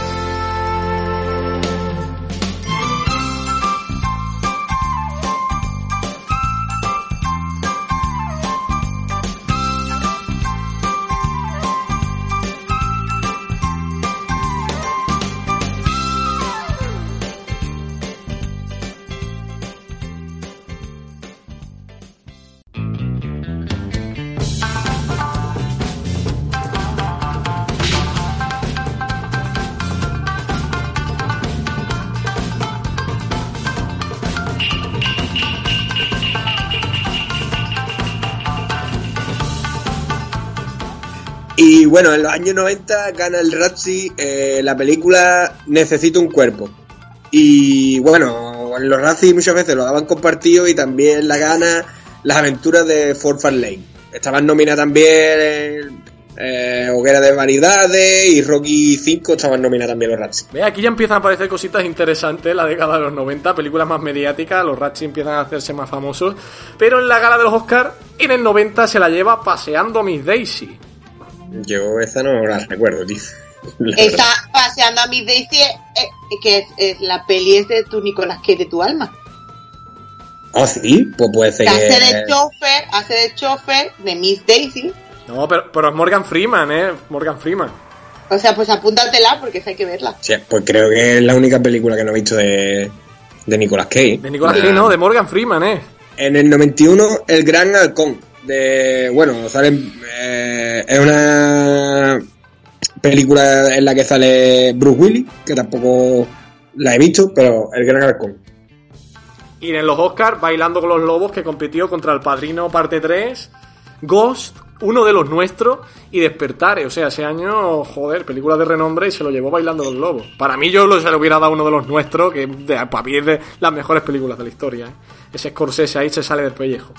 Y bueno, en los años noventa gana el Razzie eh, la película Necesito un cuerpo. Y bueno, en los Razzie muchas veces lo daban compartido y también la gana Las aventuras de Ford Fairlane. Estaban nominadas también eh, Hoguera de Vanidades y Rocky cinco estaban nominadas también los Razzie. Ve, aquí ya empiezan a aparecer cositas interesantes en la década de los noventa, películas más mediáticas, los Razzie empiezan a hacerse más famosos, pero en la gala de los Oscars, en el noventa se la lleva Paseando Miss Daisy. Yo esa no la recuerdo, tío. Está Paseando a Miss Daisy, eh, eh, que es, es la peli es de tu Nicolas Cage, de tu alma. ¿Ah, sí? Pues puede ser que... que... Hace de chofer, hace de chofer de Miss Daisy. No, pero, pero es Morgan Freeman, ¿eh? Morgan Freeman. O sea, pues apúntatela porque esa hay que verla. Sí, pues creo que es la única película que no he visto de, de Nicolas Cage. De Nicolas Cage, no, de Morgan Freeman, ¿eh? En el noventa y uno, El Gran Halcón. De, bueno, salen... Eh, es una película en la que sale Bruce Willis, que tampoco la he visto, pero El Gran Halcón. Y en los Oscars, Bailando con los Lobos, que compitió contra El Padrino parte tres, Ghost, Uno de los Nuestros y Despertare. O sea, ese año, joder, película de renombre y se lo llevó Bailando con los Lobos. Para mí yo lo, se lo hubiera dado Uno de los Nuestros, que de, para mí es de las mejores películas de la historia, ¿eh? Ese Scorsese ahí se sale del pellejo.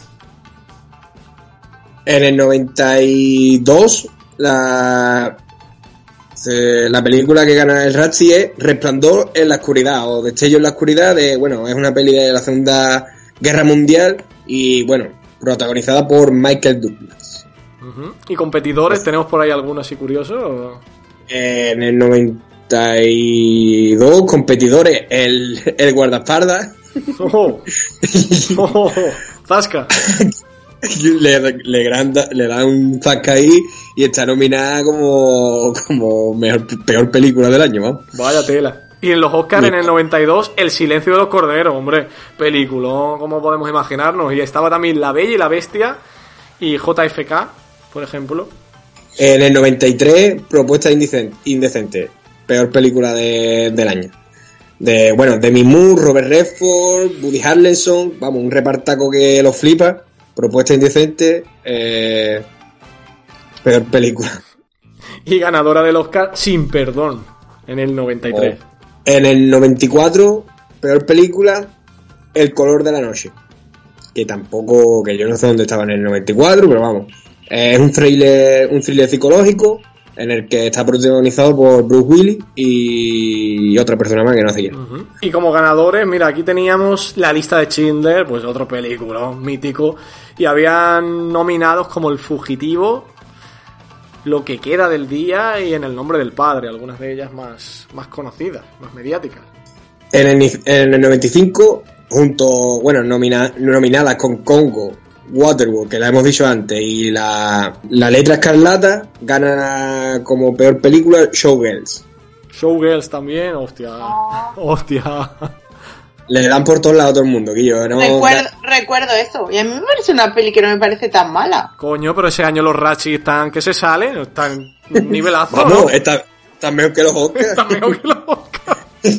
En el noventa y dos, la... la película que gana el Razzie es Resplandor en la oscuridad o Destello en la oscuridad, de, bueno, es una peli de la Segunda Guerra Mundial y bueno, protagonizada por Michael Douglas. Uh-huh. ¿Y competidores? Pues, ¿tenemos por ahí alguno así curioso? O... En el noventa y dos, competidores, el, el guardaespaldas. ¡Oh! ¡Oh! ¡Zasca! Le, le, granda, le da un zasca ahí y está nominada como, como mejor, peor película del año, vamos. Vaya tela. Y en los Oscars, en el noventa y dos, El silencio de los corderos, hombre, película, como podemos imaginarnos. Y estaba también La Bella y la Bestia y J F K, por ejemplo. En el noventa y tres, Propuesta indecente, indecente peor película de, del año. De, bueno, Demi Moore, Robert Redford, Woody Harrelson, vamos, un repartaco que los flipa. Propuesta indecente, eh, peor película. Y ganadora del Oscar, Sin Perdón, en el noventa y tres. Oh. En el noventa y cuatro, peor película, El color de la noche. Que tampoco, que yo no sé dónde estaba en el noventa y cuatro, pero vamos. Es un thriller, un thriller psicológico en el que está protagonizado por Bruce Willis y otra persona más que no sé quién. Uh-huh. Y como ganadores, mira, aquí teníamos La lista de Schindler, pues otro película mítico, y habían nominados como El fugitivo, Lo que queda del día y En el nombre del padre, algunas de ellas más, más conocidas, más mediáticas. En el, en el noventa y cinco, junto, bueno, nomina, nominadas con Congo, Waterworld, que la hemos dicho antes, y la, la Letra Escarlata, gana como peor película Showgirls. Showgirls también, hostia, oh. hostia. Le dan por todos lados a todo el mundo, Guillo. ¿No? Recuerdo, recuerdo eso, y a mí me parece una peli que no me parece tan mala. Coño, pero ese año los Razzie están que se salen, están nivelazo. Vamos, ¿no? está, está mejor que los Oscars. Está mejor que los Oscars.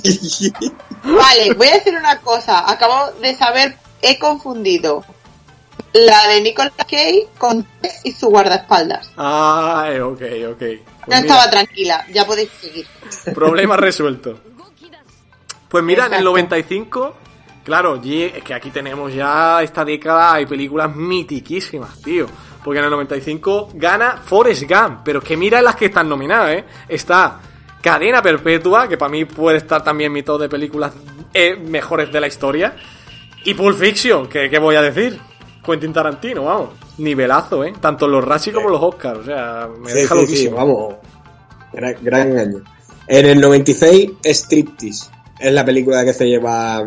Vale, voy a decir una cosa, acabo de saber, he confundido la de Nicolas Cage con Tess y su guardaespaldas. Ay, ok, ok. Pues ya estaba tranquila, ya podéis seguir. Problema resuelto. Pues mira, exacto. En el noventa y cinco, claro, es que aquí tenemos ya esta década, hay películas mitiquísimas, tío. Porque en el noventa y cinco gana Forrest Gump, pero es que mira las que están nominadas, ¿eh? Está Cadena Perpetua, que para mí puede estar también en mi top de películas eh, mejores de la historia. Y Pulp Fiction, que ¿qué voy a decir? Quentin Tarantino, vamos. Nivelazo, ¿eh? Tanto en los Razzie como en los Oscars, o sea, me sí, deja sí, loquísimo. Sí, vamos, gran, gran año. En el noventa y seis, Striptease. Es la película que se lleva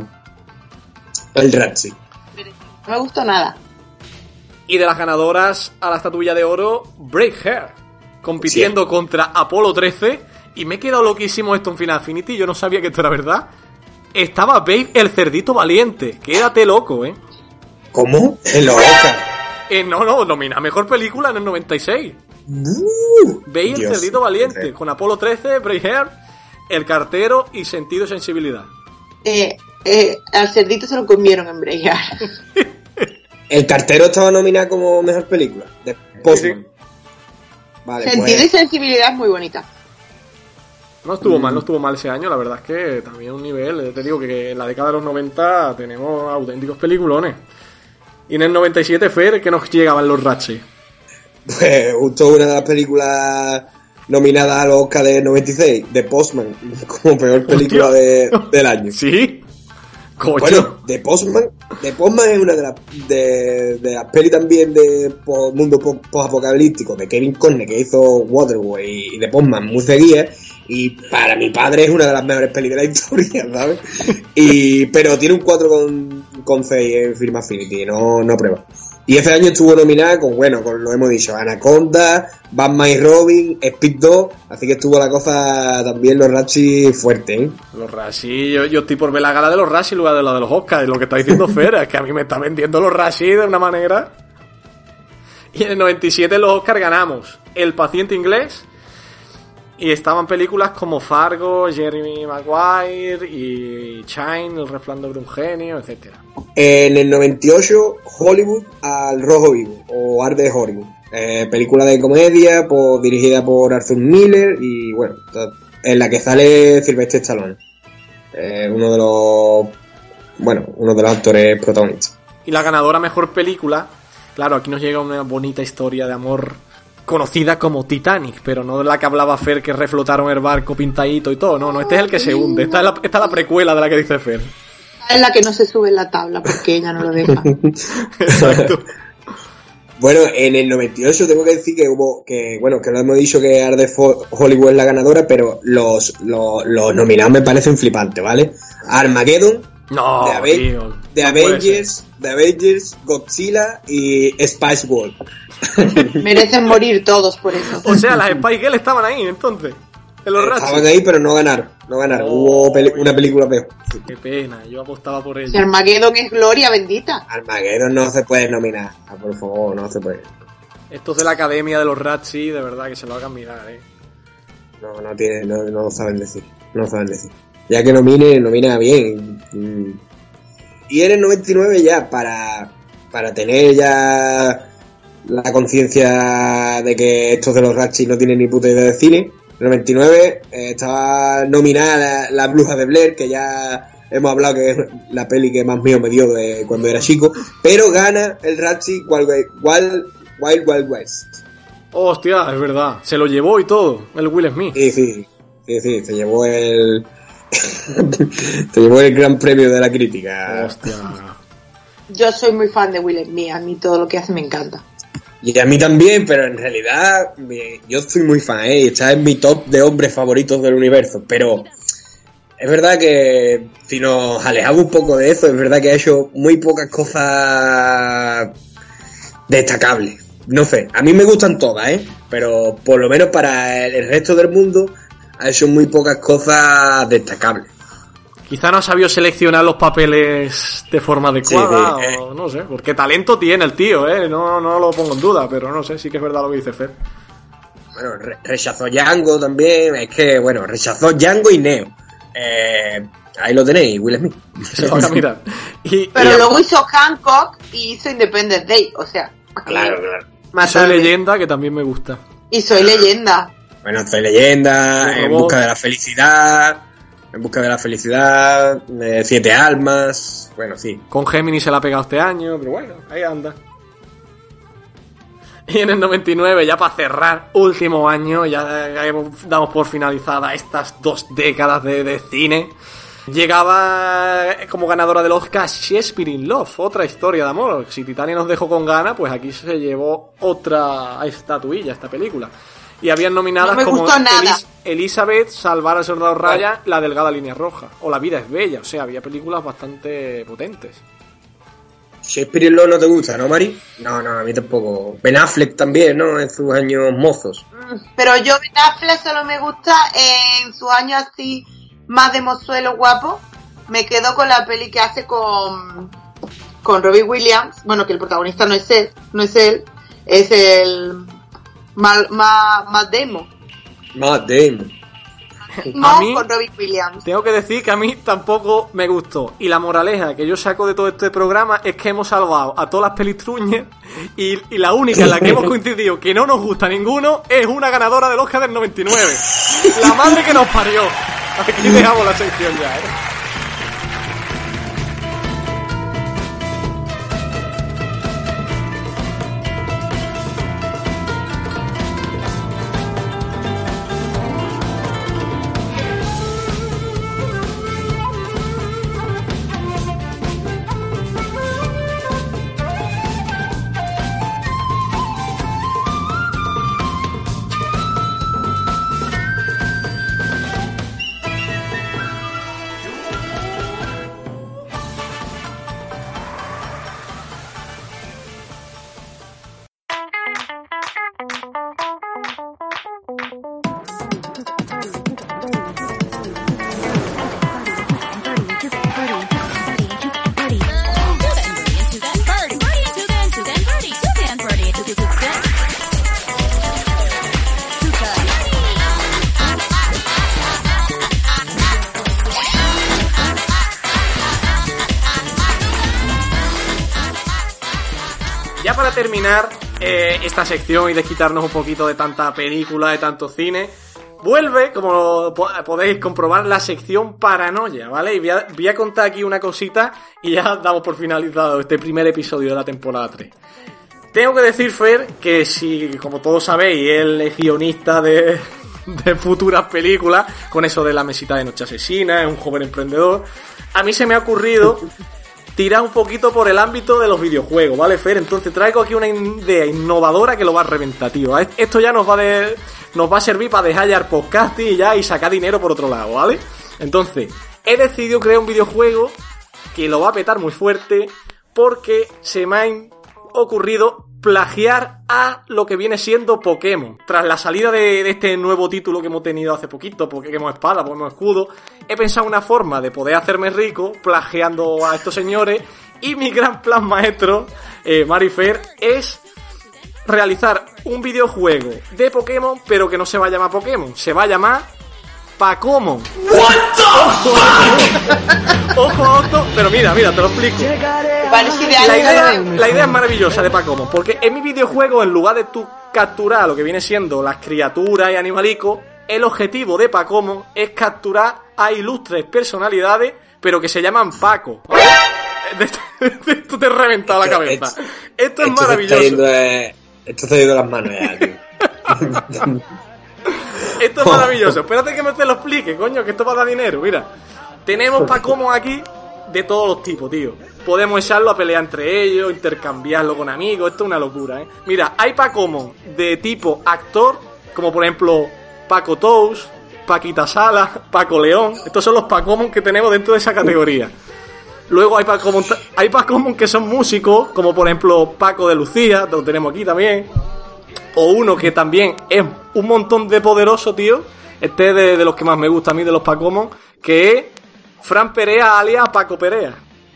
el Razzie. No me gustó nada. Y de las ganadoras a la estatuilla de oro, Braveheart, compitiendo sí. contra Apolo trece. Y me he quedado loquísimo esto en Final Affinity, yo no sabía que esto era verdad. Estaba Babe el cerdito valiente. Quédate loco, ¿eh? ¿Cómo? En los Oscars. Eh, no, no, nomina mejor película en el noventa y seis. Uh, Babe el cerdito valiente, sí. Con Apolo trece, Braveheart, El cartero y Sentido y sensibilidad. Eh, eh, al cerdito se lo comieron en Braveheart. El cartero estaba nominado como mejor película de Postman. Sí. Vale, Sentido pues... y sensibilidad es muy bonita. No estuvo mal, no estuvo mal ese año, la verdad es que también un nivel, te digo que en la década de los noventa tenemos auténticos peliculones. Y en el noventa y siete fue que nos llegaban los Ratchet. Pues justo una de las películas nominadas a los Oscar de noventa y seis, The Postman, como peor película de, del año. ¿Sí? Coño. Bueno, The Postman, The Postman es una de las de, de las pelis también de po, mundo post-apocalíptico de Kevin Costner, que hizo Waterboy y The Postman muy seguida, y para mi padre es una de las mejores pelis de la historia, ¿sabes? Y pero tiene un cuatro con seis en Film Affinity, no, no prueba. Y ese año estuvo nominada con, bueno, con lo hemos dicho, Anaconda, Batman y Robin, Speed dos, así que estuvo la cosa también los Razzie fuerte, ¿eh? Los Razzie, yo, yo estoy por ver la gala de los Razzie en lugar de la de los Oscars, lo que está diciendo Fer, es que a mí me está vendiendo los Razzie de una manera. Y en el noventa y siete los Oscars ganamos El paciente inglés, y estaban películas como Fargo, Jeremy Maguire y Shine, El resplandor de un genio, etcétera. En el noventa y ocho, Hollywood al rojo vivo, o Arte de Hollywood. Eh, película de comedia, por, dirigida por Arthur Miller, y bueno, en la que sale Sylvester Stallone. Eh, uno de los... Bueno, uno de los actores protagonistas. Y la ganadora mejor película, claro, aquí nos llega una bonita historia de amor conocida como Titanic, pero no de la que hablaba Fer, que reflotaron el barco pintadito y todo, no, no, este es el que se hunde, esta es la, esta es la precuela de la que dice Fer. Es la que no se sube en la tabla porque ella no lo deja. Exacto. Bueno, en el noventa y ocho tengo que decir que hubo, que bueno, que lo hemos dicho que Art de Hollywood es la ganadora, pero los, los, los nominados me parecen flipantes, ¿vale? Armageddon, no, The, Ave- tío, The no Avengers, The Avengers, Godzilla y Spice World. Merecen morir todos por eso. O sea, las Spy Girls estaban ahí, entonces. En los Ratchet. Estaban ahí, pero no ganaron. No ganaron. Oh, Hubo peli- una película peor. Qué pena, yo apostaba por Si ella. Armageddon es gloria bendita. Armageddon no se puede nominar. Ah, por favor, no se puede. Estos de la academia de los Ratchet, de verdad que se lo hagan mirar, eh. No, no tiene, no, no saben decir. No saben decir. Ya que nomine, nomina bien. Y en el noventa y nueve ya, para, para tener ya la conciencia de que estos de los Ratchet no tienen ni puta idea de cine, en el noventa y nueve eh, estaba nominada la, la Bruja de Blair, que ya hemos hablado que es la peli que más mío me dio de cuando era chico, pero gana el Ratchet Wild Wild, Wild, Wild West. Hostia, es verdad, se lo llevó y todo, el Will Smith. Sí, sí, sí, sí, se llevó el... se llevó el gran premio de la crítica. Hostia. Yo soy muy fan de Will Smith, a mí todo lo que hace me encanta. Y a mí también, pero en realidad me, yo soy muy fan, ¿eh? Está en mi top de hombres favoritos del universo, pero es verdad que si nos alejamos un poco de eso, es verdad que ha hecho muy pocas cosas destacables. No sé, a mí me gustan todas, ¿eh? Pero por lo menos para el resto del mundo ha hecho muy pocas cosas destacables. Quizá no ha sabido seleccionar los papeles de forma adecuada, Sí, sí, eh. o no sé, porque talento tiene el tío, eh, no, no lo pongo en duda, pero no sé, sí que es verdad lo que dice Fer. Bueno, re- rechazó Django también, es que, bueno, rechazó Django y Neo. Eh, ahí lo tenéis, Will Smith. Se lo van a mirar. Y, Pero y- luego hizo Hancock y hizo Independence Day, o sea. Claro, claro. Más Soy tarde. Leyenda, que también me gusta. Y soy leyenda. Bueno, soy leyenda, Los En robots. busca de la felicidad, En busca de la felicidad, eh, Siete almas, bueno, sí. Con Gemini se la ha pegado este año, pero bueno, ahí anda. Y en el noventa y nueve, ya para cerrar, último año, ya damos por finalizada estas dos décadas de, de cine. Llegaba como ganadora del Oscar Shakespeare in Love, otra historia de amor. Si Titanic nos dejó con ganas, pues aquí se llevó otra estatuilla, esta película. Y habían nominadas No me como gustó nada. Elis- Elizabeth, Salvar al Soldado Ryan, La Delgada Línea Roja, o La Vida es Bella. O sea, había películas bastante potentes. Shakespeare in Love no te gusta, ¿no, Mari? No, no, a mí tampoco. Ben Affleck también, ¿no? En sus años mozos. Pero yo Ben Affleck solo me gusta en sus años así más de mozuelo guapo. Me quedo con la peli que hace con con Robin Williams. Bueno, que el protagonista no es él, no es él, es el Matt Mal, Matt Damon. Matt Damon. A mí, con Robin Williams. Tengo que decir que a mí tampoco me gustó. Y la moraleja que yo saco de todo este programa es que hemos salvado a todas las pelistruñas y, y la única en la que hemos coincidido que no nos gusta ninguno es una ganadora del Oscar del noventa y nueve. La madre que nos parió. Aquí dejamos la sección ya, ¿eh? Ya para terminar eh, esta sección y desquitarnos un poquito de tanta película, de tanto cine, vuelve, como po- podéis comprobar, la sección paranoia, ¿vale? Y voy a, voy a contar aquí una cosita y ya damos por finalizado este primer episodio de la temporada tres. Tengo que decir, Fer, que si, como todos sabéis, él es guionista de, de futuras películas, con eso de la mesita de Noche Asesina, es un joven emprendedor, a mí se me ha ocurrido tirar un poquito por el ámbito de los videojuegos, ¿vale, Fer? Entonces traigo aquí una idea innovadora que lo va a reventar, tío. Esto ya nos va, de, nos va a servir para dejar ya el podcasting y ya y sacar dinero por otro lado, ¿vale? Entonces, he decidido crear un videojuego que lo va a petar muy fuerte porque se me ha ocurrido plagiar a lo que viene siendo Pokémon. Tras la salida de, de este nuevo título que hemos tenido hace poquito, Pokémon Espada, Pokémon Escudo, he pensado una forma de poder hacerme rico plagiando a estos señores, y mi gran plan maestro, eh, Marifer, es realizar un videojuego de Pokémon, pero que no se va a llamar Pokémon, se va a llamar Pacomon. Ojo, ojo, ojo, pero mira, mira, te lo explico. La idea, la idea es maravillosa de Pacomon, porque en mi videojuego, en lugar de tú capturar lo que viene siendo las criaturas y animalicos, el objetivo de Pacomon es capturar a ilustres personalidades, pero que se llaman Paco. Esto te he reventado la cabeza. Esto, esto es esto maravilloso. Se está yendo de, esto está yendo de las manos ya, tío. Esto es maravilloso. Espérate que me te lo explique, coño, que esto va a dar dinero. Mira, tenemos Pacomon aquí de todos los tipos, tío. Podemos echarlo a pelear entre ellos, intercambiarlo con amigos. Esto es una locura, ¿eh? Mira, hay Pacomon de tipo actor, como por ejemplo Paco Tous, Paquita Sala, Paco León. Estos son los Pacomon que tenemos dentro de esa categoría. Luego hay Pacomon, hay Pacomon que son músicos, como por ejemplo Paco de Lucía, lo tenemos aquí también. O uno que también es un montón de poderoso, tío. Este es de, de los que más me gusta a mí, de los Pacomon, que es Fran Perea alias Paco Perea.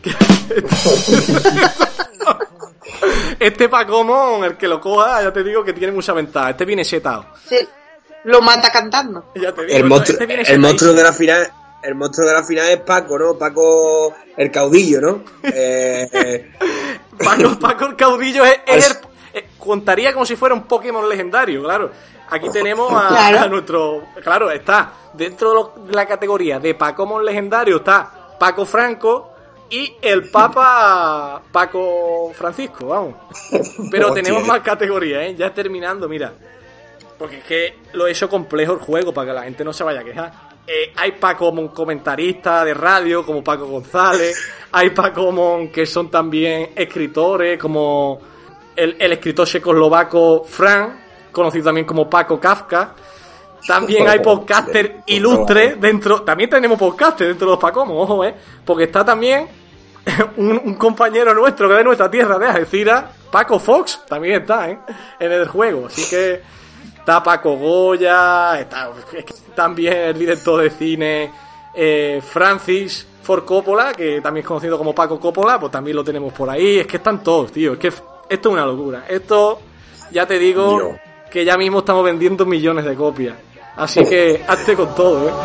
Este Pacomon, el que lo coja, ya te digo que tiene mucha ventaja. Este viene setado. Sí, lo mata cantando. Ya te digo, el monstruo, este el monstruo de la final, el monstruo de la final es Paco, ¿no? Paco el caudillo, ¿no? eh, Paco, Paco el caudillo es, es el, eh, contaría como si fuera un Pokémon legendario, claro. Aquí tenemos a, claro. a nuestro... Claro, está dentro de, lo, de la categoría de Pacomon legendario, está Paco Franco y el Papa Paco Francisco, vamos. Pero oh, tenemos tío. más categorías, ¿eh? Ya terminando, mira. Porque es que lo he hecho complejo el juego para que la gente no se vaya a quejar. Eh, hay Pacomon comentaristas de radio, como Paco González. Hay Pacomon que son también escritores, como el, el escritor checoslovaco Fran, conocido también como Paco Kafka. También hay podcaster ilustres dentro. También tenemos podcaster dentro de los Pacomon, ojo, eh. Porque está también un, un compañero nuestro que es de nuestra tierra de Algeciras, Paco Fox, también está, eh, en el juego. Así que está Paco Goya, está también el director de cine eh, Francis Ford Coppola, que también es conocido como Paco Coppola, pues también lo tenemos por ahí. Es que están todos, tío. Es que esto es una locura. Esto, ya te digo, Dios. que ya mismo estamos vendiendo millones de copias. Así que hazte con todo, ¿eh?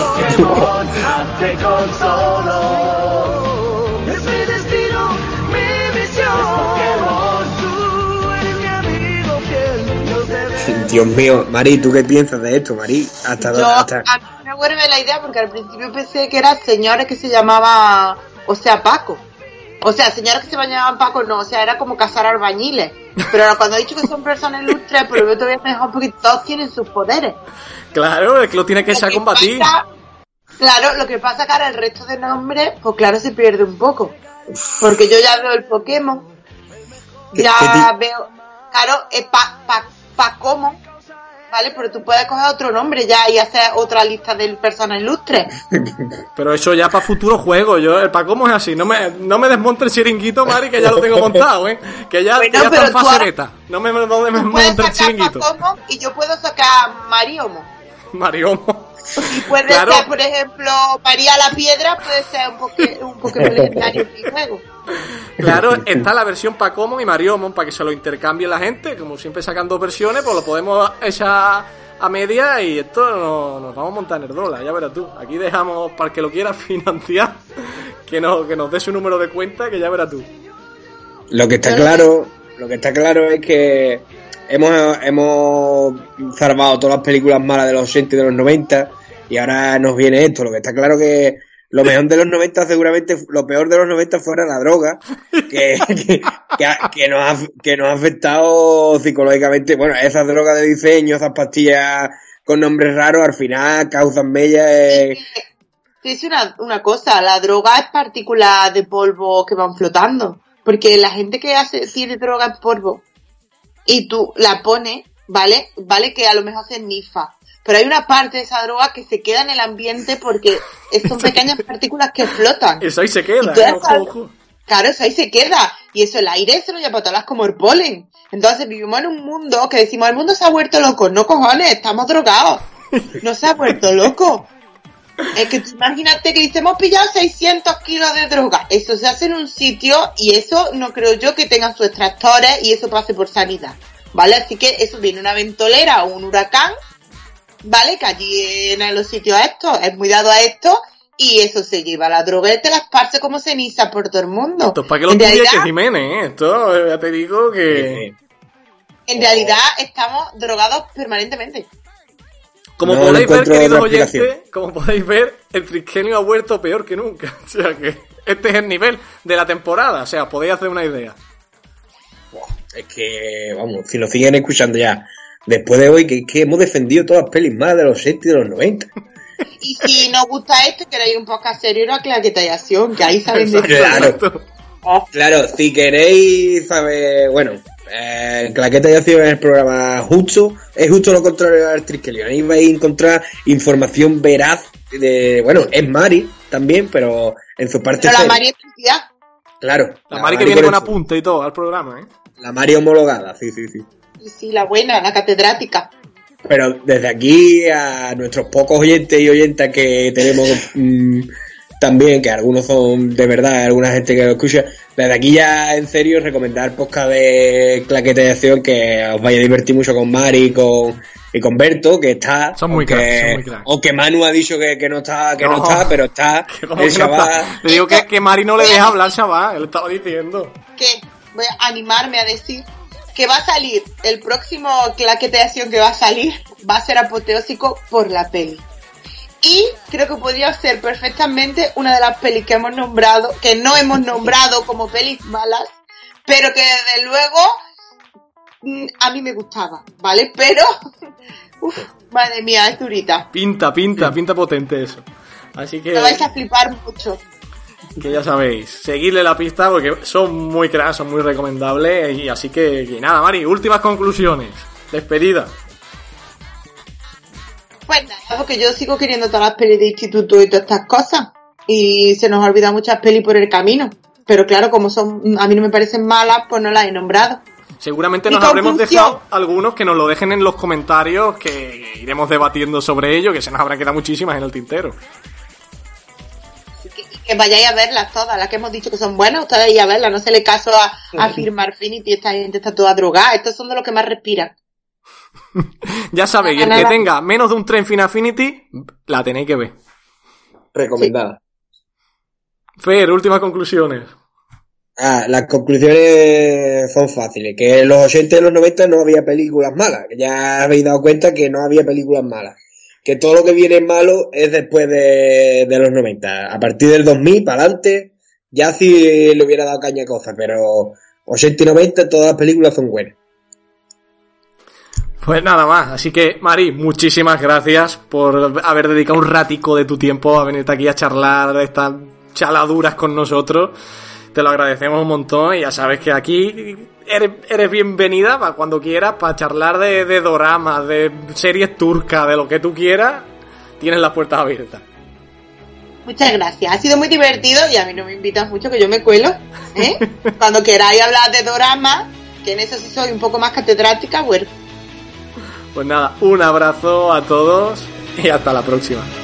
Hazte con todo. Es mi destino, mi misión. Tú eres mi amigo fiel. Yo te Dios mío, Mari, ¿tú qué piensas de esto, Mari? Hasta, Yo, hasta... a mí me vuelve la idea porque al principio pensé que eran señores que se llamaban, o sea, Paco. O sea, señores que se llamaban Paco, no, o sea, era como cazar albañiles. Pero ahora cuando he dicho que son personas ilustres, pero yo todavía mejor porque todos tienen sus poderes. Claro, es que lo tiene que echar a combatir. Pasa, claro, lo que pasa es que ahora el resto de nombres, pues claro, se pierde un poco. Porque yo ya veo el Pokémon, ya veo, claro, es pa, pa, Pacomo, ¿vale? Pero tú puedes coger otro nombre ya y hacer otra lista de personas ilustres. Pero eso ya para futuros juegos, yo, el Pacomo es así, no me, no me desmonte el chiringuito, Mari, que ya lo tengo montado, ¿eh? Que ya, Bueno, que ya está en pero tú fase ahora- beta. No me, no me Tú puedes desmonte el sacar chiringuito. Pacomo y yo puedo sacar Mariomo. Mariomo. Y puede Claro. ser, por ejemplo, María la Piedra, puede ser un, poque, un Pokémon legendario en mi juego. Claro, está la versión Pacomo y Mariomon para que se lo intercambie la gente. Como siempre sacan dos versiones, pues lo podemos echar a media y esto no, nos vamos a montar en el dólar, ya verás tú. Aquí dejamos para el que lo quiera financiar, que, no, que nos dé su número de cuenta, que ya verás tú. Lo que está claro, lo que está claro es que hemos, hemos salvado todas las películas malas de los ochenta y de los noventa y ahora nos viene esto. Lo que está claro que lo mejor de los noventa seguramente, lo peor de los noventa fuera la droga, que, que, que, ha, que, nos ha, que nos ha afectado psicológicamente. Bueno, esas drogas de diseño, esas pastillas con nombres raros, al final causan mellas. Eh... Te dice una, una cosa, la droga es partículas de polvo que van flotando. Porque la gente que hace tiene droga en polvo y tú la pones, ¿vale? Vale que a lo mejor se nifa. Pero hay una parte de esa droga que se queda en el ambiente porque son pequeñas partículas que flotan. Eso ahí se queda, Y ¿eh? toda esa- Ojo, ojo. Claro, eso ahí se queda. Y eso el aire se lo lleva para todas como el polen. Entonces vivimos en un mundo que decimos, el mundo se ha vuelto loco. No cojones, estamos drogados. No se ha vuelto loco. Es que tú imagínate que dice, hemos pillado seiscientos kilos de droga. Eso se hace en un sitio y eso no creo yo que tengan sus extractores y eso pase por sanidad. ¿Vale? Así que eso viene una ventolera o un huracán, ¿vale? Que allí en los sitios estos es muy dado a esto y eso se lleva la droga y te la esparce como ceniza por todo el mundo. Esto es para que lo En estudie realidad- que Jiménez, ¿eh? Esto, eh, ya te digo que... En realidad estamos drogados permanentemente. Como No podéis ver, encuentro queridos otra oyentes, explicación. como podéis ver, el Triskelio ha vuelto peor que nunca. O sea que este es el nivel de la temporada. O sea, podéis hacer una idea. Es que, vamos, si nos siguen escuchando ya, después de hoy, que, que hemos defendido todas las pelis más de los ochenta y de los noventa. Y si nos gusta esto, queréis un podcast serio, una claqueta y acción, que ahí saben de Claro. Claro, si queréis saber, bueno, eh, Claqueta y Acción es el programa justo, es justo lo contrario al Triskelion. Ahí vais a encontrar información veraz de, bueno, es Mari también, pero en su parte Pero la seria. María es felicidad. Claro. La Mari que viene por con eso. apunte y todo al programa, ¿eh? La Mari homologada, sí, sí, sí. Y sí, la buena, la catedrática. Pero desde aquí a nuestros pocos oyentes y oyentas que tenemos mmm, también, que algunos son de verdad, alguna gente que lo escucha, desde aquí ya en serio recomendar el podcast de Claqueta de Acción, que os vaya a divertir mucho con Mari y con, y con Berto, que está. Son muy aunque, cracks, son muy cracks. aunque Manu ha dicho que, que no está, que no, No. está, pero está. Que como El que no chaval. está. Le digo que, que Mari no le deja hablar, chaval. Él estaba diciendo. Que voy a animarme a decir que va a salir, el próximo claquete de acción que va a salir, va a ser apoteósico por la peli. Y creo que podría ser perfectamente una de las pelis que hemos nombrado, que no hemos nombrado como pelis malas, pero que desde luego mm, a mí me gustaba, ¿vale? Pero, uf, madre mía, es durita. Pinta, pinta, pinta potente eso. Así que, Me vais a flipar mucho. que ya sabéis, seguidle la pista porque son muy cracks, son muy recomendables. Y así que, que nada, Mari, últimas conclusiones. Despedida. Pues nada, porque yo sigo queriendo todas las pelis de instituto y todas estas cosas. Y se nos ha olvidado muchas pelis por el camino. Pero claro, como son, a mí no me parecen malas, pues no las he nombrado. Seguramente Mi nos habremos conclusión. dejado algunos que nos lo dejen en los comentarios, que iremos debatiendo sobre ello, que se nos habrán quedado muchísimas en el tintero. Así que, y que vayáis a verlas todas, las que hemos dicho que son buenas, ustedes vayáis a verlas. No se le caso a, a firmar Finity, esta gente está toda drogada. Estos son de los que más respiran. Ya sabéis, el que tenga menos de un tren Final Affinity, la tenéis que ver. Recomendada. Fer, últimas conclusiones. Ah, las conclusiones son fáciles, que en los ochenta y los noventa no había películas malas, que ya habéis dado cuenta que no había películas malas, que todo lo que viene malo es después de, de los noventa, a partir del dos mil para adelante ya sí le hubiera dado caña a cosas, pero ochenta y noventa todas las películas son buenas. Pues nada más, así que Mari, muchísimas gracias por haber dedicado un ratico de tu tiempo a venirte aquí a charlar de estas chaladuras con nosotros. Te lo agradecemos un montón y ya sabes que aquí eres, eres bienvenida para cuando quieras, para charlar de, de doramas, de series turcas, de lo que tú quieras, tienes las puertas abiertas. Muchas gracias, ha sido muy divertido y a mí no me invitas mucho que yo me cuelo, ¿eh? Cuando queráis hablar de doramas, que en eso sí soy un poco más catedrática, bueno. Pues nada, un abrazo a todos y hasta la próxima.